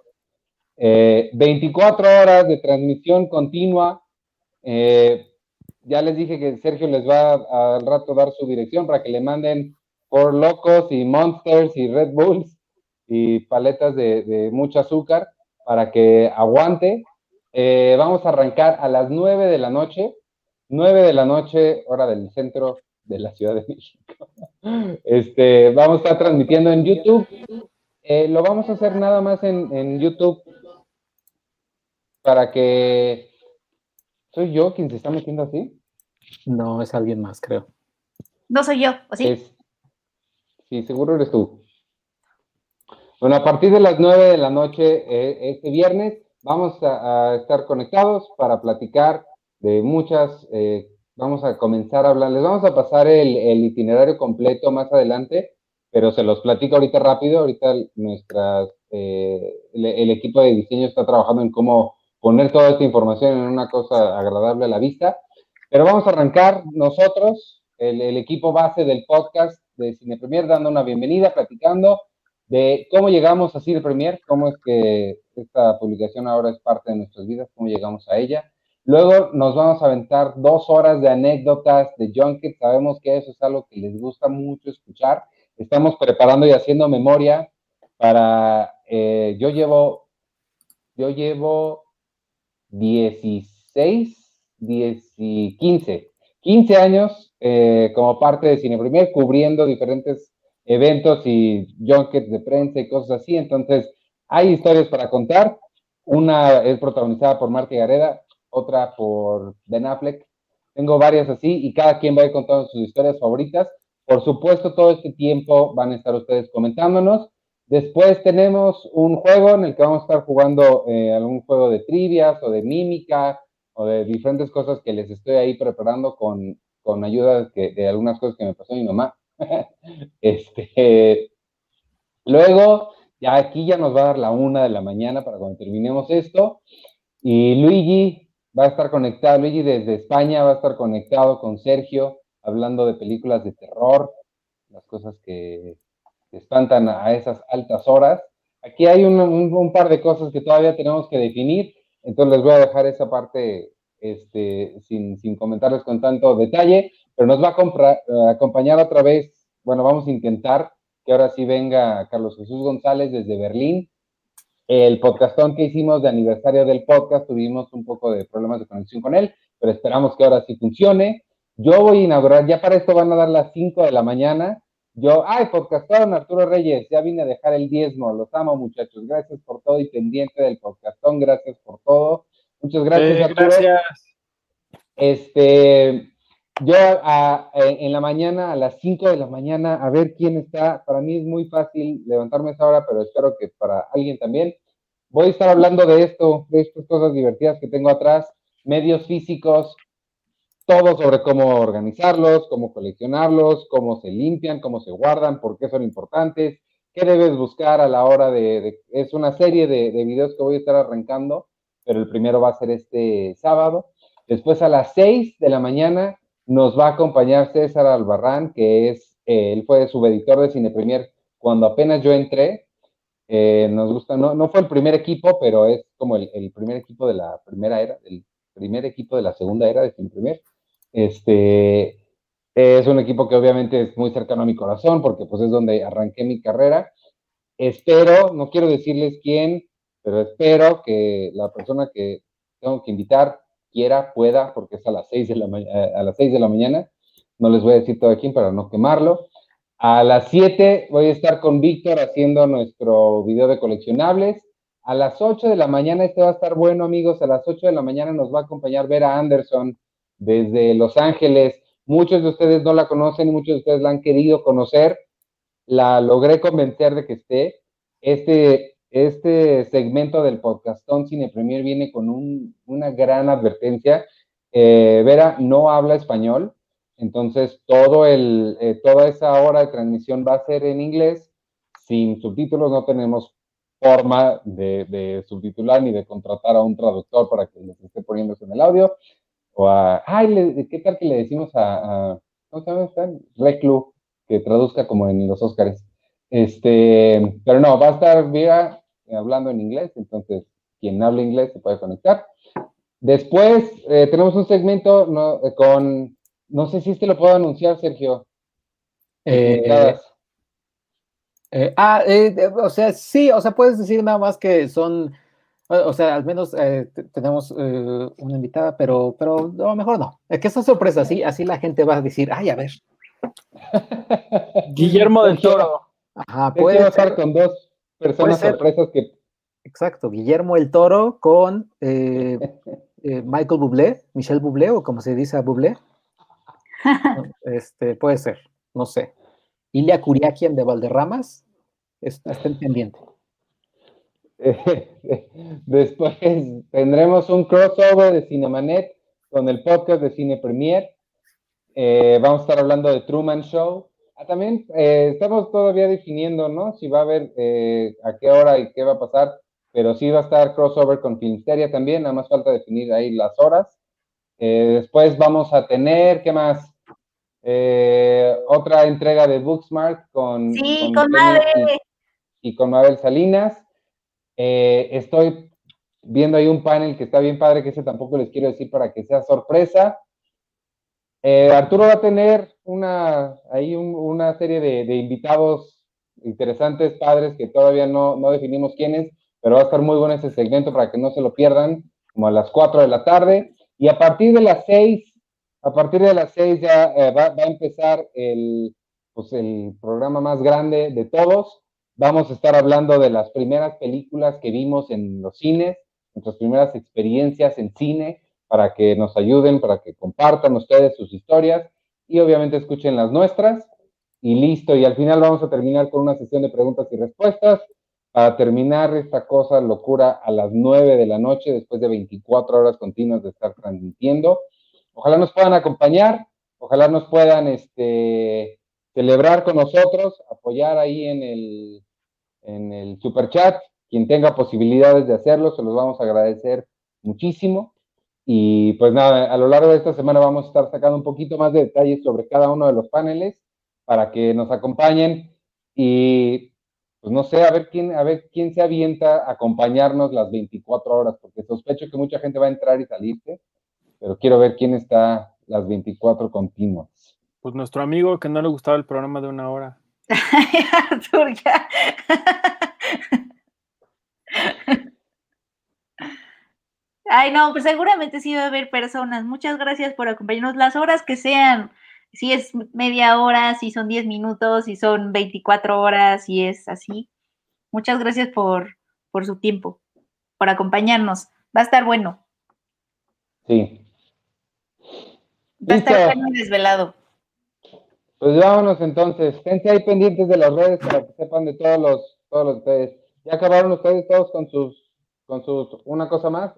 24 horas de transmisión continua. Ya les dije que Sergio les va al rato dar su dirección para que le manden por locos y Monsters y Red Bulls y paletas de mucho azúcar para que aguante. Vamos a arrancar a las 9 de la noche, 9 de la noche, hora del centro de la Ciudad de México. Vamos a estar transmitiendo en YouTube. Lo vamos a hacer nada más en YouTube para que... ¿Soy yo quien se está metiendo así? No, es alguien más, creo. No soy yo, ¿o sí? Sí, seguro eres tú. Bueno, a partir de las 9 de la noche este viernes vamos a estar conectados para platicar de muchas, vamos a comenzar a hablar, les vamos a pasar el itinerario completo más adelante, pero se los platico ahorita rápido. Ahorita el equipo de diseño está trabajando en cómo poner toda esta información en una cosa agradable a la vista, pero vamos a arrancar nosotros, el equipo base del podcast de Cine Premier, dando una bienvenida, platicando de cómo llegamos a Cine Premier, cómo es que esta publicación ahora es parte de nuestras vidas, cómo llegamos a ella. Luego nos vamos a aventar 2 horas de anécdotas de Junket. Sabemos que eso es algo que les gusta mucho escuchar. Estamos preparando y haciendo memoria para... yo llevo 15 años como parte de Cine Premier, cubriendo diferentes eventos y junkets de prensa y cosas así. Entonces, hay historias para contar. Una es protagonizada por Marta Gareda, otra por Ben Affleck. Tengo varias así y cada quien va a ir contando sus historias favoritas. Por supuesto, todo este tiempo van a estar ustedes comentándonos. Después tenemos un juego en el que vamos a estar jugando algún juego de trivias o de mímica o de diferentes cosas que les estoy ahí preparando con ayuda de algunas cosas que me pasó mi mamá. Luego, ya aquí ya nos va a dar la 1 de la mañana para cuando terminemos esto. Y Luigi va a estar conectado, Luigi desde España va a estar conectado con Sergio, hablando de películas de terror, las cosas que espantan a esas altas horas. Aquí hay un par de cosas que todavía tenemos que definir, entonces les voy a dejar esa parte sin comentarles con tanto detalle, pero nos va a acompañar otra vez, bueno, vamos a intentar que ahora sí venga Carlos Jesús González desde Berlín. El podcastón que hicimos de aniversario del podcast, tuvimos un poco de problemas de conexión con él, pero esperamos que ahora sí funcione. Yo voy a inaugurar, ya para esto van a dar las 5 de la mañana. Podcastón Arturo Reyes, ya vine a dejar el diezmo, los amo muchachos, gracias por todo y pendiente del podcastón, gracias por todo. Muchas gracias, Arturo. Gracias. Yo en la mañana, a las 5 de la mañana, a ver quién está. Para mí es muy fácil levantarme a esa hora, pero espero que para alguien también. Voy a estar hablando de estas cosas divertidas que tengo atrás, medios físicos, todo sobre cómo organizarlos, cómo coleccionarlos, cómo se limpian, cómo se guardan, por qué son importantes, qué debes buscar a la hora es una serie de videos que voy a estar arrancando, pero el primero va a ser este sábado. Después a las 6 de la mañana nos va a acompañar César Albarrán, que él fue subeditor de Cine Premier cuando apenas yo entré. Nos gusta, no fue el primer equipo, pero es como el primer equipo de la primera era, el primer equipo de la segunda era de Cine Premier. Es un equipo que obviamente es muy cercano a mi corazón porque pues es donde arranqué mi carrera. Espero, no quiero decirles quién, pero espero que la persona que tengo que invitar quiera, pueda, porque es a las 6 de la mañana. No les voy a decir todo quién para no quemarlo. A las 7 voy a estar con Víctor haciendo nuestro video de coleccionables. A las 8 de la mañana, este va a estar bueno, amigos. A las 8 de la mañana nos va a acompañar Vera Anderson desde Los Ángeles. Muchos de ustedes no la conocen y muchos de ustedes la han querido conocer. La logré convencer de que esté. Este segmento del podcastón Cine Premier viene con una gran advertencia. Vera no habla español, entonces toda esa hora de transmisión va a ser en inglés, sin subtítulos. No tenemos forma de subtitular ni de contratar a un traductor para que les esté poniéndose en el audio. ¿Qué tal que le decimos ¿cómo se llama? Reclu, que traduzca como en los Óscares. Pero no, va a estar Vera hablando en inglés, entonces quien hable inglés se puede conectar. Después tenemos un segmento no sé si lo puedo anunciar, Sergio. O sea, sí, o sea, puedes decir nada más que son, o sea, al menos tenemos una invitada, pero no, mejor no. Es que esa sorpresa, así la gente va a decir, ay, a ver. Guillermo del Toro. Ajá, puede estar con dos personas sorpresas que... Exacto, Guillermo el Toro con Michael Bublé, Michel Bublé, o como se dice a Bublé. Puede ser, no sé. Ilia Curiaquian de Valderramas, estén pendiente. Después tendremos un crossover de Cinemanet con el podcast de Cine Premier. Vamos a estar hablando de Truman Show. También estamos todavía definiendo, ¿no? Si va a haber a qué hora y qué va a pasar, pero sí va a estar crossover con Filmsteria también, nada más falta definir ahí las horas. Después vamos a tener, ¿qué más? Otra entrega de Booksmart con Mabel. Y con Mabel Salinas. Estoy viendo ahí un panel que está bien padre, que ese tampoco les quiero decir para que sea sorpresa. Arturo va a tener una serie de invitados interesantes, padres, que todavía no definimos quiénes, pero va a estar muy bueno ese segmento para que no se lo pierdan, como a las 4 de la tarde. Y a partir de las 6 ya va a empezar el programa más grande de todos. Vamos a estar hablando de las primeras películas que vimos en los cines, nuestras primeras experiencias en cine, para que nos ayuden, para que compartan ustedes sus historias y obviamente escuchen las nuestras. Y listo, y al final vamos a terminar con una sesión de preguntas y respuestas para terminar esta cosa locura a las 9 de la noche después de 24 horas continuas de estar transmitiendo. Ojalá nos puedan acompañar, ojalá nos puedan celebrar con nosotros, apoyar ahí en el super chat. Quien tenga posibilidades de hacerlo, se los vamos a agradecer muchísimo. Y pues nada, a lo largo de esta semana vamos a estar sacando un poquito más de detalles sobre cada uno de los paneles para que nos acompañen y pues no sé, a ver quién se avienta a acompañarnos las 24 horas, porque sospecho que mucha gente va a entrar y salirse, pero quiero ver quién está las 24 continuas. Pues nuestro amigo que no le gustaba el programa de 1 hora. Artur, ya. Ay, no, pues seguramente sí va a haber personas. Muchas gracias por acompañarnos las horas que sean. Si es media hora, si son 10 minutos, si son 24 horas, si es así. Muchas gracias por su tiempo, por acompañarnos. Va a estar bueno. Sí. Va a estar bueno y desvelado. Pues vámonos entonces. Gente ahí pendientes de las redes para que sepan de todos los ustedes. ¿Ya acabaron ustedes todos con sus una cosa más?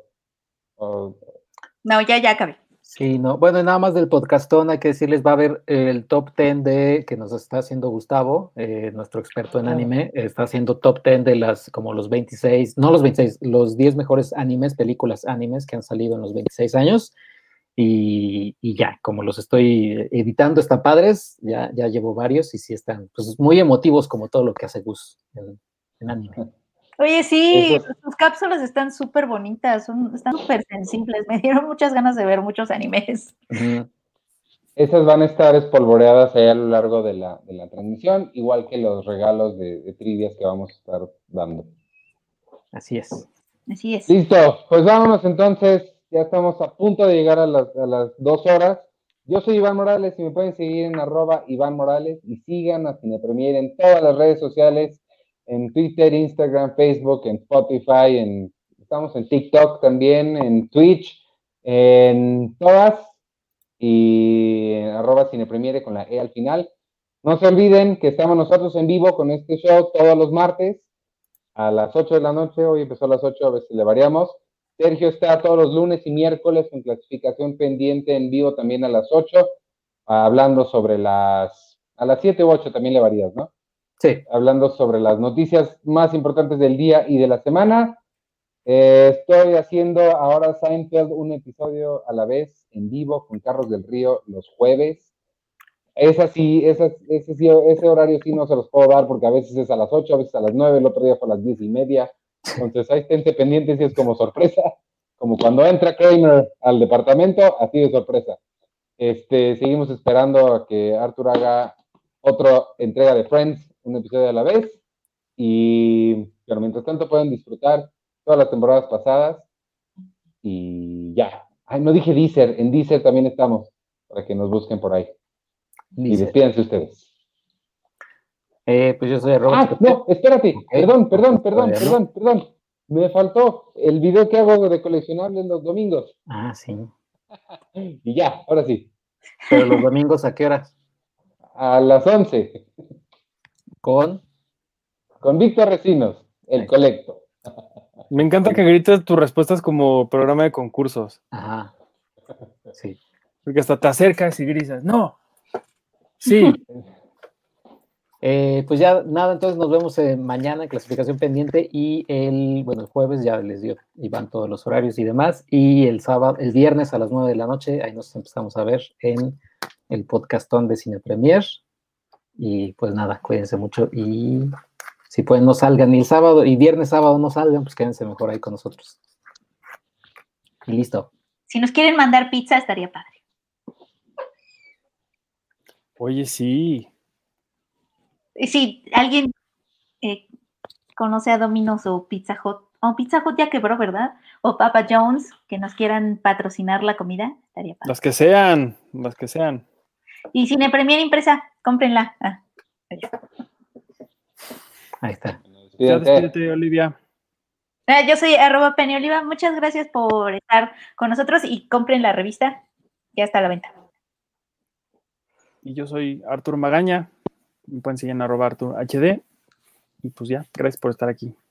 No, ya acabé. Sí, no. Bueno, nada más del podcastón hay que decirles, va a haber el top 10 que nos está haciendo Gustavo, nuestro experto en anime, está haciendo top 10 de los 26, no los 26, los 10 mejores películas animes que han salido en los 26 años. Y ya, como los estoy editando, están padres, ya llevo varios y sí están pues, muy emotivos como todo lo que hace Gus en anime. Oye, sí, sus cápsulas están súper bonitas, están súper sensibles, me dieron muchas ganas de ver muchos animes. Esas van a estar espolvoreadas ahí a lo largo de la transmisión, igual que los regalos de trivias que vamos a estar dando. Así es. Así es. Listo, pues vámonos entonces, ya estamos a punto de llegar a las 2 horas. Yo soy Iván Morales y me pueden seguir en @Iván Morales y sigan a Cine Premier en todas las redes sociales, en Twitter, Instagram, Facebook, en Spotify, estamos en TikTok también, en Twitch, en todas, y @cinepremiere con la E al final. No se olviden que estamos nosotros en vivo con este show todos los martes a las 8 de la noche. Hoy empezó a las 8, a veces le variamos. Sergio está todos los lunes y miércoles en clasificación pendiente en vivo también a las 8, hablando sobre a las 7 u 8 también le varías, ¿no? Sí. Hablando sobre las noticias más importantes del día y de la semana. Estoy haciendo ahora Seinfeld un episodio a la vez en vivo con Carlos del Río los jueves. Ese horario sí no se los puedo dar porque a veces es a las 8, a veces a las 9, el otro día fue a las 10:30. Entonces ahí estén pendientes y es como sorpresa, como cuando entra Kramer al departamento, así de sorpresa. Seguimos esperando a que Arthur haga otra entrega de Friends, un episodio a la vez. Pero mientras tanto pueden disfrutar todas las temporadas pasadas. Y ya. Ay, no dije Deezer, en Deezer también estamos, para que nos busquen por ahí. Y despídense ustedes. Pues yo soy Robert. No, espérate. Okay. Perdón. Me faltó el video que hago de coleccionables los domingos. Ah, sí. Y ya, ahora sí. Pero los domingos, ¿a qué horas? A las 11. Con Víctor Recinos, el colecto. Me encanta que grites tus respuestas como programa de concursos. Ajá. Sí. Porque hasta te acercas y gritas, ¡no! Sí. Pues ya nada, entonces nos vemos mañana en clasificación pendiente y el jueves ya les dio Iván todos los horarios y demás, y el viernes a las 9 de la noche, ahí nos empezamos a ver en el podcastón de Cine Premier. Y pues nada, cuídense mucho y si pueden no salgan, ni el sábado y viernes, sábado no salgan, pues quédense mejor ahí con nosotros. Y listo. Si nos quieren mandar pizza, estaría padre. Oye, sí. Si alguien conoce a Domino's o Pizza Hut, Pizza Hut ya quebró, ¿verdad? O Papa John's, que nos quieran patrocinar la comida, estaría padre. Las que sean. Y Cine Premier impresa, cómprenla. Ahí está. Ya despídete, Olivia. Yo soy @PennyOliva. Muchas gracias por estar con nosotros y compren la revista. Ya está a la venta. Y yo soy Artur Magaña. Me pueden seguir en @ArturHD. Y pues ya, gracias por estar aquí.